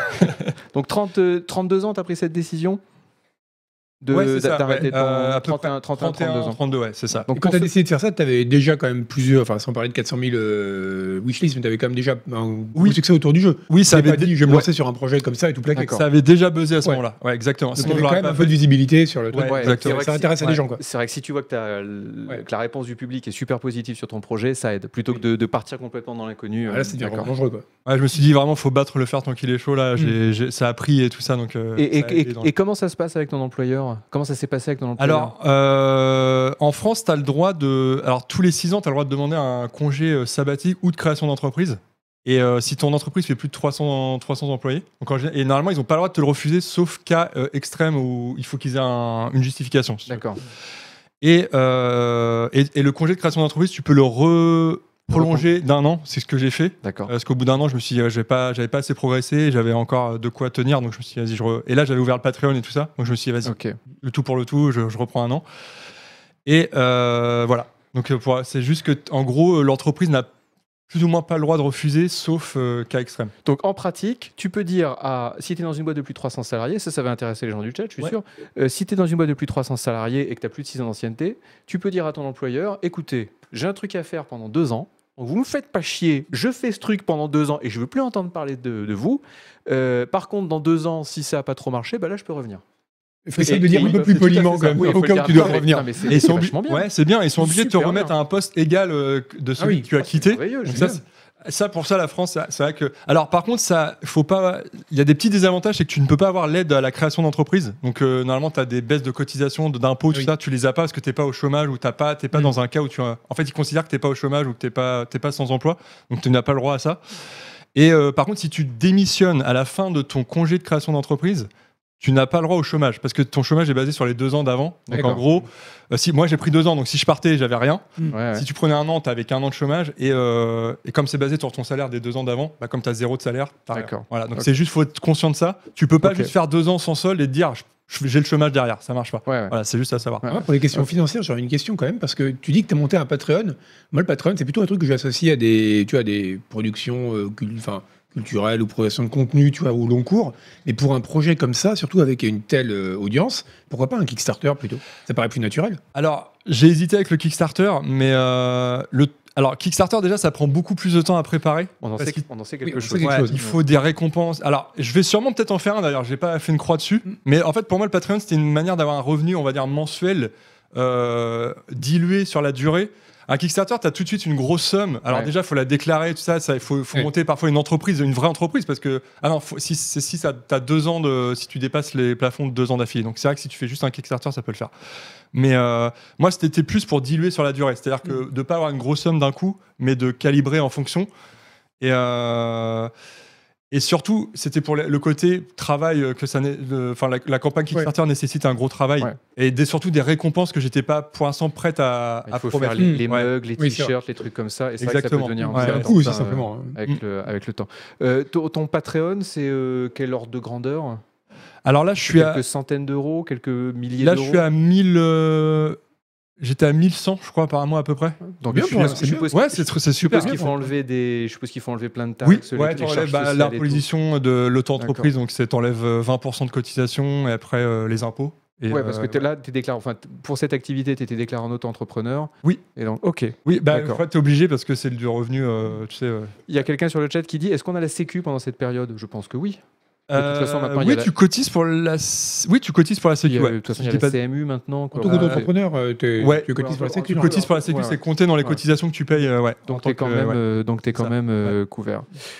Speaker 1: Donc, trente, euh, trente-deux ans, t'as pris cette décision de,
Speaker 3: Ouais, c'est ça,
Speaker 1: d'arrêter
Speaker 3: ouais.
Speaker 1: ton
Speaker 3: Euh, à peu
Speaker 1: trente et un, trente et un, trente-deux ans.
Speaker 3: trente-deux, ouais, c'est ça.
Speaker 1: Donc,
Speaker 2: Et quand
Speaker 1: pour
Speaker 2: tu as
Speaker 1: ceux-
Speaker 2: décidé de faire ça, tu avais déjà quand même plusieurs, enfin sans parler de quatre cent mille euh, wishlist, mais tu avais quand même déjà un gros
Speaker 3: Oui.
Speaker 2: succès autour du jeu.
Speaker 3: Oui,
Speaker 2: Tu
Speaker 3: ça
Speaker 2: t'es
Speaker 3: avait,
Speaker 2: pas
Speaker 3: dé-
Speaker 2: dit, je vais me
Speaker 3: ouais,
Speaker 2: lancer sur un projet comme ça et tout plaquer.
Speaker 1: D'accord.
Speaker 3: ça avait déjà buzzé à ce
Speaker 2: Ouais.
Speaker 3: moment-là. Ouais, exactement.
Speaker 2: Donc
Speaker 3: Sinon,
Speaker 2: il y avait
Speaker 3: je
Speaker 2: quand
Speaker 3: l'aurais
Speaker 2: même
Speaker 3: pas
Speaker 2: un peu de
Speaker 3: fait.
Speaker 2: visibilité sur le truc.
Speaker 3: Ouais,
Speaker 1: Ouais,
Speaker 3: exactement.
Speaker 1: c'est vrai
Speaker 2: Ça
Speaker 1: que
Speaker 2: intéresse
Speaker 1: si-
Speaker 2: à des
Speaker 3: ouais.
Speaker 2: gens, quoi.
Speaker 1: C'est vrai que si tu vois que, t'as l-
Speaker 2: Ouais.
Speaker 1: que la réponse du public est super positive sur ton projet, ça aide. Plutôt que de, de partir complètement dans l'inconnu.
Speaker 2: Ah,
Speaker 1: euh,
Speaker 2: là, c'est
Speaker 1: d'accord.
Speaker 2: vraiment dangereux, quoi.
Speaker 3: Ouais, je me suis dit vraiment, faut battre le fer tant qu'il est chaud. Là, j'ai- j'ai- ça a pris et tout ça. Donc, euh,
Speaker 1: Et, et-
Speaker 3: ça a aidé
Speaker 1: et-
Speaker 3: dans-
Speaker 1: et comment ça se passe avec ton employeur? Comment ça s'est passé avec ton employeur?
Speaker 3: Alors, euh, en France, tu as le droit de. Alors, tous les six ans, tu as le droit de demander un congé euh, sabbatique ou de création d'entreprise. Et euh, si ton entreprise fait plus de trois cents, trois cents employés, donc en général- et normalement, ils n'ont pas le droit de te le refuser, sauf cas euh, extrême où il faut qu'ils aient un- une justification. si tu veux.
Speaker 1: D'accord.
Speaker 3: Et, euh, et, et le congé de création d'entreprise, tu peux le re- prolonger d'un an. C'est ce que j'ai fait.
Speaker 1: D'accord.
Speaker 3: Parce qu'au bout d'un an, je me suis dit, euh, j'avais pas, j'avais pas assez progressé, j'avais encore de quoi tenir, donc je me suis dit, vas-y, je re- et là, j'avais ouvert le Patreon et tout ça, donc je me suis dit, vas-y,
Speaker 1: Ok.
Speaker 3: le tout pour le tout, je, je reprends un an. Et euh, voilà. Donc, euh, pour- c'est juste que, t- en gros, euh, l'entreprise n'a. plus ou moins pas le droit de refuser, sauf euh, cas extrême.
Speaker 1: Donc en pratique, tu peux dire à si tu es dans une boîte de plus de trois cents salariés, ça ça va intéresser les gens du chat, je suis
Speaker 3: Ouais.
Speaker 1: sûr. Euh, si tu es dans une boîte de plus de trois cents salariés et que tu as plus de six ans d'ancienneté, tu peux dire à ton employeur, écoutez, j'ai un truc à faire pendant deux ans. Donc vous me faites pas chier, je fais ce truc pendant deux ans et je veux plus entendre parler de, de vous. Euh, par contre, dans deux ans, si ça a pas trop marché, bah là je peux revenir.
Speaker 2: Il faut essayer
Speaker 1: Et-
Speaker 2: de dire
Speaker 1: et
Speaker 2: un
Speaker 1: oui,
Speaker 2: peu
Speaker 3: bah,
Speaker 2: plus
Speaker 3: c'est tout à fait
Speaker 2: poliment
Speaker 3: ça.
Speaker 2: quand même,
Speaker 1: Oui, il
Speaker 2: au
Speaker 1: faut
Speaker 2: cas
Speaker 1: le
Speaker 2: où
Speaker 1: dire.
Speaker 2: tu dois
Speaker 1: Non, mais-
Speaker 2: revenir.
Speaker 1: non, mais c'est-
Speaker 3: Et ils
Speaker 1: c'est
Speaker 3: sont, obli-
Speaker 1: vachement bien.
Speaker 3: ouais, c'est bien. Ils sont obligés de te
Speaker 1: Super
Speaker 3: remettre
Speaker 1: bien.
Speaker 3: à un poste égal euh, de celui
Speaker 2: oui.
Speaker 3: que tu as
Speaker 1: Ah, c'est
Speaker 3: quitté.
Speaker 1: merveilleux,
Speaker 3: Donc
Speaker 1: génial.
Speaker 3: ça, c'est- ça, pour ça, la France, ça- c'est vrai que. Alors, par contre, ça, faut pas. Il y a des petits désavantages, c'est que tu ne peux pas avoir l'aide à la création d'entreprise. Donc, euh, normalement, tu as des baisses de cotisations, de- d'impôts, tout
Speaker 2: Oui.
Speaker 3: ça. Tu les as pas parce que t'es pas au chômage ou t'as pas, t'es pas
Speaker 2: Mm.
Speaker 3: dans un cas où tu. as- En fait, ils considèrent que t'es pas au chômage ou que t'es pas, t'es pas sans emploi. Donc, tu n'as pas le droit à ça. Et euh, par contre, si tu démissionnes à la fin de ton congé de création d'entreprise, tu n'as pas le droit au chômage parce que ton chômage est basé sur les deux ans d'avant. Donc, en
Speaker 1: D'accord.
Speaker 3: gros, euh, si moi j'ai pris deux ans, donc si je partais, j'avais rien.
Speaker 1: Ouais, ouais.
Speaker 3: Si tu prenais un an, tu avec un an de chômage. Et, euh, et comme c'est basé sur ton salaire des deux ans d'avant, bah, comme tu as zéro de salaire, t'as rien.
Speaker 1: D'accord.
Speaker 3: Voilà, donc
Speaker 1: Ok.
Speaker 3: c'est juste, faut être conscient de ça. Tu peux pas
Speaker 1: Ok.
Speaker 3: juste faire deux ans sans solde et te dire, je- je- j'ai le chômage derrière. Ça marche pas.
Speaker 1: Ouais, ouais.
Speaker 3: Voilà, c'est juste à savoir.
Speaker 1: Ouais.
Speaker 2: Moi, pour les questions financières, j'aurais une question quand même, parce que tu dis que tu as monté un Patreon. Moi, le Patreon, c'est plutôt un truc que j'associe à des, tu vois, des productions euh, cul- enfin, culturelles ou progression de contenu, tu vois, au long cours. Mais pour un projet comme ça, surtout avec une telle euh, audience, pourquoi pas un Kickstarter plutôt? Ça paraît plus naturel.
Speaker 3: Alors, j'ai hésité avec le Kickstarter, mais euh, le. Alors, Kickstarter, déjà, ça prend beaucoup plus de temps à préparer.
Speaker 1: On en
Speaker 3: Parce
Speaker 1: sait,
Speaker 3: qu'il-
Speaker 1: on en sait
Speaker 2: Oui,
Speaker 1: quelque
Speaker 2: on sait
Speaker 1: chose.
Speaker 2: quelque
Speaker 3: Ouais,
Speaker 2: chose.
Speaker 3: il faut des récompenses. Alors, je vais sûrement peut-être en faire un d'ailleurs. J'ai pas fait une croix dessus, mais en fait, pour moi, le Patreon, c'était une manière d'avoir un revenu, on va dire mensuel, euh, dilué sur la durée. Un Kickstarter, tu as tout de suite une grosse somme. Alors
Speaker 1: Ouais.
Speaker 3: déjà, il faut la déclarer, tout ça. Il faut, faut
Speaker 2: Ouais.
Speaker 3: monter parfois une entreprise, une vraie entreprise, parce que ah non, faut- si, si, si tu as deux ans de, si tu dépasses les plafonds de deux ans d'affilée. Donc c'est vrai que si tu fais juste un Kickstarter, ça peut le faire. Mais euh, moi, c'était plus pour diluer sur la durée, c'est-à-dire que de pas avoir une grosse somme d'un coup, mais de calibrer en fonction. Et euh, Et surtout, c'était pour le le côté travail euh, que ça, né- le- enfin la, la campagne Kickstarter nécessite un gros travail
Speaker 1: Ouais.
Speaker 3: et des, surtout des récompenses que j'étais pas pour l'instant prête à,
Speaker 1: Il
Speaker 3: à
Speaker 1: faut
Speaker 3: promettre.
Speaker 1: faire les, les
Speaker 3: Ouais.
Speaker 1: mugs, les
Speaker 2: Oui, c'est
Speaker 1: t-shirts, les trucs comme ça. Et c'est vrai que ça peut
Speaker 3: Exactement.
Speaker 1: devenir
Speaker 3: Ouais,
Speaker 2: C'est un
Speaker 3: ouais,
Speaker 2: coup,
Speaker 1: ça,
Speaker 2: ça,
Speaker 1: euh,
Speaker 2: simplement.
Speaker 1: Avec,
Speaker 3: Mm.
Speaker 1: le, avec le temps. Euh, ton, ton Patreon, c'est euh, quel ordre de grandeur?
Speaker 3: Alors là, je suis à,
Speaker 1: Quelques centaines d'euros, quelques milliers
Speaker 3: là, je
Speaker 1: d'euros.
Speaker 3: suis à mille. euh, J'étais à mille cent, je crois, par mois à peu près.
Speaker 1: Donc,
Speaker 2: Bien
Speaker 1: je,
Speaker 2: pour un-
Speaker 1: je
Speaker 2: c'est
Speaker 1: suppose,
Speaker 3: Ouais,
Speaker 1: je
Speaker 3: c'est tr- c'est
Speaker 1: suppose
Speaker 3: super.
Speaker 1: qu'il faut enlever des, je suppose qu'il faut enlever plein de taxes.
Speaker 3: Oui,
Speaker 1: les-
Speaker 3: ouais,
Speaker 1: les
Speaker 3: t'enlèves
Speaker 1: charges
Speaker 3: bah,
Speaker 1: sociales et tout.
Speaker 3: l'imposition de l'auto-entreprise, donc c'est t'enlèves euh, vingt pour cent de cotisation et après euh, les impôts. Et,
Speaker 1: Ouais, parce que
Speaker 3: euh,
Speaker 1: t'es là, t'es déclaré. Enfin, t- pour cette activité, tu étais déclaré en auto-entrepreneur.
Speaker 3: Oui.
Speaker 1: Et donc, ok.
Speaker 3: Oui, bah,
Speaker 1: D'accord.
Speaker 3: en fait, t'es obligé parce que c'est du revenu, euh, tu sais. euh,
Speaker 1: Il y a quelqu'un sur le chat qui dit est-ce qu'on a la Sécu pendant cette période? Je pense que oui. De toute façon, maintenant, il y
Speaker 3: oui,
Speaker 1: a la-
Speaker 3: tu cotises pour la. Oui, tu cotises pour la
Speaker 1: Il
Speaker 3: Sécu.
Speaker 1: y a-
Speaker 3: ouais.
Speaker 1: de toute façon, il y
Speaker 3: Je
Speaker 1: a
Speaker 3: dis
Speaker 1: la
Speaker 3: pas-
Speaker 1: C M U maintenant.
Speaker 2: En
Speaker 1: quoi.
Speaker 2: tant
Speaker 1: Ouais.
Speaker 2: qu'entrepreneur, euh, t'es-
Speaker 3: Ouais.
Speaker 2: tu cotises pour la sécu.
Speaker 3: Tu
Speaker 2: non
Speaker 3: cotises pour la Sécu,
Speaker 1: Ouais,
Speaker 3: c'est
Speaker 1: ouais.
Speaker 3: compté dans les
Speaker 1: Ouais.
Speaker 3: cotisations que tu payes. euh, ouais, en
Speaker 1: Donc
Speaker 3: tant
Speaker 1: t'es quand,
Speaker 3: que-
Speaker 1: même,
Speaker 3: ouais.
Speaker 1: euh, donc t'es quand
Speaker 3: Ça.
Speaker 1: même euh, couvert.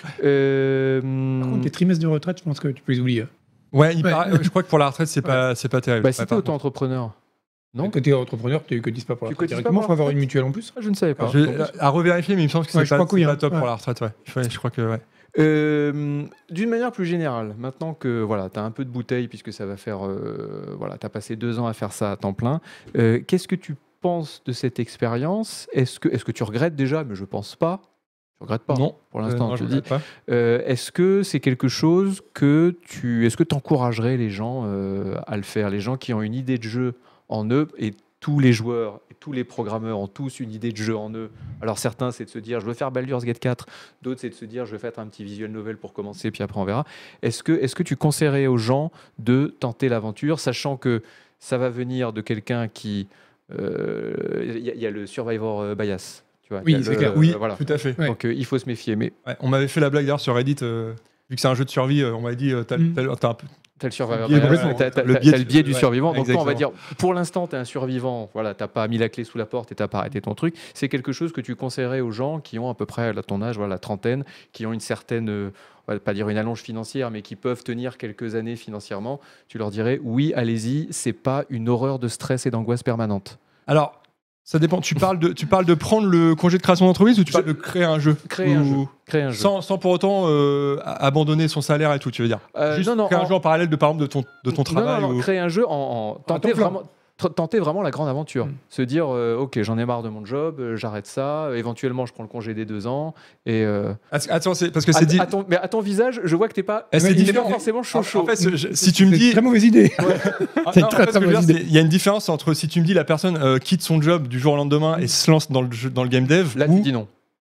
Speaker 1: Euh,
Speaker 2: Par contre, tes trimestres de retraite, je pense que tu peux les oublier.
Speaker 3: Ouais, il
Speaker 2: Ouais.
Speaker 3: paraît- je crois que pour la retraite, c'est pas, c'est pas terrible.
Speaker 1: bah,
Speaker 3: Ouais,
Speaker 1: si t'es
Speaker 3: par contre.
Speaker 1: auto-entrepreneur. Non,
Speaker 2: Quand t'es entrepreneur, tu cotises pas pour la
Speaker 1: Tu
Speaker 2: retraite
Speaker 1: cotises pas
Speaker 2: directement.
Speaker 1: pour
Speaker 2: Il faut
Speaker 1: la
Speaker 2: avoir une
Speaker 1: retraite
Speaker 2: mutuelle en plus.
Speaker 1: Ah, je ne savais pas.
Speaker 3: Je vais- à revérifier, mais il me semble que c'est
Speaker 2: Ouais, je
Speaker 3: pas,
Speaker 2: crois que oui,
Speaker 3: c'est pas
Speaker 2: hein.
Speaker 3: top pour
Speaker 2: Ouais.
Speaker 3: la retraite. Ouais. Ouais, je crois que ouais.
Speaker 1: Euh, D'une manière plus générale, maintenant que voilà, tu as un peu de bouteille, puisque ça va faire. Euh, voilà, tu as passé deux ans à faire ça à temps plein, euh, qu'est-ce que tu penses de cette expérience? Est-ce que, est que tu regrettes déjà? Mais je pense pas. Tu regrettes pas
Speaker 3: Non,
Speaker 1: pour l'instant,
Speaker 3: Euh, non,
Speaker 1: je
Speaker 3: je
Speaker 1: te dis.
Speaker 3: regrette pas.
Speaker 1: Euh, est-ce que c'est quelque chose que tu. Est-ce que tu encouragerais les gens euh, à le faire? Les gens qui ont une idée de jeu en eux, et tous les joueurs et tous les programmeurs ont tous une idée de jeu en eux. Alors certains, c'est de se dire je veux faire Baldur's Gate quatre, d'autres, c'est de se dire je vais faire un petit visual novel pour commencer, puis après on verra. Est-ce que, est-ce que tu conseillerais aux gens de tenter l'aventure, sachant que ça va venir de quelqu'un qui. Il euh, y, a- y a le survivor euh, bias. Tu vois,
Speaker 2: Oui,
Speaker 1: y a
Speaker 2: c'est
Speaker 1: le-
Speaker 2: clair.
Speaker 1: euh,
Speaker 3: Oui,
Speaker 1: voilà.
Speaker 3: tout à fait.
Speaker 2: Ouais.
Speaker 1: Donc euh, il faut se méfier. Mais
Speaker 3: Ouais, on m'avait fait la blague d'ailleurs sur Reddit, euh, vu que c'est un jeu de survie, euh, on m'avait dit euh, t'as,
Speaker 2: Mm.
Speaker 3: t'as- t'as un peu.
Speaker 1: T'as le survivor,
Speaker 3: biais,
Speaker 1: bias,
Speaker 3: complètement.
Speaker 1: t'as- t'as-
Speaker 3: Le
Speaker 1: t'as-
Speaker 3: biais
Speaker 1: t'as
Speaker 3: du-
Speaker 1: le biais du
Speaker 3: ouais,
Speaker 1: survivant. Donc toi, on va
Speaker 3: exactement.
Speaker 1: dire, pour l'instant, tu es un survivant. Voilà, t'as pas mis la clé sous la porte et t'as pas arrêté ton truc. C'est quelque chose que tu conseillerais aux gens qui ont à peu près à ton âge, voilà, la trentaine, qui ont une certaine, euh, on va pas dire une allonge financière, mais qui peuvent tenir quelques années financièrement. Tu leur dirais, oui, allez-y, c'est pas une horreur de stress et d'angoisse permanente.
Speaker 3: Alors, ça dépend. Tu parles de, tu parles de prendre le congé de création d'entreprise ou tu
Speaker 1: Je-
Speaker 3: parles de créer un jeu
Speaker 1: Créer un
Speaker 3: Ou-
Speaker 1: jeu. Créer un jeu.
Speaker 3: Sans, sans pour autant euh, a- abandonner son salaire et tout, tu veux dire
Speaker 1: Euh,
Speaker 3: Juste
Speaker 1: non, non,
Speaker 3: créer un
Speaker 1: en-
Speaker 3: jeu en parallèle de, par exemple, de ton, de ton
Speaker 1: Non,
Speaker 3: travail
Speaker 1: non, non,
Speaker 3: ou-
Speaker 1: créer un jeu en, en tenter,
Speaker 2: temps plein.
Speaker 1: vraiment, tr- tenter vraiment la grande aventure.
Speaker 2: Mm.
Speaker 1: Se dire, euh, ok, j'en ai marre de mon job, euh, j'arrête ça, euh, éventuellement je prends le congé des deux ans. Et, euh,
Speaker 3: Att- Attends, c'est parce que
Speaker 1: à,
Speaker 3: c'est dit.
Speaker 1: à ton, mais à ton visage, je vois que t'es pas,
Speaker 3: Eh, c'est
Speaker 1: t'es pas
Speaker 3: différent.
Speaker 1: forcément chaud
Speaker 3: En,
Speaker 1: chaud.
Speaker 3: en fait, ce- je- si tu me
Speaker 2: C'est
Speaker 3: dis,
Speaker 2: une très mauvaise idée.
Speaker 3: Ah,
Speaker 2: C'est
Speaker 3: non,
Speaker 2: une très,
Speaker 3: en fait,
Speaker 2: très
Speaker 3: ce que je veux dire,
Speaker 2: mauvaise
Speaker 3: c'est-
Speaker 2: idée.
Speaker 3: il y a une différence entre si tu me dis la personne euh, quitte son job du jour au lendemain et se lance dans le, jeu- dans le game dev
Speaker 1: Là,
Speaker 3: ou
Speaker 1: tu dis non.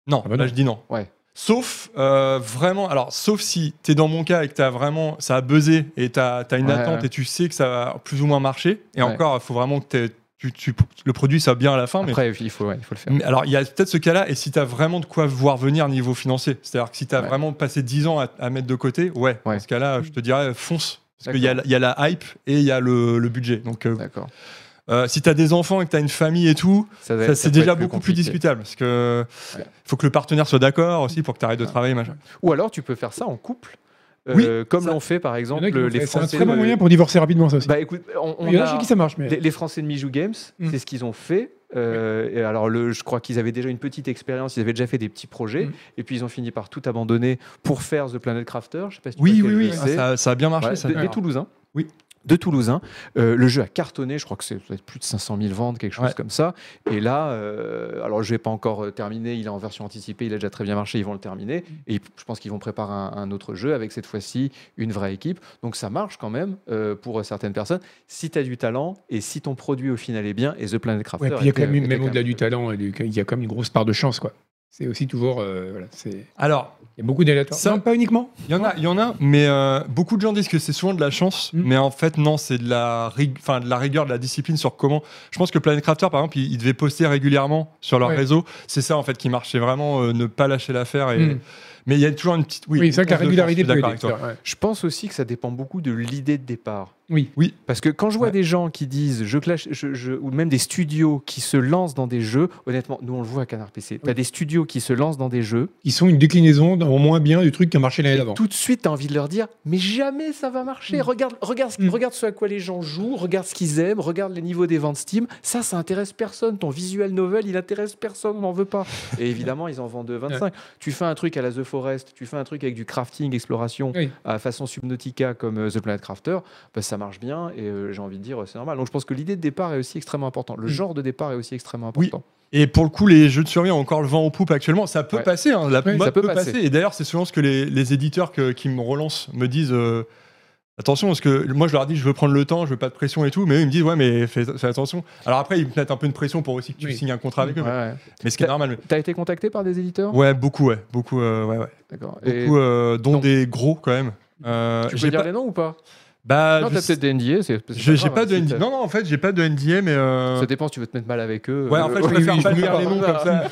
Speaker 3: Non,
Speaker 2: Ah bah
Speaker 3: là
Speaker 2: non.
Speaker 3: je dis non.
Speaker 1: Ouais.
Speaker 3: Sauf euh, vraiment, alors sauf si tu es dans mon cas et que t'as vraiment, ça a buzzé et tu as une
Speaker 1: Ouais,
Speaker 3: attente
Speaker 1: ouais.
Speaker 3: et tu sais que ça va plus ou moins marcher. Et
Speaker 1: Ouais.
Speaker 3: encore, il faut vraiment que t'aies- tu, tu- le produit soit bien à la fin. Mais,
Speaker 1: Après, il faut, ouais, il faut le faire.
Speaker 3: mais alors il y a peut-être ce cas-là et si tu as vraiment de quoi voir venir niveau financier, c'est-à-dire que si tu as
Speaker 1: Ouais.
Speaker 3: vraiment passé dix ans à, à mettre de côté, ouais,
Speaker 1: Ouais.
Speaker 3: dans ce cas-là, je te dirais fonce. Parce qu'il y, a
Speaker 1: D'accord.
Speaker 3: la- il y a la hype et il y a le, le budget. Donc euh,
Speaker 1: D'accord.
Speaker 3: euh, si tu as des enfants et que tu as une famille et tout,
Speaker 1: Ça, va-
Speaker 3: ça,
Speaker 1: ça
Speaker 3: c'est
Speaker 1: peut
Speaker 3: déjà
Speaker 1: être
Speaker 3: beaucoup plus
Speaker 1: compliqué.
Speaker 3: discutable parce que
Speaker 1: Ouais.
Speaker 3: faut que le partenaire soit d'accord aussi pour que tu arrêtes de
Speaker 1: Ouais.
Speaker 3: travailler. Machin.
Speaker 1: Ou alors, tu peux faire ça en couple.
Speaker 3: Oui,
Speaker 1: Euh, comme
Speaker 3: ça-
Speaker 1: l'ont fait par
Speaker 2: Il y en
Speaker 1: exemple
Speaker 2: a qui l'ont
Speaker 1: les
Speaker 2: fait. C'est un
Speaker 1: Français.
Speaker 2: très bon
Speaker 1: de-
Speaker 2: moyen pour divorcer rapidement, ça aussi.
Speaker 1: Bah écoute, on, on
Speaker 2: Il y en a
Speaker 1: a-
Speaker 2: chez qui ça marche, mais.
Speaker 1: les, les Français de Mijou Games,
Speaker 2: Mm.
Speaker 1: c'est ce qu'ils ont fait. Euh, et alors, le, je crois qu'ils avaient déjà une petite expérience, ils avaient déjà fait des petits projets,
Speaker 2: Mm.
Speaker 1: et puis ils ont fini par tout abandonner pour faire The Planet Crafter. Je sais pas si tu
Speaker 3: Oui,
Speaker 1: vois
Speaker 3: oui,
Speaker 1: quel
Speaker 3: oui,
Speaker 1: jeu
Speaker 3: ah,
Speaker 1: c'est.
Speaker 3: ça, ça a bien marché.
Speaker 1: Ouais,
Speaker 3: ça.
Speaker 1: de-
Speaker 3: d'ailleurs.
Speaker 1: des Toulousains.
Speaker 3: Oui.
Speaker 1: De Toulousains. Euh, le jeu a cartonné, je crois que c'est peut-être plus de cinq cent mille ventes, quelque chose
Speaker 3: Ouais.
Speaker 1: comme ça. Et là, euh, alors je ne l'ai pas encore euh, terminé, il est en version anticipée, il a déjà très bien marché, ils vont le terminer. Et je pense qu'ils vont préparer un, un autre jeu avec cette fois-ci une vraie équipe. Donc ça marche quand même euh, pour certaines personnes. Si tu as du talent et si ton produit au final est bien, et The Planet Crafter.
Speaker 2: Ouais, puis il y a
Speaker 1: était-
Speaker 2: quand même, une-
Speaker 1: était
Speaker 2: même
Speaker 1: quand
Speaker 2: au-delà
Speaker 1: même-
Speaker 2: du talent, et du- il y a quand même une grosse part de chance, quoi. C'est aussi toujours. euh, voilà, c'est.
Speaker 3: Alors,
Speaker 2: Il y a beaucoup d'aléatoires.
Speaker 3: Ça-
Speaker 2: Non, pas uniquement.
Speaker 3: il y en a, il y en a, mais euh, beaucoup de gens disent que c'est souvent de la chance,
Speaker 2: Mm.
Speaker 3: mais en fait non, c'est de la, rig- enfin de la rigueur, de la discipline sur comment. Je pense que Planet Crafter, par exemple, ils, ils devaient poster régulièrement sur leur
Speaker 2: Ouais.
Speaker 3: réseau. C'est ça en fait qui marche, c'est vraiment euh, ne pas lâcher l'affaire. Et...
Speaker 2: Mm.
Speaker 3: Mais il y a toujours une petite. Oui,
Speaker 2: Oui, c'est vrai que la
Speaker 3: une once de
Speaker 2: régularité
Speaker 3: chance, je
Speaker 2: peut
Speaker 3: suis d'accord
Speaker 2: aider.
Speaker 3: avec toi.
Speaker 2: Ouais.
Speaker 1: Je pense aussi que ça dépend beaucoup de l'idée de départ.
Speaker 2: Oui.
Speaker 3: Oui.
Speaker 1: Parce que quand je vois
Speaker 3: Ouais.
Speaker 1: des gens qui disent, je clash, je, je- ou même des studios qui se lancent dans des jeux, honnêtement, nous on le voit à Canard P C, tu as
Speaker 2: Oui.
Speaker 1: des studios qui se lancent dans des jeux,
Speaker 2: Ils sont une déclinaison au moins bien du truc qui a marché l'année
Speaker 1: et
Speaker 2: d'avant.
Speaker 1: tout de suite tu as envie de leur dire, mais jamais ça va marcher,
Speaker 2: Mm.
Speaker 1: regarde, regarde, ce-
Speaker 2: Mm.
Speaker 1: regarde ce à quoi les gens jouent, regarde ce qu'ils aiment, regarde les niveaux des ventes Steam, ça, ça intéresse personne, ton visual novel, il intéresse personne, on n'en veut pas. Et évidemment, ils en vendent vingt-cinq. Tu fais un truc à la The Forest, tu fais un truc avec du crafting, exploration,
Speaker 2: Oui.
Speaker 1: à façon Subnautica comme euh, The Planet Crafter, bah, ça marche bien et euh, j'ai envie de dire c'est normal. Donc je pense que l'idée de départ est aussi extrêmement importante. Le
Speaker 2: Mm.
Speaker 1: genre de départ est aussi extrêmement
Speaker 3: Oui.
Speaker 1: important.
Speaker 3: Et pour le coup, les jeux de survie ont encore le vent en poupe actuellement. Ça peut
Speaker 1: Ouais.
Speaker 3: passer, hein, la
Speaker 2: Oui,
Speaker 3: mode
Speaker 1: ça peut
Speaker 3: peut,
Speaker 1: passer.
Speaker 3: passer. Et d'ailleurs, c'est souvent ce que les, les éditeurs que- qui me relancent me disent. euh, Attention, parce que moi je leur dis je veux prendre le temps, je veux pas de pression et tout, mais eux ils me disent ouais mais fais, fais attention. Alors après ils me mettent un peu une pression pour aussi que tu
Speaker 2: Oui.
Speaker 3: signes un contrat avec eux,
Speaker 1: Ouais,
Speaker 3: mais,
Speaker 1: ouais.
Speaker 3: mais ce qui est normal. mais-
Speaker 1: T'as été contacté par des éditeurs
Speaker 3: Ouais, beaucoup, ouais, beaucoup, euh, ouais, ouais.
Speaker 1: D'accord. Et
Speaker 3: Beaucoup, euh, dont
Speaker 1: non.
Speaker 3: des gros quand même. Euh,
Speaker 1: tu
Speaker 3: j'ai
Speaker 1: peux dire
Speaker 3: pas-
Speaker 1: les noms ou pas
Speaker 3: Bah,
Speaker 1: Non,
Speaker 3: je
Speaker 1: t'as
Speaker 3: sais-
Speaker 1: peut-être des N D A. c'est- c'est
Speaker 3: je- j'ai
Speaker 1: grave,
Speaker 3: pas
Speaker 1: hein,
Speaker 3: de
Speaker 1: si
Speaker 3: N D A.
Speaker 1: t'as-
Speaker 3: Non, non, en fait, j'ai pas de N D A, mais. euh,
Speaker 1: Ça dépend si tu veux te mettre mal avec eux.
Speaker 3: Ouais, en fait, je
Speaker 1: Euh,
Speaker 3: préfère
Speaker 2: oui,
Speaker 3: pas
Speaker 2: oui,
Speaker 3: dire
Speaker 2: oui,
Speaker 3: les noms
Speaker 1: voilà.
Speaker 3: comme ça.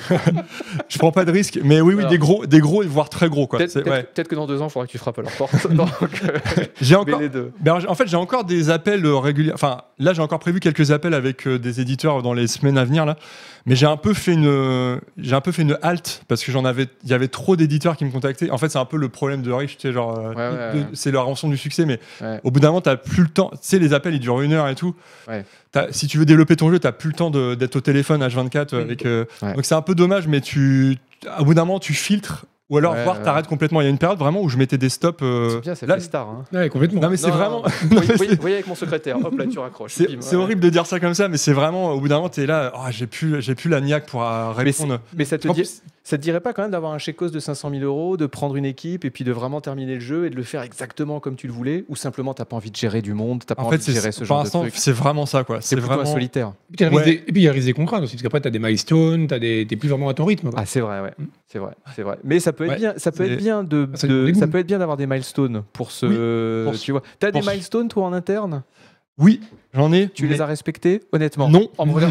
Speaker 3: je prends pas de risque. Mais oui, oui,
Speaker 1: Alors.
Speaker 3: des gros, des gros, voire très gros, quoi.
Speaker 1: Peut-être
Speaker 3: C'est-
Speaker 1: peut-être-
Speaker 3: ouais.
Speaker 1: peut-être que dans deux ans, il faudra que tu frappes à leur porte. Donc, euh,
Speaker 3: J'ai
Speaker 1: mais
Speaker 3: encore.
Speaker 1: les deux.
Speaker 3: Ben, en fait, j'ai encore des appels euh, réguliers. Enfin, là, j'ai encore prévu quelques appels avec euh, des éditeurs dans les semaines à venir, là. Mais j'ai un peu fait une, euh, j'ai un peu fait une halte parce que j'en avais, il y avait trop d'éditeurs qui me contactaient. En fait, c'est un peu le problème de Rich, tu sais, genre, euh,
Speaker 1: Ouais, ouais,
Speaker 3: de-
Speaker 1: ouais.
Speaker 3: c'est la rançon du succès, mais
Speaker 1: Ouais.
Speaker 3: au bout d'un moment, t'as plus le temps. Tu sais, les appels, ils durent une heure et tout.
Speaker 1: Ouais.
Speaker 3: T'as- si tu veux développer ton jeu, t'as plus le temps de- d'être au téléphone H vingt-quatre avec. euh,
Speaker 1: Ouais.
Speaker 3: Donc c'est un peu dommage, mais tu, au bout d'un moment, tu filtres. Ou alors,
Speaker 1: Ouais,
Speaker 3: voire
Speaker 1: ouais.
Speaker 3: t'arrêtes complètement. Il y a une période vraiment où je mettais des stops. euh,
Speaker 1: C'est bien, c'est
Speaker 3: là-
Speaker 1: les stars. Hein.
Speaker 2: Ouais, complètement.
Speaker 3: Non, mais c'est
Speaker 1: Non,
Speaker 3: vraiment.
Speaker 1: Voyez, voyez- voyez avec mon secrétaire. Hop là, tu raccroches.
Speaker 3: C'est
Speaker 1: Bim,
Speaker 3: c'est
Speaker 1: ouais.
Speaker 3: horrible de dire ça comme ça, mais c'est vraiment, au bout d'un moment, t'es là, oh, j'ai plus, j'ai plus la niaque pour euh,
Speaker 1: Mais, c'est-
Speaker 3: répondre.
Speaker 1: mais ça te
Speaker 3: En
Speaker 1: dit-
Speaker 3: plus-
Speaker 1: ça te dirait pas quand même d'avoir un chèque de cinq cent mille euros, de prendre une équipe et puis de vraiment terminer le jeu et de le faire exactement comme tu le voulais, ou simplement t'as pas envie de gérer du monde, t'as pas
Speaker 3: En
Speaker 1: envie
Speaker 3: fait,
Speaker 1: de gérer
Speaker 3: c'est
Speaker 1: ce
Speaker 3: pour
Speaker 1: genre de
Speaker 3: l'instant,
Speaker 1: truc.
Speaker 3: c'est vraiment ça, quoi.
Speaker 1: C'est
Speaker 3: C'est
Speaker 1: plutôt
Speaker 3: vraiment.
Speaker 1: un solitaire.
Speaker 2: Et puis, il y a
Speaker 3: Ouais.
Speaker 2: risque des- et puis il y a risque des contraintes aussi, parce qu'après, tu as des milestones, t'as des... t'es plus vraiment à ton rythme. quoi.
Speaker 1: Ah c'est vrai, ouais.
Speaker 2: Mm.
Speaker 1: C'est vrai, c'est vrai. Mais ça peut être
Speaker 3: Ouais,
Speaker 1: bien, ça peut
Speaker 3: c'est-
Speaker 1: être bien de,
Speaker 2: Ah, ça
Speaker 1: de-
Speaker 2: dépend des
Speaker 1: ça
Speaker 2: goûts.
Speaker 1: peut être bien d'avoir des milestones pour ce,
Speaker 3: pour-
Speaker 1: tu vois. T'as des
Speaker 3: pour-
Speaker 1: milestones toi en interne?
Speaker 3: Oui, j'en ai.
Speaker 1: Tu
Speaker 3: mais-
Speaker 1: les as respectés honnêtement?
Speaker 3: Non.
Speaker 1: En vrai,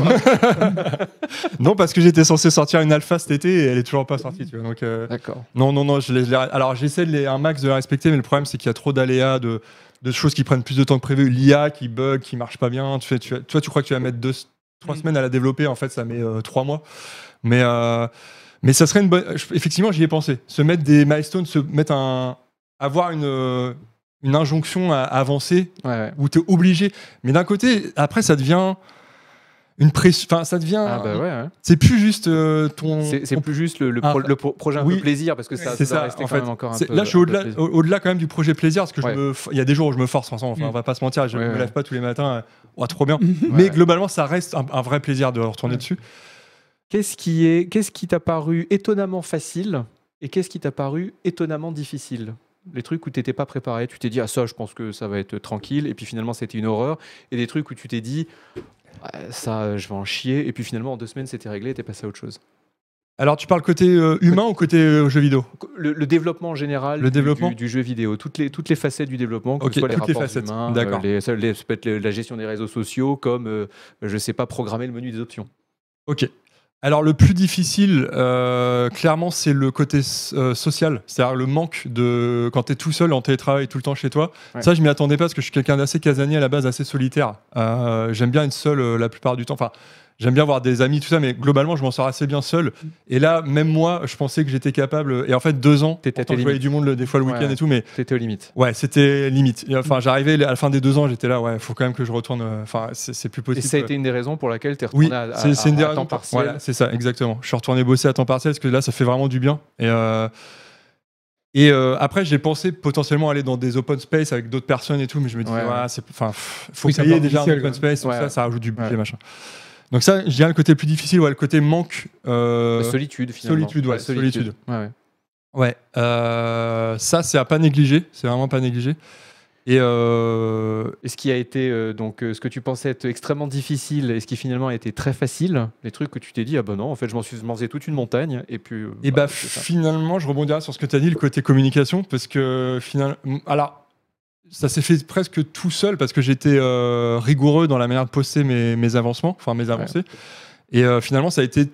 Speaker 3: Non, parce que j'étais censé sortir une alpha cet été et elle est toujours pas sortie, tu vois. Donc, euh,
Speaker 1: D'accord.
Speaker 3: non, non, non. Je les, je les- alors, j'essaie de les, un max de les respecter, mais le problème, c'est qu'il y a trop d'aléas, de, de choses qui prennent plus de temps que prévu. L'I A qui bug, qui marche pas bien. Tu fais, tu, toi, tu crois que tu vas mettre deux, trois
Speaker 2: Mm.
Speaker 3: semaines à la développer. En fait, ça met euh, trois mois. Mais, euh, mais ça serait une bonne. je- Effectivement, j'y ai pensé. Se mettre des milestones, se mettre un. Avoir une. euh, une injonction à avancer
Speaker 1: Ouais, ouais.
Speaker 3: où tu es obligé. Mais d'un côté, après, ça devient une pression. Enfin, ça devient.
Speaker 1: Ah bah ouais. ouais.
Speaker 3: C'est plus juste euh, ton.
Speaker 1: C'est c'est
Speaker 3: ton-
Speaker 1: plus juste le, le,
Speaker 3: Ah,
Speaker 1: pro- le pro- projet un
Speaker 3: oui.
Speaker 1: peu plaisir parce que ça,
Speaker 3: C'est
Speaker 1: ça va
Speaker 3: ça,
Speaker 1: rester
Speaker 3: en
Speaker 1: quand
Speaker 3: fait.
Speaker 1: même encore un
Speaker 3: C'est-
Speaker 1: peu.
Speaker 3: Là, je suis
Speaker 1: un peu
Speaker 3: au-delà,
Speaker 1: plaisir.
Speaker 3: au- au-delà quand même du projet plaisir, parce que
Speaker 1: Ouais.
Speaker 3: je me, f- il y a des jours où je me force, de toute façon, enfin,
Speaker 2: Mm.
Speaker 3: on va pas se mentir, je
Speaker 1: Ouais,
Speaker 3: me
Speaker 1: ouais.
Speaker 3: lève pas tous les matins, euh, oh, trop bien.
Speaker 1: Ouais.
Speaker 3: Mais globalement, ça reste un, un vrai plaisir de retourner
Speaker 2: Ouais.
Speaker 3: dessus.
Speaker 1: Qu'est-ce qui est, qu'est-ce qui t'a paru étonnamment facile et qu'est-ce qui t'a paru étonnamment difficile? Les trucs où tu n'étais pas préparé, tu t'es dit ah ça je pense que ça va être tranquille et puis finalement c'était une horreur, et des trucs où tu t'es dit ouais, ça je vais en chier et puis finalement en deux semaines c'était réglé et t'es passé à autre chose.
Speaker 3: Alors, tu parles côté euh, humain ou côté euh, jeu vidéo?
Speaker 1: Le, le développement en général
Speaker 3: Le
Speaker 1: du,
Speaker 3: développement
Speaker 1: du, du jeu vidéo, toutes les, toutes les facettes du développement, que
Speaker 3: Ok,
Speaker 1: ce soit les
Speaker 3: toutes les
Speaker 1: rapports
Speaker 3: facettes,
Speaker 1: humains,
Speaker 3: d'accord.
Speaker 1: euh, les, ça, les- ça peut être le- la gestion des réseaux sociaux, comme, euh, je sais pas, programmer le menu des options.
Speaker 3: Ok. Alors, le plus difficile, euh, clairement, c'est le côté euh, social. C'est-à-dire le manque de. Quand tu es tout seul en télétravail tout le temps chez toi.
Speaker 1: Ouais.
Speaker 3: Ça, je m'y attendais pas parce que je suis quelqu'un d'assez casanier à la base, assez solitaire. Euh, J'aime bien être seul euh, la plupart du temps. Enfin, j'aime bien avoir des amis, tout ça, mais globalement, je m'en sors assez bien seul. Et là, même moi, je pensais que j'étais capable. Et en fait, deux ans,
Speaker 1: T'étais à
Speaker 3: pourtant,
Speaker 1: tes
Speaker 3: je voyais
Speaker 1: limites.
Speaker 3: du monde le- des fois le
Speaker 1: Ouais,
Speaker 3: week-end
Speaker 1: ouais.
Speaker 3: et tout, mais
Speaker 1: T'étais aux limites.
Speaker 3: ouais, c'était limite. Et, enfin, j'arrivais à la fin des deux ans, j'étais là, ouais, faut quand même que je retourne. euh, Enfin, c'est c'est plus
Speaker 1: Et
Speaker 3: possible.
Speaker 1: ça a
Speaker 3: quoi.
Speaker 1: été une des raisons pour laquelle tu es
Speaker 3: Oui,
Speaker 1: retourné à, à-
Speaker 3: c'est c'est une des
Speaker 1: à- à
Speaker 3: raisons
Speaker 1: temps
Speaker 3: pour-
Speaker 1: partiel.
Speaker 3: Voilà, c'est ça, exactement. Je suis retourné bosser à temps partiel parce que là, ça fait vraiment du bien. Et, euh, et euh, après, j'ai pensé potentiellement aller dans des open space avec d'autres personnes et tout, mais je me dis,
Speaker 1: Ouais,
Speaker 3: ouais,
Speaker 1: ouais.
Speaker 3: c'est, enfin, pff, faut
Speaker 2: Oui, c'est
Speaker 3: payer
Speaker 2: un peu
Speaker 3: déjà un
Speaker 2: artificiel,
Speaker 3: open
Speaker 2: quoi.
Speaker 3: space, tout
Speaker 1: Ouais,
Speaker 3: ça,
Speaker 1: ouais.
Speaker 3: ça rajoute du budget,
Speaker 1: Ouais.
Speaker 3: machin. Donc ça, je dirais le côté plus difficile, ouais, le côté manque. euh,
Speaker 1: La solitude, finalement.
Speaker 3: solitude, ouais,
Speaker 1: La
Speaker 3: solitude.
Speaker 1: Ouais, ouais.
Speaker 3: Ouais, euh, ça, c'est à pas négliger, c'est vraiment pas négliger. Et euh,
Speaker 1: Et ce qui a été, euh, donc, euh, ce que tu pensais être extrêmement difficile et ce qui finalement a été très facile, les trucs que tu t'es dit, ah ben non, en fait, je m'en suis je m'en faisais toute une montagne. Et puis. euh,
Speaker 3: Et bah,
Speaker 1: c'est ça.
Speaker 3: finalement, je rebondirai sur ce que tu as dit, le côté communication, parce que finalement, alors, ça s'est fait presque tout seul parce que j'étais euh, rigoureux dans la manière de poster mes, mes avancements, enfin mes avancées. Et euh, finalement, ça a été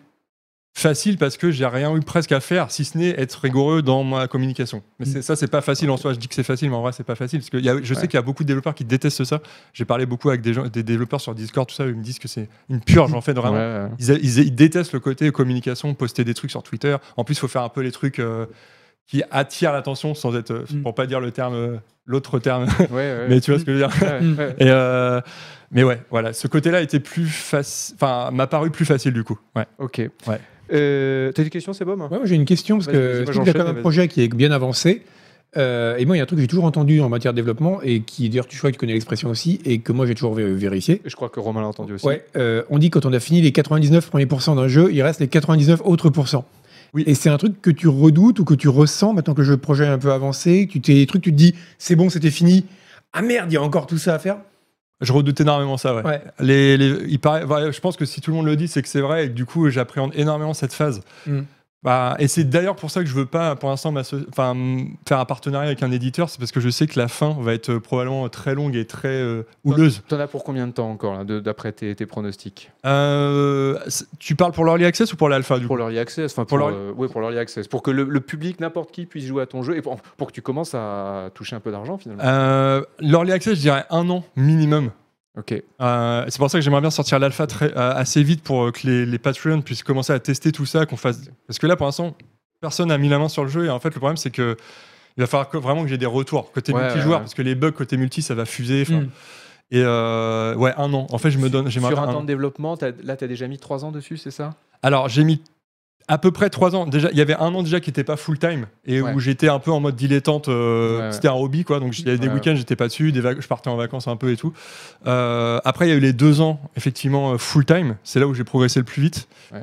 Speaker 3: facile parce que j'ai rien eu presque à faire, si ce n'est être rigoureux dans ma communication. Mais c'est- ça, c'est pas facile en soi. Je dis que c'est facile, mais en vrai, c'est pas facile parce que y a, je sais
Speaker 1: Ouais.
Speaker 3: qu'il y a beaucoup de développeurs qui détestent ça. J'ai parlé beaucoup avec des gens, des développeurs sur Discord, tout ça, ils me disent que c'est une purge en fait vraiment.
Speaker 1: Ouais, ouais.
Speaker 3: Ils, ils- ils détestent le côté communication, poster des trucs sur Twitter. En plus, il faut faire un peu les trucs euh, qui attirent l'attention sans être, euh,
Speaker 2: Mm.
Speaker 3: pour pas dire le terme, euh, l'autre terme,
Speaker 1: Ouais, ouais.
Speaker 3: mais tu vois ce que je veux dire.
Speaker 1: Ouais,
Speaker 2: Mm.
Speaker 1: ouais.
Speaker 3: Et euh, mais ouais, voilà, ce côté-là était plus facile, enfin, m'a paru plus facile du coup. Ouais.
Speaker 1: Ok.
Speaker 3: Ouais.
Speaker 1: Euh, T'as des questions, c'est bon?
Speaker 2: Ouais, moi j'ai une question parce
Speaker 1: Vas-y, vas-y,
Speaker 2: que
Speaker 1: moi,
Speaker 2: je trouve
Speaker 1: j'enchaîne,
Speaker 2: qu'il y a quand même
Speaker 1: vas-y.
Speaker 2: un projet qui est bien avancé. Euh, et moi, il y a un truc que j'ai toujours entendu en matière de développement et qui, d'ailleurs, tu crois que tu connais l'expression aussi et que moi j'ai toujours vé- vérifié.
Speaker 1: Je crois que Romain l'a entendu aussi.
Speaker 2: Ouais, euh, on dit que quand on a fini les quatre-vingt-dix-neuf premiers pourcents d'un jeu, il reste les quatre-vingt-dix-neuf autres pourcents.
Speaker 3: Oui.
Speaker 2: Et c'est un truc que tu redoutes ou que tu ressens maintenant que le jeu projet est un peu avancé. Tu t'es des trucs, tu te dis, c'est bon, c'était fini. Ah merde, il y a encore tout ça à faire.
Speaker 3: Je redoute énormément ça, ouais.
Speaker 2: Ouais.
Speaker 3: Les, les- il paraît, ouais, je pense que si tout le monde le dit, c'est que c'est vrai et que du coup, j'appréhende énormément cette phase.
Speaker 2: Mm.
Speaker 3: Bah, et c'est d'ailleurs pour ça que je veux pas, pour l'instant, m'asso- enfin, m- faire un partenariat avec un éditeur, c'est parce que je sais que la fin va être euh, probablement très longue et très euh, houleuse.
Speaker 1: T'en as pour combien de temps encore, là, de- d'après tes, tes pronostics?
Speaker 3: Euh, c'est- tu parles pour l'early access ou pour l'alpha du
Speaker 1: Pour
Speaker 3: coup
Speaker 1: l'early access, enfin
Speaker 3: Pour
Speaker 1: pour,
Speaker 3: l'early-
Speaker 1: euh, ouais, pour l'early access, pour que le, le public, n'importe qui, puisse jouer à ton jeu et pour, pour que tu commences à toucher un peu d'argent finalement.
Speaker 3: euh, L'early access, je dirais un an minimum.
Speaker 1: Ok.
Speaker 3: Euh, c'est pour ça que j'aimerais bien sortir l'alpha très, euh, assez vite pour euh, que les, les Patreons puissent commencer à tester tout ça, qu'on fasse. Parce que là, pour l'instant, personne n'a mis la main sur le jeu et en fait, le problème, c'est que il va falloir que, vraiment que j'ai des retours côté
Speaker 1: Ouais,
Speaker 3: multijoueur
Speaker 1: ouais, ouais.
Speaker 3: parce que les bugs côté multi, ça va fuser. enfin.
Speaker 2: Mm.
Speaker 3: Et euh, ouais, un an. En fait, je me donne. j'aimerais
Speaker 1: Sur
Speaker 3: bien
Speaker 1: un
Speaker 3: un
Speaker 1: temps
Speaker 3: an.
Speaker 1: de développement, t'as- là tu as déjà mis trois ans dessus, c'est ça?
Speaker 3: Alors, j'ai mis à peu près trois ans. Déjà, il y avait un an déjà qui n'était pas full time et
Speaker 1: Ouais.
Speaker 3: où j'étais un peu en mode dilettante. euh,
Speaker 1: Ouais, ouais.
Speaker 3: C'était un hobby, quoi. Donc, il y avait des
Speaker 1: Ouais,
Speaker 3: week-ends, j'étais pas dessus. Des vac- je partais en vacances un peu et tout. Euh, après, il y a eu les deux ans, effectivement, euh, full time. C'est là où j'ai progressé le plus vite.
Speaker 1: Ouais.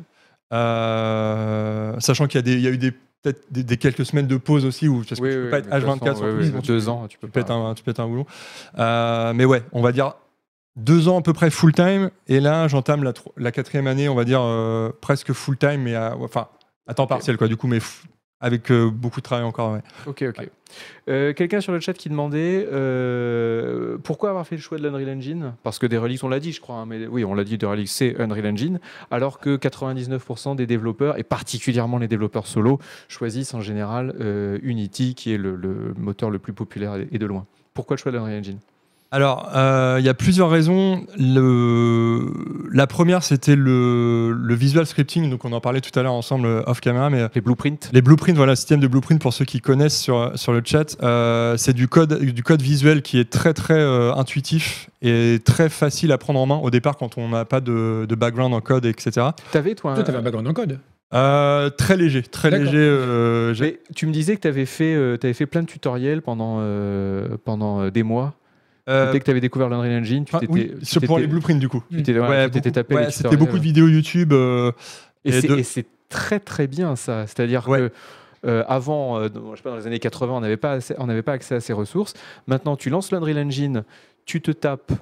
Speaker 3: Euh, sachant qu'il y a, des, il y a eu des, peut-être des, des quelques semaines de pause aussi où parce que
Speaker 1: Oui,
Speaker 3: tu peux
Speaker 1: oui,
Speaker 3: pas
Speaker 1: oui,
Speaker 3: être
Speaker 1: mais de
Speaker 3: H vingt-quatre
Speaker 1: toute
Speaker 3: sur
Speaker 1: façon,
Speaker 3: tout,
Speaker 1: oui,
Speaker 3: sinon
Speaker 1: oui,
Speaker 3: tu-
Speaker 1: deux ans, tu peux
Speaker 3: tu pètes
Speaker 1: pas.
Speaker 3: un, tu pètes un boulon. Euh, mais ouais, on va dire deux ans à peu près full time. Et là, j'entame la, tro- la quatrième année, on va dire euh, presque full time, mais à, enfin à temps partiel, quoi. Du coup, mais f- avec euh, beaucoup de travail encore. Ouais.
Speaker 1: Ok, ok.
Speaker 3: Ouais.
Speaker 1: Euh, Quelqu'un sur le chat qui demandait euh, pourquoi avoir fait le choix de l'Unreal Engine? Parce que Derelix, on l'a dit, je crois, hein, mais oui, on l'a dit, Derelix, c'est Unreal Engine, alors que quatre-vingt-dix-neuf pour cent des développeurs, et particulièrement les développeurs solo, choisissent en général euh, Unity, qui est le, le moteur le plus populaire et de loin. Pourquoi le choix de l'Unreal Engine?
Speaker 3: Alors, euh, il y a plusieurs raisons. Le... La première, c'était le, le visual scripting. Donc, on en parlait tout à l'heure ensemble euh, off camera, mais euh,
Speaker 1: Les blueprints?
Speaker 3: les blueprints, voilà, système de blueprint pour ceux qui connaissent sur, sur le chat, euh, c'est du code, du code visuel qui est très très euh, intuitif et très facile à prendre en main au départ quand on n'a pas de, de background en code, et cetera.
Speaker 1: T'avais, toi, un-
Speaker 2: Toi, t'avais un background en code.
Speaker 3: Euh, très léger, très
Speaker 2: D'accord.
Speaker 3: léger. euh, j'ai-
Speaker 1: Mais tu me disais que tu avais fait, euh, t'avais fait plein de tutoriels pendant, euh, pendant euh, des mois.
Speaker 3: euh,
Speaker 1: Dès que tu avais découvert l'Unreal Engine, tu
Speaker 3: enfin,
Speaker 1: t'étais.
Speaker 3: oui,
Speaker 1: tu
Speaker 3: sur- pour
Speaker 1: t'étais-
Speaker 3: les blueprints du coup.
Speaker 1: tu t'étais- ouais,
Speaker 3: Ouais,
Speaker 1: tu t'étais
Speaker 3: beaucoup-
Speaker 1: tapé
Speaker 3: ouais,
Speaker 1: les
Speaker 3: c'était
Speaker 1: tutoriels.
Speaker 3: beaucoup de vidéos YouTube. euh,
Speaker 1: Et
Speaker 3: et
Speaker 1: c'est
Speaker 3: de-
Speaker 1: et c'est très très bien ça. C'est-à-dire
Speaker 3: Ouais.
Speaker 1: que euh, avant, euh, dans, je sais pas, dans les années quatre-vingts, on n'avait pas, assez- on n'avait pas accès à ces ressources. Maintenant, tu lances l'Unreal Engine, tu te tapes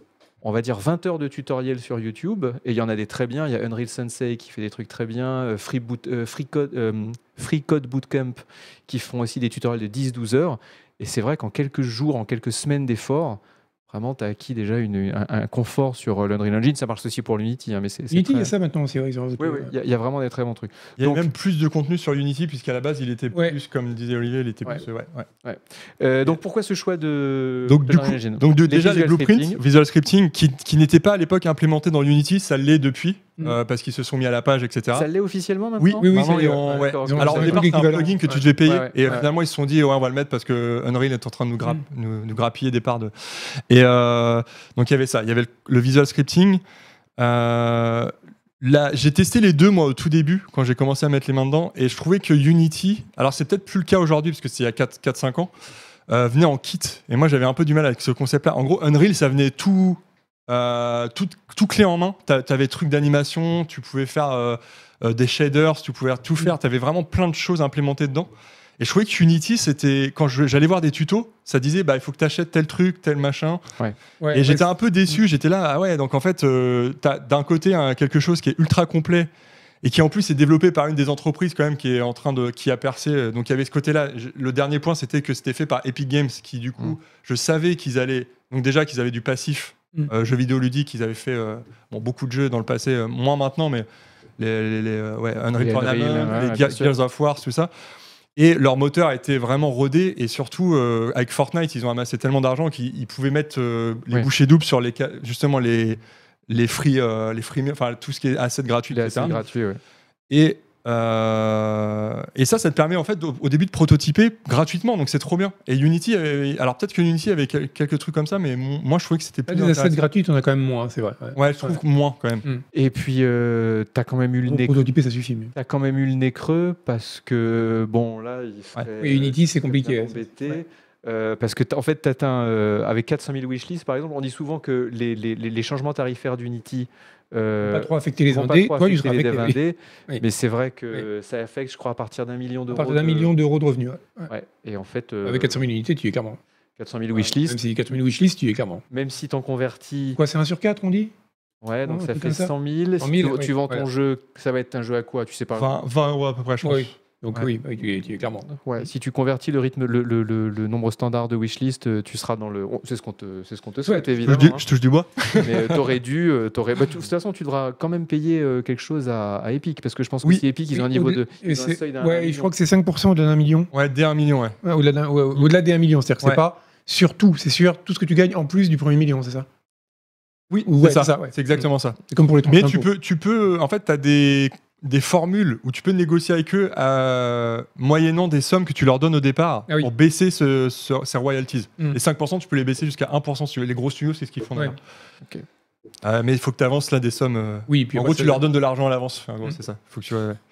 Speaker 1: on va dire vingt heures de tutoriels sur YouTube, et il y en a des très bien. Il y a Unreal Sensei qui fait des trucs très bien, euh, Free, Boot, euh, Free, Code, euh, Free Code Bootcamp qui font aussi des tutoriels de dix douze heures. Et c'est vrai qu'en quelques jours, en quelques semaines d'efforts, vraiment, tu as acquis déjà une, un, un confort sur l'Unreal Engine. Ça marche aussi pour l'Unity. Hein, mais c'est, c'est
Speaker 2: Unity, il
Speaker 1: très...
Speaker 2: y a ça maintenant aussi. Ouais, ils ont
Speaker 1: Oui, oui, il y, y a vraiment des très bons trucs.
Speaker 3: Il y a
Speaker 1: Donc,
Speaker 3: même plus de contenu sur Unity, puisqu'à la base, il était
Speaker 2: Ouais.
Speaker 3: plus, comme disait Olivier, il était
Speaker 1: Ouais.
Speaker 3: plus. Ouais, ouais.
Speaker 1: euh, donc pourquoi ce choix de,
Speaker 3: Donc,
Speaker 1: de
Speaker 3: du
Speaker 1: Unreal
Speaker 3: coup,
Speaker 1: Engine
Speaker 3: donc de,
Speaker 1: Les
Speaker 3: déjà, les
Speaker 1: visual
Speaker 3: blueprints,
Speaker 1: scripting.
Speaker 3: visual scripting, qui, qui n'étaient pas à l'époque implémentés dans Unity, ça l'est depuis,
Speaker 2: Mm.
Speaker 3: euh, parce qu'ils se sont mis à la page, et cetera.
Speaker 1: Ça l'est officiellement maintenant
Speaker 3: Oui,
Speaker 2: Oui, oui,
Speaker 3: maintenant,
Speaker 2: ça y est,
Speaker 3: ils ont-
Speaker 1: ouais,
Speaker 3: ouais.
Speaker 1: d'accord,
Speaker 2: Ils ont-
Speaker 3: Alors
Speaker 2: c'est
Speaker 3: au
Speaker 2: un
Speaker 3: départ,
Speaker 2: truc
Speaker 3: c'était un
Speaker 2: équivalent.
Speaker 3: plugin que tu
Speaker 2: Ouais.
Speaker 3: devais payer,
Speaker 1: Ouais, ouais,
Speaker 3: et
Speaker 1: ouais.
Speaker 3: finalement, ils se sont dit, ouais, on va le mettre parce que Unreal est en train de nous, grapp- nous, nous grappiller des parts de. Et euh, donc, il y avait ça. Il y avait le, le visual scripting. Euh, là, j'ai testé les deux, moi, au tout début, quand j'ai commencé à mettre les mains dedans, et je trouvais que Unity, alors c'est peut-être plus le cas aujourd'hui, parce que c'est il y a quatre cinq ans, euh, venait en kit. Et moi, j'avais un peu du mal avec ce concept-là. En gros, Unreal, ça venait tout, euh, tout, tout clé en main. Tu avais trucs d'animation, tu pouvais faire euh, euh, des shaders, tu pouvais tout faire. Tu avais vraiment plein de choses implémentées dedans. Et je trouvais que Unity, c'était quand je- j'allais voir des tutos, ça disait bah il faut que tu achètes tel truc, tel machin.
Speaker 2: Ouais,
Speaker 3: Et
Speaker 2: ouais,
Speaker 3: j'étais un peu déçu. J'étais là, ah ouais, donc en fait, euh, tu as d'un côté un- quelque chose qui est ultra complet et qui en plus est développé par une des entreprises quand même qui est en train de qui a percé. Donc il y avait ce côté-là. Je- Le dernier point, c'était que c'était fait par Epic Games, qui du coup,
Speaker 1: Mm.
Speaker 3: je savais qu'ils allaient. Donc déjà qu'ils avaient du passif,
Speaker 2: Mm.
Speaker 3: euh, jeux vidéo ludiques, ils avaient fait euh, bon, beaucoup de jeux dans le passé, euh, moins maintenant, mais les, les, les, euh, ouais, Unreal
Speaker 1: Les
Speaker 3: Tournament,
Speaker 1: Unreal, ouais,
Speaker 3: les
Speaker 1: ouais,
Speaker 3: Gears
Speaker 1: bien sûr.
Speaker 3: Gears of War, tout ça. Et leur moteur a été vraiment rodé, et surtout euh, avec Fortnite, ils ont amassé tellement d'argent qu'ils ils pouvaient mettre euh, les
Speaker 1: Ouais.
Speaker 3: bouchées doubles sur les ca- justement les les free euh, les free enfin tout ce qui est asset gratuit,
Speaker 1: Il est
Speaker 3: et
Speaker 1: assez
Speaker 3: cetera.
Speaker 1: gratuit, ouais.
Speaker 3: Et euh, et ça, ça te permet en fait au, au début de prototyper gratuitement, donc c'est trop bien. Et Unity, avait- alors peut-être que Unity avait quel- quelques trucs comme ça, mais mon- moi je trouvais que c'était
Speaker 2: Là,
Speaker 3: plus
Speaker 2: des assets
Speaker 3: intéressant.
Speaker 2: gratuits, on a quand même moins, c'est vrai. Ouais,
Speaker 3: Ouais, je trouve que moins quand même.
Speaker 1: Et puis, euh, tu as quand même eu le
Speaker 2: Pour
Speaker 1: nez
Speaker 2: prototyper, ça suffit. Mais...
Speaker 1: T'as quand même eu le nez creux parce que, bon, là, il serait,
Speaker 2: Oui, Unity, c'est
Speaker 1: il serait
Speaker 2: compliqué,
Speaker 1: bien
Speaker 2: ouais.
Speaker 1: embêté.
Speaker 2: Ouais.
Speaker 1: Euh, parce que, t'as- en fait, tu atteins, euh, avec quatre cent mille wishlists, par exemple, on dit souvent que les, les, les- les changements tarifaires d'Unity euh,
Speaker 2: pas trop affecter les
Speaker 1: vont pas
Speaker 2: indés.
Speaker 1: trop
Speaker 2: Toi, tu
Speaker 1: affecter
Speaker 2: seras
Speaker 1: les
Speaker 2: affecté.
Speaker 1: dev
Speaker 2: oui.
Speaker 1: indés,
Speaker 2: Oui.
Speaker 1: mais c'est vrai que ça affecte, je crois, à partir d'un million
Speaker 2: À
Speaker 1: d'euros.
Speaker 2: partir d'un
Speaker 1: de-
Speaker 2: million d'euros de revenus. Ouais.
Speaker 1: Ouais. Et en fait, euh,
Speaker 2: Avec quatre cent mille unités, tu y es clairement.
Speaker 1: quatre cent mille
Speaker 2: Même
Speaker 1: wishlists,
Speaker 2: si quatre cent mille wishlists, tu y es clairement.
Speaker 1: même si t'en convertis,
Speaker 2: Quoi, c'est un sur quatre, on dit
Speaker 1: ouais, donc
Speaker 2: Ouais, un
Speaker 1: ça
Speaker 2: truc
Speaker 1: fait
Speaker 2: comme ça.
Speaker 1: cent mille.
Speaker 2: cent
Speaker 1: Si
Speaker 2: mille,
Speaker 1: tu, tu
Speaker 2: oui,
Speaker 1: vends ton
Speaker 2: voilà.
Speaker 1: jeu, ça va être un jeu à quoi? Tu sais pas.
Speaker 3: vingt, vingt euros à peu près, je pense.
Speaker 2: Oui. Donc
Speaker 3: Ouais.
Speaker 2: oui, oui, tu y es, tu y es clairement.
Speaker 1: Ouais, si tu convertis le rythme, le, le- le- le nombre standard de wishlist, euh, tu seras dans le. on- C'est ce qu'on te, c'est ce qu'on te souhaite
Speaker 2: Ouais.
Speaker 3: Je,
Speaker 1: évidemment.
Speaker 3: dis-
Speaker 1: hein.
Speaker 3: je touche du bois.
Speaker 1: Mais tu aurais dû, euh, t'aurais- bah, tu- de toute façon, tu devras quand même payer euh, quelque chose à, à Epic, parce que je pense que
Speaker 3: Oui.
Speaker 1: si Epic ils ont un
Speaker 2: Oui,
Speaker 1: niveau
Speaker 2: au-delà-
Speaker 1: de,
Speaker 2: et
Speaker 1: ils ont un
Speaker 2: c'est-
Speaker 1: seuil d'un- d'un
Speaker 2: Ouais,
Speaker 1: million.
Speaker 2: je crois que c'est cinq pour cent au-delà d'un million.
Speaker 3: Ouais, dès un million, ouais.
Speaker 2: Ouais, au-delà d'un- ouais, au-delà des un million. C'est-à-dire que
Speaker 3: Ouais.
Speaker 2: c'est pas sur tout, c'est sur tout ce que tu gagnes en plus du premier million, c'est ça
Speaker 3: Oui,
Speaker 2: Ouais,
Speaker 3: c'est ça.
Speaker 2: c'est ça, ouais.
Speaker 3: C'est exactement ça.
Speaker 2: C'est comme pour les
Speaker 3: Mais
Speaker 2: tranches
Speaker 3: tu
Speaker 2: d'impôt.
Speaker 3: peux, tu peux, en fait, tu as des, des formules où tu peux négocier avec eux euh, moyennant des sommes que tu leur donnes au départ
Speaker 2: Ah oui.
Speaker 3: pour baisser ce, ce- ces royalties.
Speaker 2: Mm.
Speaker 3: Les cinq pour cent, tu peux les baisser jusqu'à un pour cent. Si tu veux. Les gros studios, c'est ce qu'ils font.
Speaker 2: Ouais.
Speaker 3: d'ailleurs.
Speaker 1: Ok.
Speaker 3: Euh, mais il faut que tu avances là des sommes. euh,
Speaker 2: Oui, puis
Speaker 3: en
Speaker 2: après,
Speaker 3: gros,
Speaker 2: ça-
Speaker 3: tu leur donnes de l'argent à l'avance. En gros,
Speaker 2: Mm.
Speaker 3: c'est ça. Faut que tu. ouais.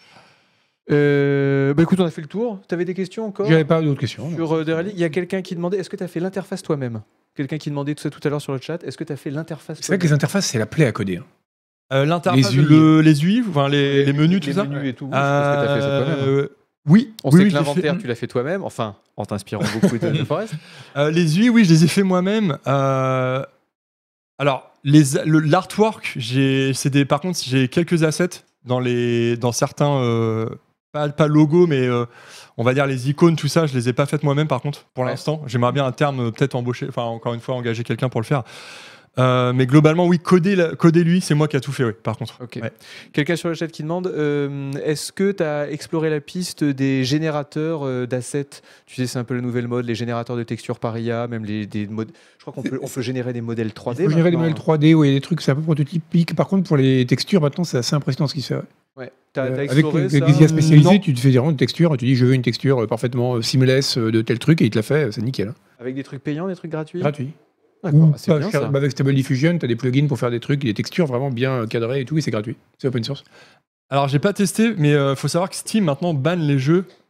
Speaker 1: Euh, bah écoute, on a fait le tour. Tu avais des questions encore
Speaker 2: J'avais pas d'autres questions. non.
Speaker 1: sur euh, Derali? Il y a quelqu'un qui demandait est-ce que tu as fait l'interface toi-même? Quelqu'un qui demandait tout ça tout à l'heure sur le chat est-ce que tu as fait l'interface
Speaker 2: C'est vrai que
Speaker 1: toi-même?
Speaker 2: les interfaces, c'est la plaie à coder. hein.
Speaker 3: Euh, L'interface,
Speaker 2: Les U I.
Speaker 3: le- les U I, enfin, les, les menus, tout
Speaker 1: les
Speaker 3: ça.
Speaker 1: menus et tout. oui, je pense que tu as fait ça toi-même.
Speaker 3: Euh, Oui,
Speaker 1: On
Speaker 3: oui,
Speaker 1: sait
Speaker 3: oui,
Speaker 1: que
Speaker 3: je l'ai
Speaker 1: l'inventaire,
Speaker 3: fait.
Speaker 1: tu l'as fait toi-même, enfin, en t'inspirant beaucoup de, de Forest.
Speaker 3: Euh, les U I, oui, je les ai fait moi-même. Euh, alors, les, le- l'artwork, j'ai, c'est des, par contre, j'ai quelques assets dans, les, dans certains, euh, pas, pas logos, mais euh, on va dire les icônes, tout ça, je les ai pas faites moi-même par contre, pour
Speaker 1: Ouais.
Speaker 3: l'instant. J'aimerais bien à terme euh, peut-être embaucher, enfin encore une fois, engager quelqu'un pour le faire. Euh, mais globalement, oui, coder, la- coder lui, c'est moi qui a tout fait, oui, par contre.
Speaker 1: Ok.
Speaker 3: Ouais.
Speaker 1: Quelqu'un sur le chat qui demande euh, est-ce que tu as exploré la piste des générateurs euh, d'assets? Tu sais, c'est un peu le nouvel mode, les générateurs de textures par I A, même les des modes. Je crois qu'on peut, on peut générer des modèles trois D.
Speaker 2: Il faut générer des
Speaker 1: maintenant.
Speaker 2: modèles trois D, oui, il y a des trucs, c'est un peu prototypique. Par contre, pour les textures, maintenant, c'est assez impressionnant ce qui se fait. ouais.
Speaker 1: Ouais. T'as,
Speaker 2: Euh,
Speaker 1: t'as
Speaker 2: avec
Speaker 1: exploré
Speaker 2: avec
Speaker 1: ça
Speaker 2: des I A spécialisés,
Speaker 3: Non.
Speaker 2: tu te fais vraiment une texture, tu dis je veux une texture euh, parfaitement euh, seamless euh, de tel truc et il te la fait, c'est nickel. hein.
Speaker 1: Avec des trucs payants, des trucs gratuits?
Speaker 2: Gratuit.
Speaker 1: D'accord,
Speaker 2: Ou
Speaker 1: ah, c'est
Speaker 2: pas
Speaker 1: bien
Speaker 2: cher.
Speaker 1: ça.
Speaker 2: Bah, avec Stable Diffusion, tu as des plugins pour faire des trucs, des textures vraiment bien cadrées et tout, et c'est gratuit. C'est open source.
Speaker 3: Alors, j'ai pas testé, mais euh, faut savoir que Steam maintenant banne les jeux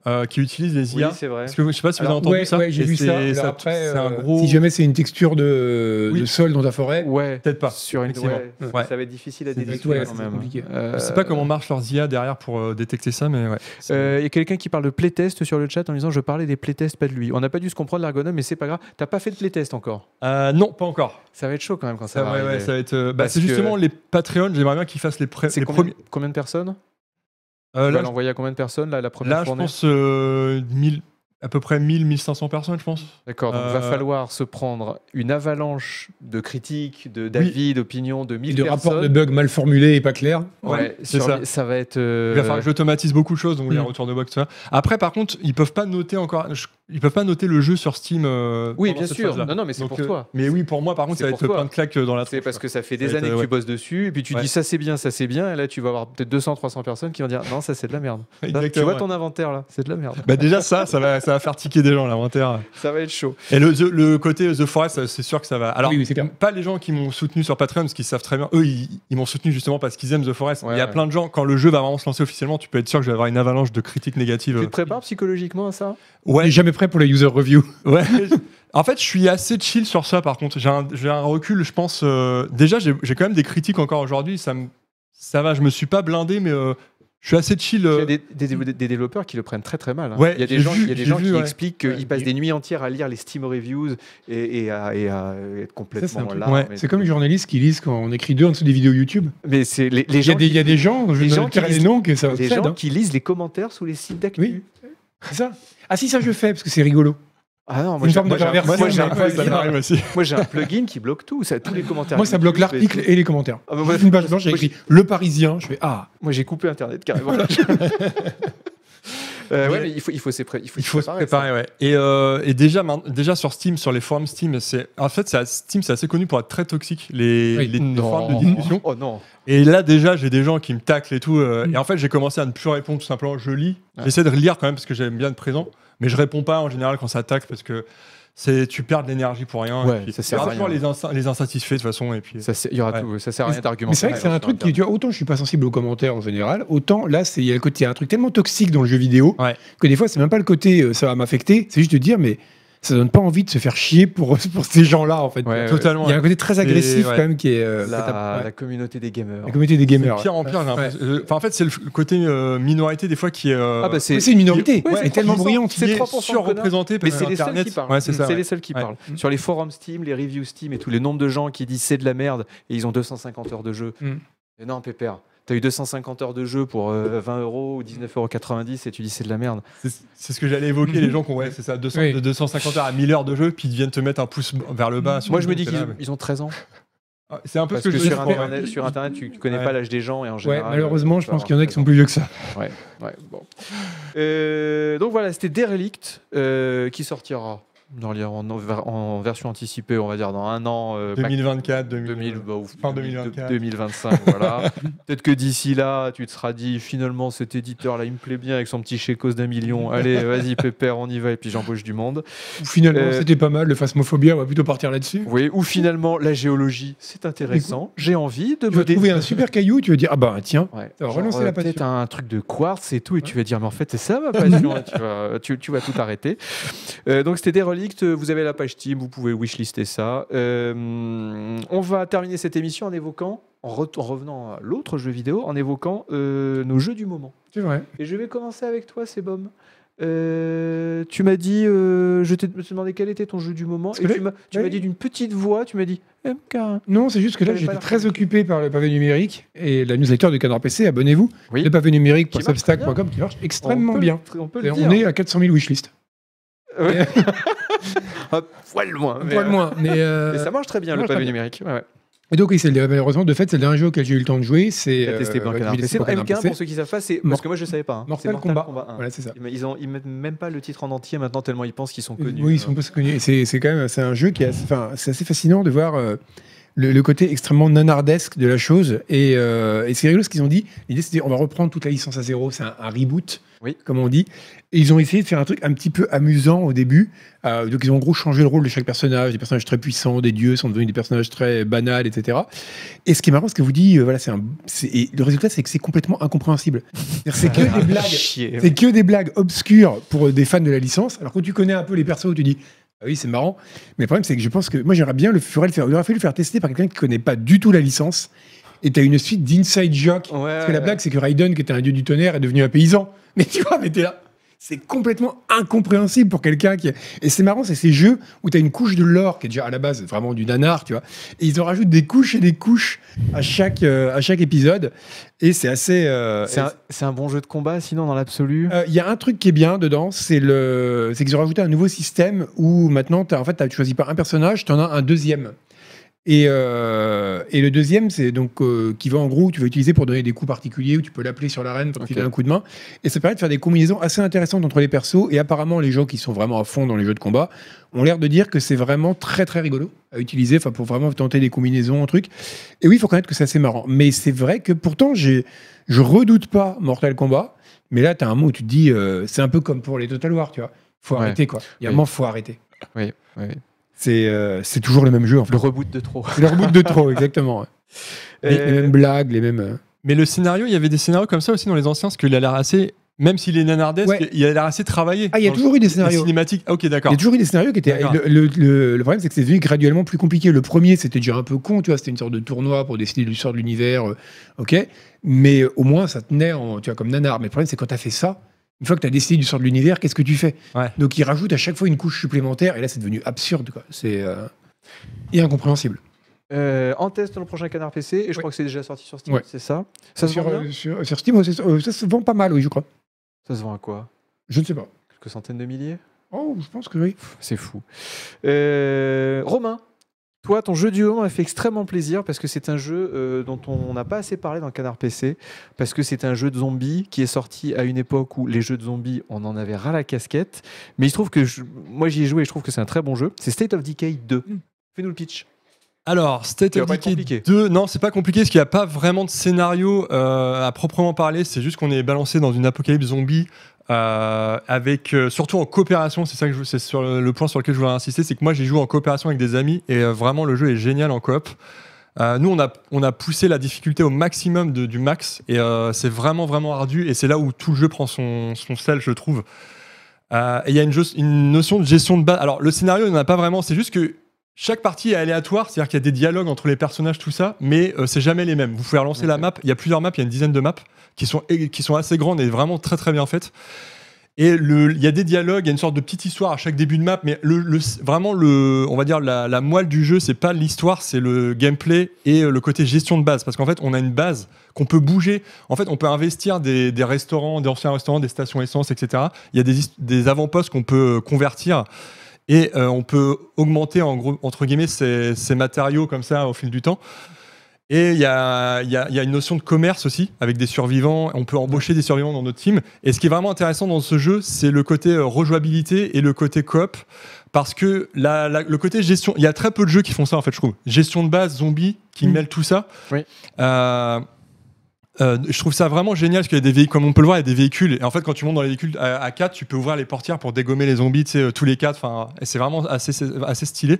Speaker 3: euh, qui utilisent les I A.
Speaker 1: Oui, c'est vrai.
Speaker 3: Parce que je sais pas si vous
Speaker 2: Alors,
Speaker 3: avez entendu
Speaker 2: ouais,
Speaker 3: ça.
Speaker 2: ouais, j'ai
Speaker 3: Et
Speaker 2: vu
Speaker 3: c'est-
Speaker 2: ça. Alors
Speaker 3: ça-
Speaker 2: après,
Speaker 3: c'est un
Speaker 2: euh,
Speaker 3: gros.
Speaker 2: si jamais c'est une texture de,
Speaker 3: Oui.
Speaker 2: de sol dans ta forêt,
Speaker 1: Ouais.
Speaker 3: Peut-être pas.
Speaker 1: Sur une
Speaker 3: Effectivement.
Speaker 1: ouais,
Speaker 3: Ouais.
Speaker 1: Ça va être difficile à
Speaker 3: C'est
Speaker 1: détecter
Speaker 2: ouais,
Speaker 1: quand
Speaker 2: c'est
Speaker 1: même.
Speaker 2: compliqué.
Speaker 1: Euh,
Speaker 3: Je sais pas comment marchent leurs I A derrière pour euh, détecter ça, mais ouais. C'est-
Speaker 1: Euh, Il y a quelqu'un qui parle de playtest sur le chat en disant je parlais des playtests, pas de lui. On n'a pas dû se comprendre l'ergonome, mais c'est pas grave. T'as pas fait de playtest encore.
Speaker 3: Euh, non, pas encore.
Speaker 1: Ça va être chaud quand même quand ça,
Speaker 3: Ça,
Speaker 1: va
Speaker 3: ouais, ouais,
Speaker 1: arriver.
Speaker 3: ça va être. euh, bah,
Speaker 1: Parce
Speaker 3: c'est
Speaker 1: que-
Speaker 3: justement les Patreons. J'aimerais bien qu'ils fassent les, pré-
Speaker 1: C'est
Speaker 3: les
Speaker 1: combien,
Speaker 3: premiers.
Speaker 1: combien de personnes
Speaker 3: Euh,
Speaker 1: Tu vas
Speaker 3: là,
Speaker 1: l'envoyer à combien de personnes là, la première
Speaker 3: là je
Speaker 1: journée
Speaker 3: pense euh, mille, à peu près mille, mille cinq cents personnes, je pense.
Speaker 1: D'accord, donc
Speaker 3: Euh,
Speaker 1: va falloir se prendre une avalanche de critiques, de d'avis, d'opinions de
Speaker 2: et
Speaker 1: mille
Speaker 2: de
Speaker 1: personnes.
Speaker 2: rapports de bugs mal formulés et pas clairs.
Speaker 1: Ouais,
Speaker 3: c'est
Speaker 1: sur
Speaker 3: ça.
Speaker 1: les- ça va être. euh,
Speaker 3: Il va falloir que j'automatise beaucoup de choses, donc les
Speaker 2: Mm.
Speaker 3: retours de bug, tout ça. Après, par contre, ils peuvent pas noter encore. je- Ils peuvent pas noter le jeu sur Steam. euh,
Speaker 1: Oui,
Speaker 3: pendant
Speaker 1: bien
Speaker 3: cette
Speaker 1: sûr.
Speaker 3: phase-là.
Speaker 1: Non, non, mais c'est
Speaker 3: Donc,
Speaker 1: pour
Speaker 3: euh,
Speaker 1: toi.
Speaker 3: Mais oui, pour moi, par contre,
Speaker 1: C'est
Speaker 3: ça va
Speaker 1: pour
Speaker 3: être
Speaker 1: toi.
Speaker 3: plein de claques dans la
Speaker 1: C'est
Speaker 3: tronche.
Speaker 1: parce que ça fait
Speaker 3: Ça
Speaker 1: des
Speaker 3: va être,
Speaker 1: années que
Speaker 3: ouais.
Speaker 1: tu bosses dessus, et puis tu
Speaker 3: Ouais.
Speaker 1: dis ça c'est bien, ça c'est bien, et là tu vas avoir peut-être deux cents, trois cents personnes qui vont dire non, ça c'est de la merde. Là, tu
Speaker 3: Exactement,
Speaker 1: vois
Speaker 3: ouais.
Speaker 1: ton inventaire là, c'est de la merde.
Speaker 3: Bah déjà ça, ça va, ça va faire tiquer des gens l'inventaire.
Speaker 1: Ça va être chaud.
Speaker 3: Et le, the- le côté The Forest, c'est sûr que ça va. Alors,
Speaker 2: Oui, oui, c'est clair.
Speaker 3: pas les gens qui m'ont soutenu sur Patreon, parce qu'ils savent très bien. Eux, ils, ils m'ont soutenu justement parce qu'ils aiment The Forest.
Speaker 1: Ouais,
Speaker 3: Il y a
Speaker 1: ouais.
Speaker 3: plein de gens, quand le jeu va vraiment se lancer officiellement, tu peux être sûr que je vais avoir une avalanche de critiques négatives.
Speaker 1: Tu te prépares psychologiquement à ça
Speaker 2: On
Speaker 3: Ouais,
Speaker 2: n'est jamais prêt pour les user reviews.
Speaker 3: ouais. En fait, je suis assez chill sur ça, par contre. J'ai un, j'ai un recul, je pense. euh, Déjà, j'ai j'ai quand même des critiques encore aujourd'hui. Ça, me- ça va, je me suis pas blindé, mais euh, je suis assez chill.
Speaker 1: Il y
Speaker 3: euh,
Speaker 1: a des, des- des- des développeurs qui le prennent très très mal. hein.
Speaker 3: Ouais,
Speaker 1: il y a des
Speaker 3: j'ai
Speaker 1: gens,
Speaker 3: vu,
Speaker 1: il y a des
Speaker 3: j'ai
Speaker 1: gens
Speaker 3: vu,
Speaker 1: qui
Speaker 3: ouais.
Speaker 1: expliquent qu'ils
Speaker 2: Ouais.
Speaker 1: passent des nuits entières à lire les Steam reviews et, et à, et à être
Speaker 2: Ça, c'est un
Speaker 1: complètement
Speaker 2: truc-
Speaker 1: là.
Speaker 3: ouais.
Speaker 1: mais-
Speaker 2: C'est comme les journalistes qui lisent quand on écrit deux en dessous des vidéos YouTube.
Speaker 1: Mais c'est les, les
Speaker 2: Il y,
Speaker 1: gens,
Speaker 2: a des- il y a des gens, je
Speaker 1: les
Speaker 2: ne
Speaker 1: gens
Speaker 2: vais
Speaker 1: qui
Speaker 2: pas les
Speaker 1: lisent-
Speaker 2: noms, que ça
Speaker 1: les
Speaker 2: obsède,
Speaker 1: gens
Speaker 2: hein.
Speaker 1: qui lisent les commentaires sous les sites d'actu.
Speaker 2: Oui. C'est ça. Ah si, ça je fais, parce que c'est rigolo.
Speaker 1: Ah non,
Speaker 2: C'est
Speaker 1: moi
Speaker 2: une
Speaker 1: j'ai
Speaker 2: forme de
Speaker 1: moi, j'ai un-
Speaker 2: perversion,
Speaker 1: moi, j'ai un
Speaker 2: mais
Speaker 1: plugin-
Speaker 2: ouais,
Speaker 3: ça m'arrive aussi.
Speaker 1: moi, j'ai un plugin qui bloque tout, ça, tous les commentaires.
Speaker 2: Moi, ça bloque
Speaker 1: YouTube
Speaker 2: l'article
Speaker 1: tout.
Speaker 2: et les commentaires.
Speaker 1: Ah bah, moi,
Speaker 2: Une page blanche, j'ai
Speaker 1: moi,
Speaker 2: écrit Le Parisien. Je fais Ah.
Speaker 1: Moi, j'ai coupé Internet carrément. Euh, ouais, mais il faut, il faut, s'y pré- il faut,
Speaker 3: Il
Speaker 1: s'y
Speaker 3: faut se
Speaker 1: préparer,
Speaker 3: préparer, ouais. Et, euh, et déjà, main- déjà sur Steam, sur les forums Steam, c'est en fait, c'est- Steam, c'est assez connu pour être très toxique, les,
Speaker 2: Oui.
Speaker 3: les, les
Speaker 1: Non.
Speaker 3: forums de discussion.
Speaker 1: Oh non.
Speaker 3: Et là, déjà, j'ai des gens qui me taclent et tout. euh,
Speaker 2: Mm.
Speaker 3: Et en fait, j'ai commencé à ne plus répondre tout simplement. Je lis.
Speaker 1: Ouais.
Speaker 3: J'essaie de lire quand même parce que j'aime bien être présent. Mais je réponds pas en général quand ça tacle parce que c'est, tu perds de l'énergie pour rien.
Speaker 1: Ouais,
Speaker 3: et puis,
Speaker 1: ça sert
Speaker 3: il y
Speaker 1: à
Speaker 3: aura toujours
Speaker 1: rien.
Speaker 3: les, insa- les insatisfaits de toute façon. Et puis,
Speaker 1: Ça, c'est- il y aura
Speaker 3: Ouais.
Speaker 1: tout. Ça sert à
Speaker 2: Mais
Speaker 1: rien
Speaker 2: c'est-
Speaker 1: d'argumenter.
Speaker 2: Mais c'est vrai que c'est un truc qui, tu vois, autant je suis pas sensible aux commentaires en général, autant là, c'est il y a le côté, il y a un truc tellement toxique dans le jeu vidéo
Speaker 3: Ouais.
Speaker 2: que des fois, c'est même pas le côté euh, ça va m'affecter, c'est juste de dire, mais ça donne pas envie de se faire chier pour, pour ces gens-là en fait.
Speaker 1: Ouais,
Speaker 3: totalement.
Speaker 2: Il y a un côté très agressif
Speaker 3: ouais.
Speaker 2: quand même qui est euh,
Speaker 1: La,
Speaker 2: la, ouais.
Speaker 1: la communauté des gamers.
Speaker 2: la communauté des
Speaker 3: C'est
Speaker 2: gamers.
Speaker 3: de pire en pire. j'ai l'impression. Euh, Enfin, en fait, c'est le, le côté euh, minorité des fois qui est. euh,
Speaker 1: Ah bah c'est
Speaker 2: Mais c'est une minorité,
Speaker 1: Ouais,
Speaker 2: elle
Speaker 1: c'est
Speaker 2: est tellement
Speaker 1: trois pour cent.
Speaker 2: bruyante.
Speaker 3: qui
Speaker 1: c'est
Speaker 3: est
Speaker 1: trois pour cent de
Speaker 3: surreprésentée
Speaker 1: mais
Speaker 3: parce
Speaker 1: c'est
Speaker 3: que
Speaker 1: les seuls
Speaker 3: Internet.
Speaker 1: qui parlent.
Speaker 3: Ouais, c'est ça.
Speaker 1: C'est
Speaker 3: ouais.
Speaker 1: les seuls qui
Speaker 3: Ouais.
Speaker 1: parlent. Sur les forums Steam, les reviews Steam et tout, les nombres de gens qui disent c'est de la merde et ils ont deux cent cinquante heures de jeu.
Speaker 2: Mm.
Speaker 1: Et non, pépère. T'as eu deux cent cinquante heures de jeu pour euh, vingt euros ou dix-neuf euros quatre-vingt-dix et tu dis c'est de la merde.
Speaker 3: C'est c'est ce que j'allais évoquer, les gens qui ont, ouais, c'est ça, deux cents,
Speaker 2: Oui.
Speaker 3: de deux cent cinquante heures à mille heures de jeu, puis ils viennent te mettre un pouce vers le bas. sur
Speaker 1: Moi
Speaker 3: le
Speaker 1: je me dis
Speaker 3: truc,
Speaker 1: qu'ils
Speaker 3: là,
Speaker 1: ont,
Speaker 3: mais-
Speaker 1: ils ont treize ans.
Speaker 3: Ah, c'est un peu
Speaker 1: Parce
Speaker 3: ce
Speaker 1: que,
Speaker 3: que, je
Speaker 1: sur,
Speaker 3: dis. ouais.
Speaker 1: internet, sur internet, tu, tu connais
Speaker 3: Ouais.
Speaker 1: pas l'âge des gens et en
Speaker 2: Ouais,
Speaker 1: général.
Speaker 2: malheureusement,
Speaker 1: euh,
Speaker 2: je
Speaker 1: tu
Speaker 2: pense
Speaker 1: vas
Speaker 2: qu'il y en a
Speaker 1: avoir
Speaker 2: qui sont plus vieux que ça.
Speaker 1: Ouais, bon. Euh, donc voilà, c'était Derelict euh, qui sortira dans les- en, en version anticipée, on va dire dans un an. euh,
Speaker 3: deux mille vingt-quatre,
Speaker 1: deux mille,
Speaker 3: deux mille
Speaker 1: bah, ou
Speaker 3: fin deux mille vingt-quatre.
Speaker 1: deux mille vingt-cinq, voilà. Peut-être que d'ici là, tu te seras dit finalement cet éditeur là, il me plaît bien avec son petit chécos d'un million. Allez, vas-y pépère, on y va et puis j'embauche du monde.
Speaker 2: Ou finalement,
Speaker 1: Euh,
Speaker 2: c'était pas mal, le phasmophobia, on va plutôt partir là-dessus.
Speaker 1: Oui, ou finalement la géologie, c'est intéressant. J'ai envie de
Speaker 2: Tu vas
Speaker 1: me dé-
Speaker 2: trouver un super caillou, tu vas dire ah bah tiens,
Speaker 1: Ouais.
Speaker 2: Ça va
Speaker 1: Genre,
Speaker 2: relancer
Speaker 1: euh,
Speaker 2: la passion.
Speaker 1: peut-être un truc de quartz et tout, et tu vas dire, mais en fait, c'est ça ma passion. et tu, vas, tu, tu vas tout arrêter. Euh, donc, c'était Derelict. Vous avez la page Steam, vous pouvez wishlister ça. Euh, on va terminer cette émission en évoquant, en, re- en revenant à l'autre jeu vidéo, en évoquant euh, nos jeux du moment.
Speaker 2: c'est vrai.
Speaker 1: Et je vais commencer avec toi, Sebom. Euh, tu m'as dit, euh, je t'ai je t'ai demandé quel était ton jeu du moment,
Speaker 2: Parce
Speaker 1: et
Speaker 2: que
Speaker 1: tu
Speaker 2: là-
Speaker 1: m'as tu
Speaker 2: ouais.
Speaker 1: m'as dit d'une petite voix, tu m'as dit M K.
Speaker 2: Non, c'est juste que là,
Speaker 1: T'avais pas
Speaker 2: j'étais
Speaker 1: l'air
Speaker 2: très
Speaker 1: convaincu.
Speaker 2: occupé par le pavé numérique et la newsletter du Canard P C, abonnez-vous.
Speaker 1: Oui.
Speaker 2: Le pavé numérique
Speaker 1: Qui
Speaker 2: pour
Speaker 1: marche très
Speaker 2: substack point com qui marche extrêmement
Speaker 1: On peut
Speaker 2: bien.
Speaker 1: le- On peut
Speaker 2: Et
Speaker 1: le
Speaker 2: on
Speaker 1: dire.
Speaker 2: est à quatre cent mille wishlist.
Speaker 1: Ouais. Un poil moins.
Speaker 2: Un
Speaker 1: mais,
Speaker 2: poil
Speaker 1: euh,
Speaker 2: moins. Mais, euh,
Speaker 1: mais ça marche très bien,
Speaker 2: ça
Speaker 1: le
Speaker 2: marche
Speaker 1: pavé
Speaker 2: très bien.
Speaker 1: numérique. Ouais, ouais.
Speaker 2: Et donc, oui, c'est le- malheureusement, de fait, c'est le dernier jeu auquel j'ai eu le temps de jouer. C'est
Speaker 1: T'as testé
Speaker 2: euh,
Speaker 1: dans
Speaker 2: que
Speaker 1: Canard
Speaker 2: j'ai
Speaker 1: P C.
Speaker 2: testé pour Canard
Speaker 1: M K,
Speaker 2: P C.
Speaker 1: pour ceux qui savent pas, c'est
Speaker 2: Mor-
Speaker 1: parce que moi je savais pas. hein.
Speaker 2: Mortal
Speaker 1: C'est
Speaker 2: Kombat.
Speaker 1: un.
Speaker 2: Voilà, c'est ça.
Speaker 1: Mais ils ont ils mettent même pas le titre en entier maintenant tellement ils pensent qu'ils sont connus.
Speaker 2: Oui, ils sont pas connus. Et C'est c'est quand même c'est un jeu qui est assez, enfin, c'est assez fascinant de voir euh, le, le côté extrêmement nanardesque de la chose. Et, euh, et c'est rigolo ce qu'ils ont dit. L'idée, c'était on va reprendre toute la licence à zéro. C'est un, un reboot,
Speaker 1: Oui.
Speaker 2: comme on dit. Et ils ont essayé de faire un truc un petit peu amusant au début. Euh, donc, ils ont en gros changé le rôle de chaque personnage. Des personnages très puissants, des dieux sont devenus des personnages très banals, et cetera. Et ce qui est marrant, c'est que vous dit, euh, voilà, c'est un, c'est, et le résultat, c'est que c'est complètement incompréhensible. C'est-à-dire, c'est que des blagues.
Speaker 1: Chier.
Speaker 2: C'est que des blagues obscures pour des fans de la licence. Alors, quand tu connais un peu les persos, tu dis. Ah oui, c'est marrant. Mais le problème, c'est que je pense que moi, j'aimerais bien le, faudrait le faire. Il aurait fallu le faire tester par quelqu'un qui connaît pas du tout la licence. Et tu as une suite d'inside joke.
Speaker 1: Ouais,
Speaker 2: Parce que la
Speaker 1: ouais.
Speaker 2: blague, c'est que Raiden, qui était un dieu du tonnerre, est devenu un paysan. Mais tu vois, mais t'es là. C'est complètement incompréhensible pour quelqu'un qui. Et c'est marrant, c'est ces jeux où tu as une couche de lore qui est déjà à la base vraiment du nanar, tu vois. Et ils en rajoutent des couches et des couches à chaque, euh, à chaque épisode. Et c'est assez. euh,
Speaker 1: C'est un, c'est un bon jeu de combat, sinon, dans l'absolu.
Speaker 2: euh, Il y a un truc qui est bien dedans, c'est le, c'est qu'ils ont rajouté un nouveau système où maintenant, t'as, en fait, t'as, tu choisis pas un personnage, tu en as un deuxième. Et, euh, et le deuxième, c'est donc euh, qui va en gros, tu vas utiliser pour donner des coups particuliers, où tu peux l'appeler sur l'arène pour
Speaker 1: Ok.
Speaker 2: qu'il donne un coup de main. Et ça permet de faire des combinaisons assez intéressantes entre les persos. Et apparemment, les gens qui sont vraiment à fond dans les jeux de combat ont l'air de dire que c'est vraiment très très rigolo à utiliser, enfin pour vraiment tenter des combinaisons, un truc. Et oui, il faut connaître que c'est assez marrant. Mais c'est vrai que pourtant, j'ai, je redoute pas Mortal Kombat. Mais là, tu as un mot où tu te dis, euh, c'est un peu comme pour les Total War, tu vois. Faut
Speaker 1: Ouais.
Speaker 2: arrêter, quoi. Il y a un
Speaker 1: Oui.
Speaker 2: moment, faut arrêter.
Speaker 1: Oui, oui.
Speaker 2: C'est, euh, c'est toujours le même jeu, en fait.
Speaker 1: Le reboot de trop.
Speaker 2: C'est le reboot de trop, exactement. ouais. Les,
Speaker 1: Euh,
Speaker 2: les mêmes blagues, les mêmes. euh,
Speaker 3: Mais le scénario, il y avait des scénarios comme ça aussi dans les anciens, parce qu'il a l'air assez. Même s'il est nanardesque,
Speaker 2: Ouais.
Speaker 3: il a l'air assez travaillé.
Speaker 2: Ah, il y a
Speaker 3: dans
Speaker 2: toujours
Speaker 3: le-
Speaker 2: eu des
Speaker 3: les
Speaker 2: scénarios.
Speaker 3: cinématiques. Ah, ok,
Speaker 2: Il
Speaker 3: d'accord.
Speaker 2: y a toujours eu des scénarios qui étaient.
Speaker 3: D'accord.
Speaker 2: Le, le- le- le problème, c'est que c'est devenu graduellement plus compliqué. Le premier, c'était déjà un peu con, tu vois. C'était une sorte de tournoi pour décider du sort de l'univers. euh, ok. Mais au moins, ça tenait, en, tu vois, comme nanar. Mais le problème, c'est quand tu as fait ça, une fois que tu as décidé du sort de l'univers, qu'est-ce que tu fais?
Speaker 3: Ouais.
Speaker 2: Donc, ils rajoutent à chaque fois une couche supplémentaire. Et là, c'est devenu absurde, quoi. C'est. euh, et incompréhensible.
Speaker 1: euh, en test dans le prochain Canard P C, et je
Speaker 2: Ouais.
Speaker 1: crois que c'est déjà sorti sur Steam,
Speaker 2: Ouais.
Speaker 1: c'est ça. Ça se
Speaker 2: sur,
Speaker 1: vend bien
Speaker 2: euh, sur, sur Steam, ouais, c'est- euh, ça se vend pas mal, oui, je crois.
Speaker 1: Ça se vend à quoi?
Speaker 2: Je ne sais pas.
Speaker 1: Quelques centaines de milliers?
Speaker 2: Oh, je pense que oui.
Speaker 1: C'est fou. Euh, Romain, toi, ton jeu du moment m'a fait extrêmement plaisir parce que c'est un jeu euh, dont on n'a pas assez parlé dans Canard P C, parce que c'est un jeu de zombies qui est sorti à une époque où les jeux de zombies, on en avait ras la casquette. Mais il se trouve que je- moi j'y ai joué et je trouve que c'est un très bon jeu. C'est State of Decay deux. Fais-nous le pitch.
Speaker 3: Alors, State
Speaker 1: Ça va
Speaker 3: of
Speaker 1: pas être
Speaker 3: Decay
Speaker 1: compliqué.
Speaker 3: deux, non, c'est pas compliqué parce qu'il n'y a pas vraiment de scénario euh, à proprement parler. C'est juste qu'on est balancé dans une apocalypse zombie euh, avec euh, surtout en coopération. C'est ça que je, c'est sur le, le point sur lequel je voudrais insister, c'est que moi j'ai joué en coopération avec des amis et euh, vraiment le jeu est génial en coop. Euh, nous, on a, on a poussé la difficulté au maximum de- du max et euh, c'est vraiment vraiment ardu et c'est là où tout le jeu prend son, son sel, je trouve. Euh, et il y a une, jeu- une notion de gestion de base. Alors, le scénario, il n'y en a pas vraiment. C'est juste que chaque partie est aléatoire, c'est-à-dire qu'il y a des dialogues entre les personnages, tout ça, mais euh, c'est jamais les mêmes. Vous pouvez relancer la
Speaker 1: Ok.
Speaker 3: map. Il y a plusieurs maps, il y a une dizaine de maps qui sont, qui sont assez grandes et vraiment très très bien faites. Et le- il y a des dialogues, il y a une sorte de petite histoire à chaque début de map, mais le, le- vraiment, le, on va dire la, la moelle du jeu, c'est pas l'histoire, c'est le gameplay et euh, le côté gestion de base. Parce qu'en fait, on a une base qu'on peut bouger. En fait, on peut investir des, des restaurants, des anciens restaurants, des stations essence, et cetera. Il y a des, his- des avant-postes qu'on peut euh, convertir. Et euh, on peut augmenter, en gros, entre guillemets, ces, ces matériaux comme ça au fil du temps. Et il y a, il y a- il y a une notion de commerce aussi, avec des survivants. On peut embaucher des survivants dans notre team. Et ce qui est vraiment intéressant dans ce jeu, c'est le côté euh, rejouabilité et le côté coop. Parce que la- la- le côté gestion, il y a très peu de jeux qui font ça, en fait, je trouve. Gestion de base, zombies, qui
Speaker 2: Mm.
Speaker 3: mêlent tout ça.
Speaker 1: Oui.
Speaker 3: Euh, euh, je trouve ça vraiment génial parce qu'il y a des véhicules, comme on peut le voir, il y a des véhicules. Et en fait, quand tu montes dans les véhicules à, à quatre, tu peux ouvrir les portières pour dégommer les zombies, tu sais, euh, tous les quatre. Enfin, et c'est vraiment assez, assez stylé.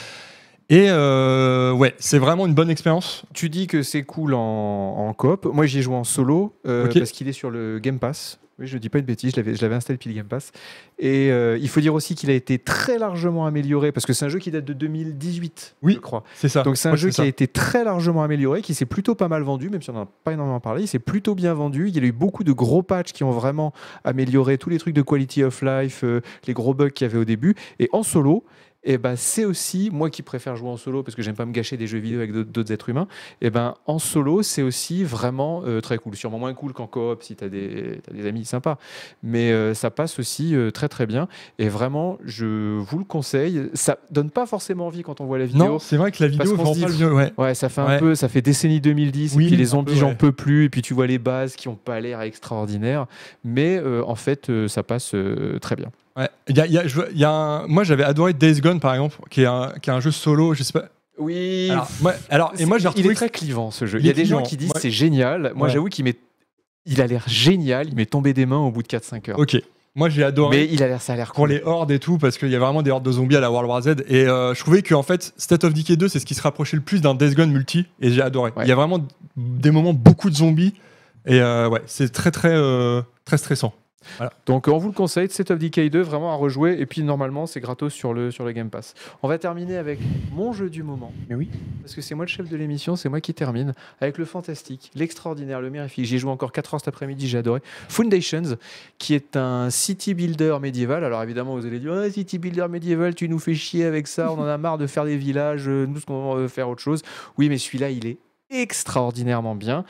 Speaker 3: Et euh, ouais, c'est vraiment une bonne expérience.
Speaker 1: Tu dis que c'est cool en, en coop. Moi, j'y ai joué en solo euh,
Speaker 3: Ok.
Speaker 1: parce qu'il est sur le Game Pass. Oui, je ne dis pas une bêtise, je l'avais, je l'avais installé depuis le Game Pass. Et euh, il faut dire aussi qu'il a été très largement amélioré parce que c'est un jeu qui date de deux mille dix-huit,
Speaker 3: Oui.
Speaker 1: je crois.
Speaker 3: C'est ça.
Speaker 1: Donc c'est un
Speaker 3: Ouais,
Speaker 1: jeu
Speaker 3: c'est
Speaker 1: qui a
Speaker 3: ça.
Speaker 1: été très largement amélioré, qui s'est plutôt pas mal vendu, même si on n'en a pas énormément parlé. Il s'est plutôt bien vendu. Il y a eu beaucoup de gros patchs qui ont vraiment amélioré tous les trucs de quality of life, euh, les gros bugs qu'il y avait au début. Et en solo, eh ben, c'est aussi, moi qui préfère jouer en solo parce que j'aime pas me gâcher des jeux vidéo avec d'autres- d'autres êtres humains, eh ben, en solo, c'est aussi vraiment euh, très cool. Sûrement moins cool qu'en coop si tu as des, t'as des amis sympas. Mais euh, ça passe aussi euh, très très bien. Et vraiment, je vous le conseille. Ça donne pas forcément envie quand on voit la vidéo.
Speaker 3: Non, c'est vrai que la
Speaker 1: Parce
Speaker 3: vidéo
Speaker 1: qu'on
Speaker 3: vend
Speaker 1: se
Speaker 3: pas
Speaker 1: dit,
Speaker 3: le jeu. Ouais.
Speaker 1: Ouais, ça fait un
Speaker 3: Ouais.
Speaker 1: peu, ça fait décennie deux mille dix,
Speaker 3: Oui,
Speaker 1: et puis les
Speaker 3: un peu,
Speaker 1: zombies, j'en
Speaker 3: ouais.
Speaker 1: peux plus, et puis tu vois les bases qui ont pas l'air extraordinaires, mais euh, en fait, euh, ça passe euh, très bien.
Speaker 3: Ouais. Il y a, il y a- je vois- il y a un- moi, j'avais adoré Days Gone, par exemple, qui est un, qui est un jeu solo. Je sais pas.
Speaker 1: Oui.
Speaker 3: Alors, moi, alors et moi j'ai
Speaker 1: il
Speaker 3: retrouvé
Speaker 1: est très clivant ce jeu.
Speaker 3: Il
Speaker 1: Il y a
Speaker 3: est
Speaker 1: des gens
Speaker 3: clivant.
Speaker 1: qui disent
Speaker 3: Ouais.
Speaker 1: c'est génial. Moi
Speaker 3: Ouais.
Speaker 1: j'avoue qu'il m'est il a l'air génial, il m'est tombé des mains au bout de quatre cinq heures.
Speaker 3: Ok. Moi j'ai adoré.
Speaker 1: Mais il a l'air ça a l'air
Speaker 3: Pour
Speaker 1: cool.
Speaker 3: les hordes et tout, parce qu'il y a vraiment des hordes de zombies à la World War Z. Et euh, je trouvais que en fait, State of Decay deux, c'est ce qui se rapprochait le plus d'un Death Gone multi. Et j'ai adoré.
Speaker 1: Ouais.
Speaker 3: Il y a vraiment des moments beaucoup de zombies. Et euh, ouais, c'est très très euh, très stressant.
Speaker 1: Donc on vous le conseille, State of Decay deux, vraiment à rejouer. Et puis normalement, c'est gratos sur le, sur le Game Pass. On va terminer avec mon jeu du moment.
Speaker 2: Mais oui.
Speaker 1: Parce que c'est moi le chef de l'émission, c'est moi qui termine. Avec le fantastique, l'extraordinaire, le mirifique. J'y ai joué encore quatre heures cet après-midi, j'ai adoré. Foundations, qui est un city builder médiéval. Alors évidemment, vous allez dire, ah, city builder médiéval, tu nous fais chier avec ça, on en a marre de faire des villages, euh, nous, ce qu'on veut faire autre chose. Oui, mais celui-là, il est extraordinairement bien.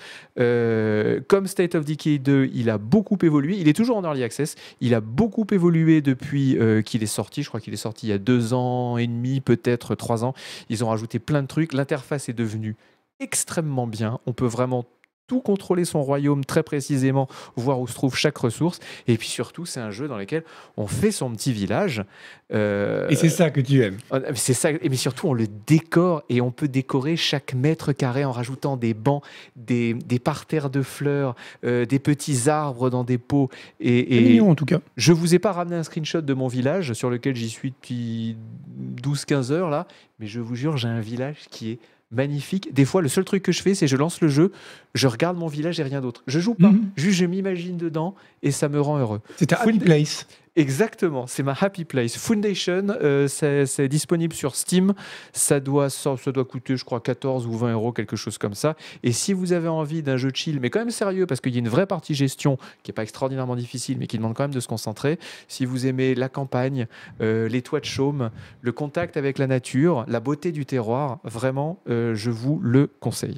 Speaker 1: Euh, comme State of Decay deux, il a beaucoup évolué. Il est toujours en early access. Il a beaucoup évolué depuis euh, qu'il est sorti. Je crois qu'il est sorti il y a deux ans et demi, peut-être trois ans. Ils ont rajouté plein de trucs. L'interface est devenue extrêmement bien. On peut vraiment tout contrôler son royaume très précisément, voir où se trouve chaque ressource. Et puis surtout, c'est un jeu dans lequel on fait son petit village. Euh,
Speaker 2: Et c'est ça que tu aimes.
Speaker 1: c'est ça, mais surtout on le décore et on peut décorer chaque mètre carré en rajoutant des bancs, des, des parterres de fleurs, euh, des petits arbres dans des pots. Et,
Speaker 2: C'est
Speaker 1: et
Speaker 2: mignon en tout cas.
Speaker 1: je vous ai pas ramené un screenshot de mon village sur lequel j'y suis depuis douze quinze heures là, mais je vous jure, j'ai un village qui est magnifique. Des fois, le seul truc que je fais, c'est je lance le jeu, je regarde mon village et rien d'autre. Je joue pas,
Speaker 2: Mhm.
Speaker 1: juste je m'imagine dedans et ça me rend heureux.
Speaker 2: C'est ta happy
Speaker 1: Found-
Speaker 2: place.
Speaker 1: Exactement, c'est ma happy place. Foundation, euh, c'est c'est disponible sur Steam. Ça doit, ça, ça doit coûter, je crois, quatorze ou vingt euros, quelque chose comme ça. Et si vous avez envie d'un jeu chill, mais quand même sérieux, parce qu'il y a une vraie partie gestion qui n'est pas extraordinairement difficile, mais qui demande quand même de se concentrer. Si vous aimez la campagne, euh, les toits de chaume, le contact avec la nature, la beauté du terroir, vraiment, euh, je vous le conseille.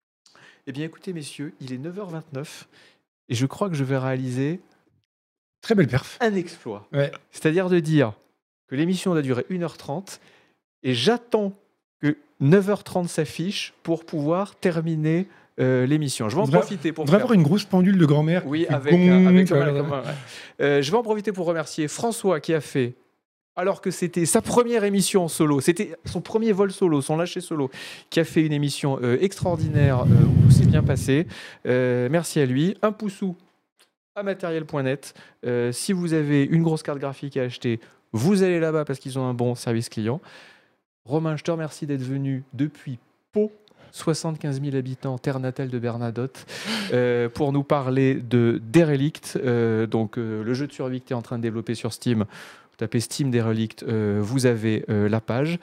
Speaker 1: Eh bien, écoutez, messieurs, il est neuf heures vingt-neuf et je crois que je vais réaliser
Speaker 2: Très belle perf.
Speaker 1: un exploit.
Speaker 2: Ouais.
Speaker 1: C'est-à-dire de dire que l'émission doit durer une heure trente et j'attends que neuf heures trente s'affiche pour pouvoir terminer euh, l'émission. Je vais en
Speaker 2: On devrait-
Speaker 1: profiter pour
Speaker 2: On devrait
Speaker 1: faire...
Speaker 2: avoir une grosse pendule de grand-mère. qui
Speaker 1: Oui,
Speaker 2: fait
Speaker 1: avec,
Speaker 2: gong,
Speaker 1: un- avec
Speaker 2: tu
Speaker 1: un-
Speaker 2: vois,
Speaker 1: comme un- ouais. Euh, je vais en profiter pour remercier François qui a fait, alors que c'était sa première émission en solo, c'était son premier vol solo, son lâcher solo, qui a fait une émission euh, extraordinaire euh, où tout s'est bien passé. Euh, merci à lui. Un poussou à matériel point net. Euh, si vous avez une grosse carte graphique à acheter, vous allez là-bas parce qu'ils ont un bon service client. Romain, je te remercie d'être venu depuis Pau, soixante-quinze mille habitants, terre natale de Bernadotte, euh, pour nous parler de Derelict, euh, donc euh, le jeu de survie que tu es en train de développer sur Steam. Vous tapez Steam Derelict, euh, vous avez euh, la page.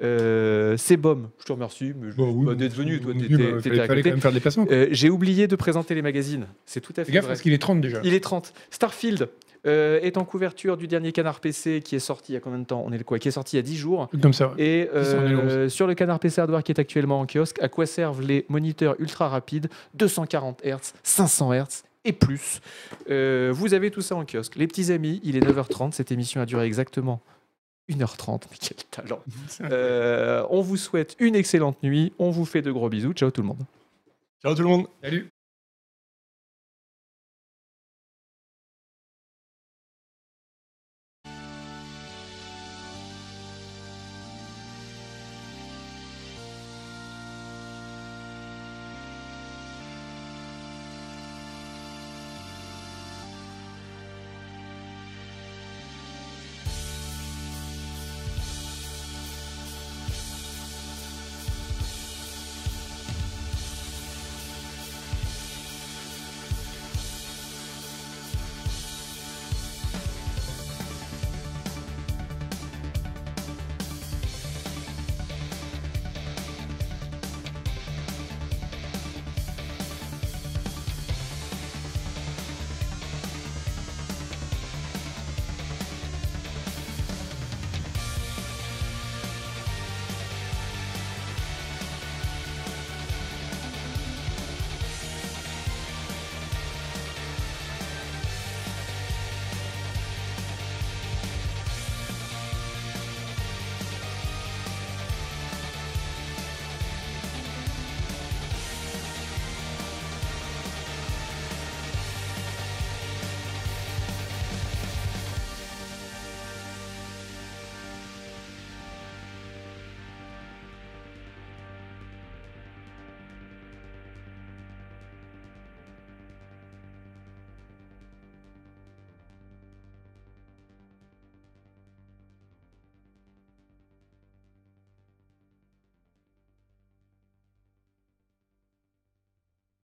Speaker 1: Euh, c'est Bom, je te remercie mais je-
Speaker 2: Bon, oui,
Speaker 1: bah,
Speaker 2: bon,
Speaker 1: d'être venu, toi,
Speaker 2: oui,
Speaker 1: t'étais-
Speaker 2: bah,
Speaker 1: t'étais
Speaker 2: fallait,
Speaker 1: à
Speaker 2: fallait
Speaker 1: côté.
Speaker 2: quand même faire des déplacements. quoi.
Speaker 1: Euh, J'ai oublié de présenter les magazines, c'est tout à
Speaker 2: Fais
Speaker 1: fait
Speaker 2: gaffe
Speaker 1: vrai.
Speaker 2: parce qu'il est trente déjà.
Speaker 1: Il est trente. Starfield euh, est en couverture du dernier Canard P C qui est sorti il y a combien de temps? On est le quoi? Qui est sorti il y a dix jours.
Speaker 2: Un truc comme ça. ouais.
Speaker 1: Et
Speaker 2: Qui sort le
Speaker 1: euh, sur le Canard P C Hardware qui est actuellement en kiosque, à quoi servent les moniteurs ultra rapides deux cent quarante hertz, cinq cents hertz et plus. Euh, vous avez tout ça en kiosque. Les petits amis, il est neuf heures trente. Cette émission a duré exactement une heure trente. Mais quel talent! Euh, on vous souhaite une excellente nuit. On vous fait de gros bisous. Ciao tout le monde.
Speaker 3: Ciao tout le monde.
Speaker 2: Salut.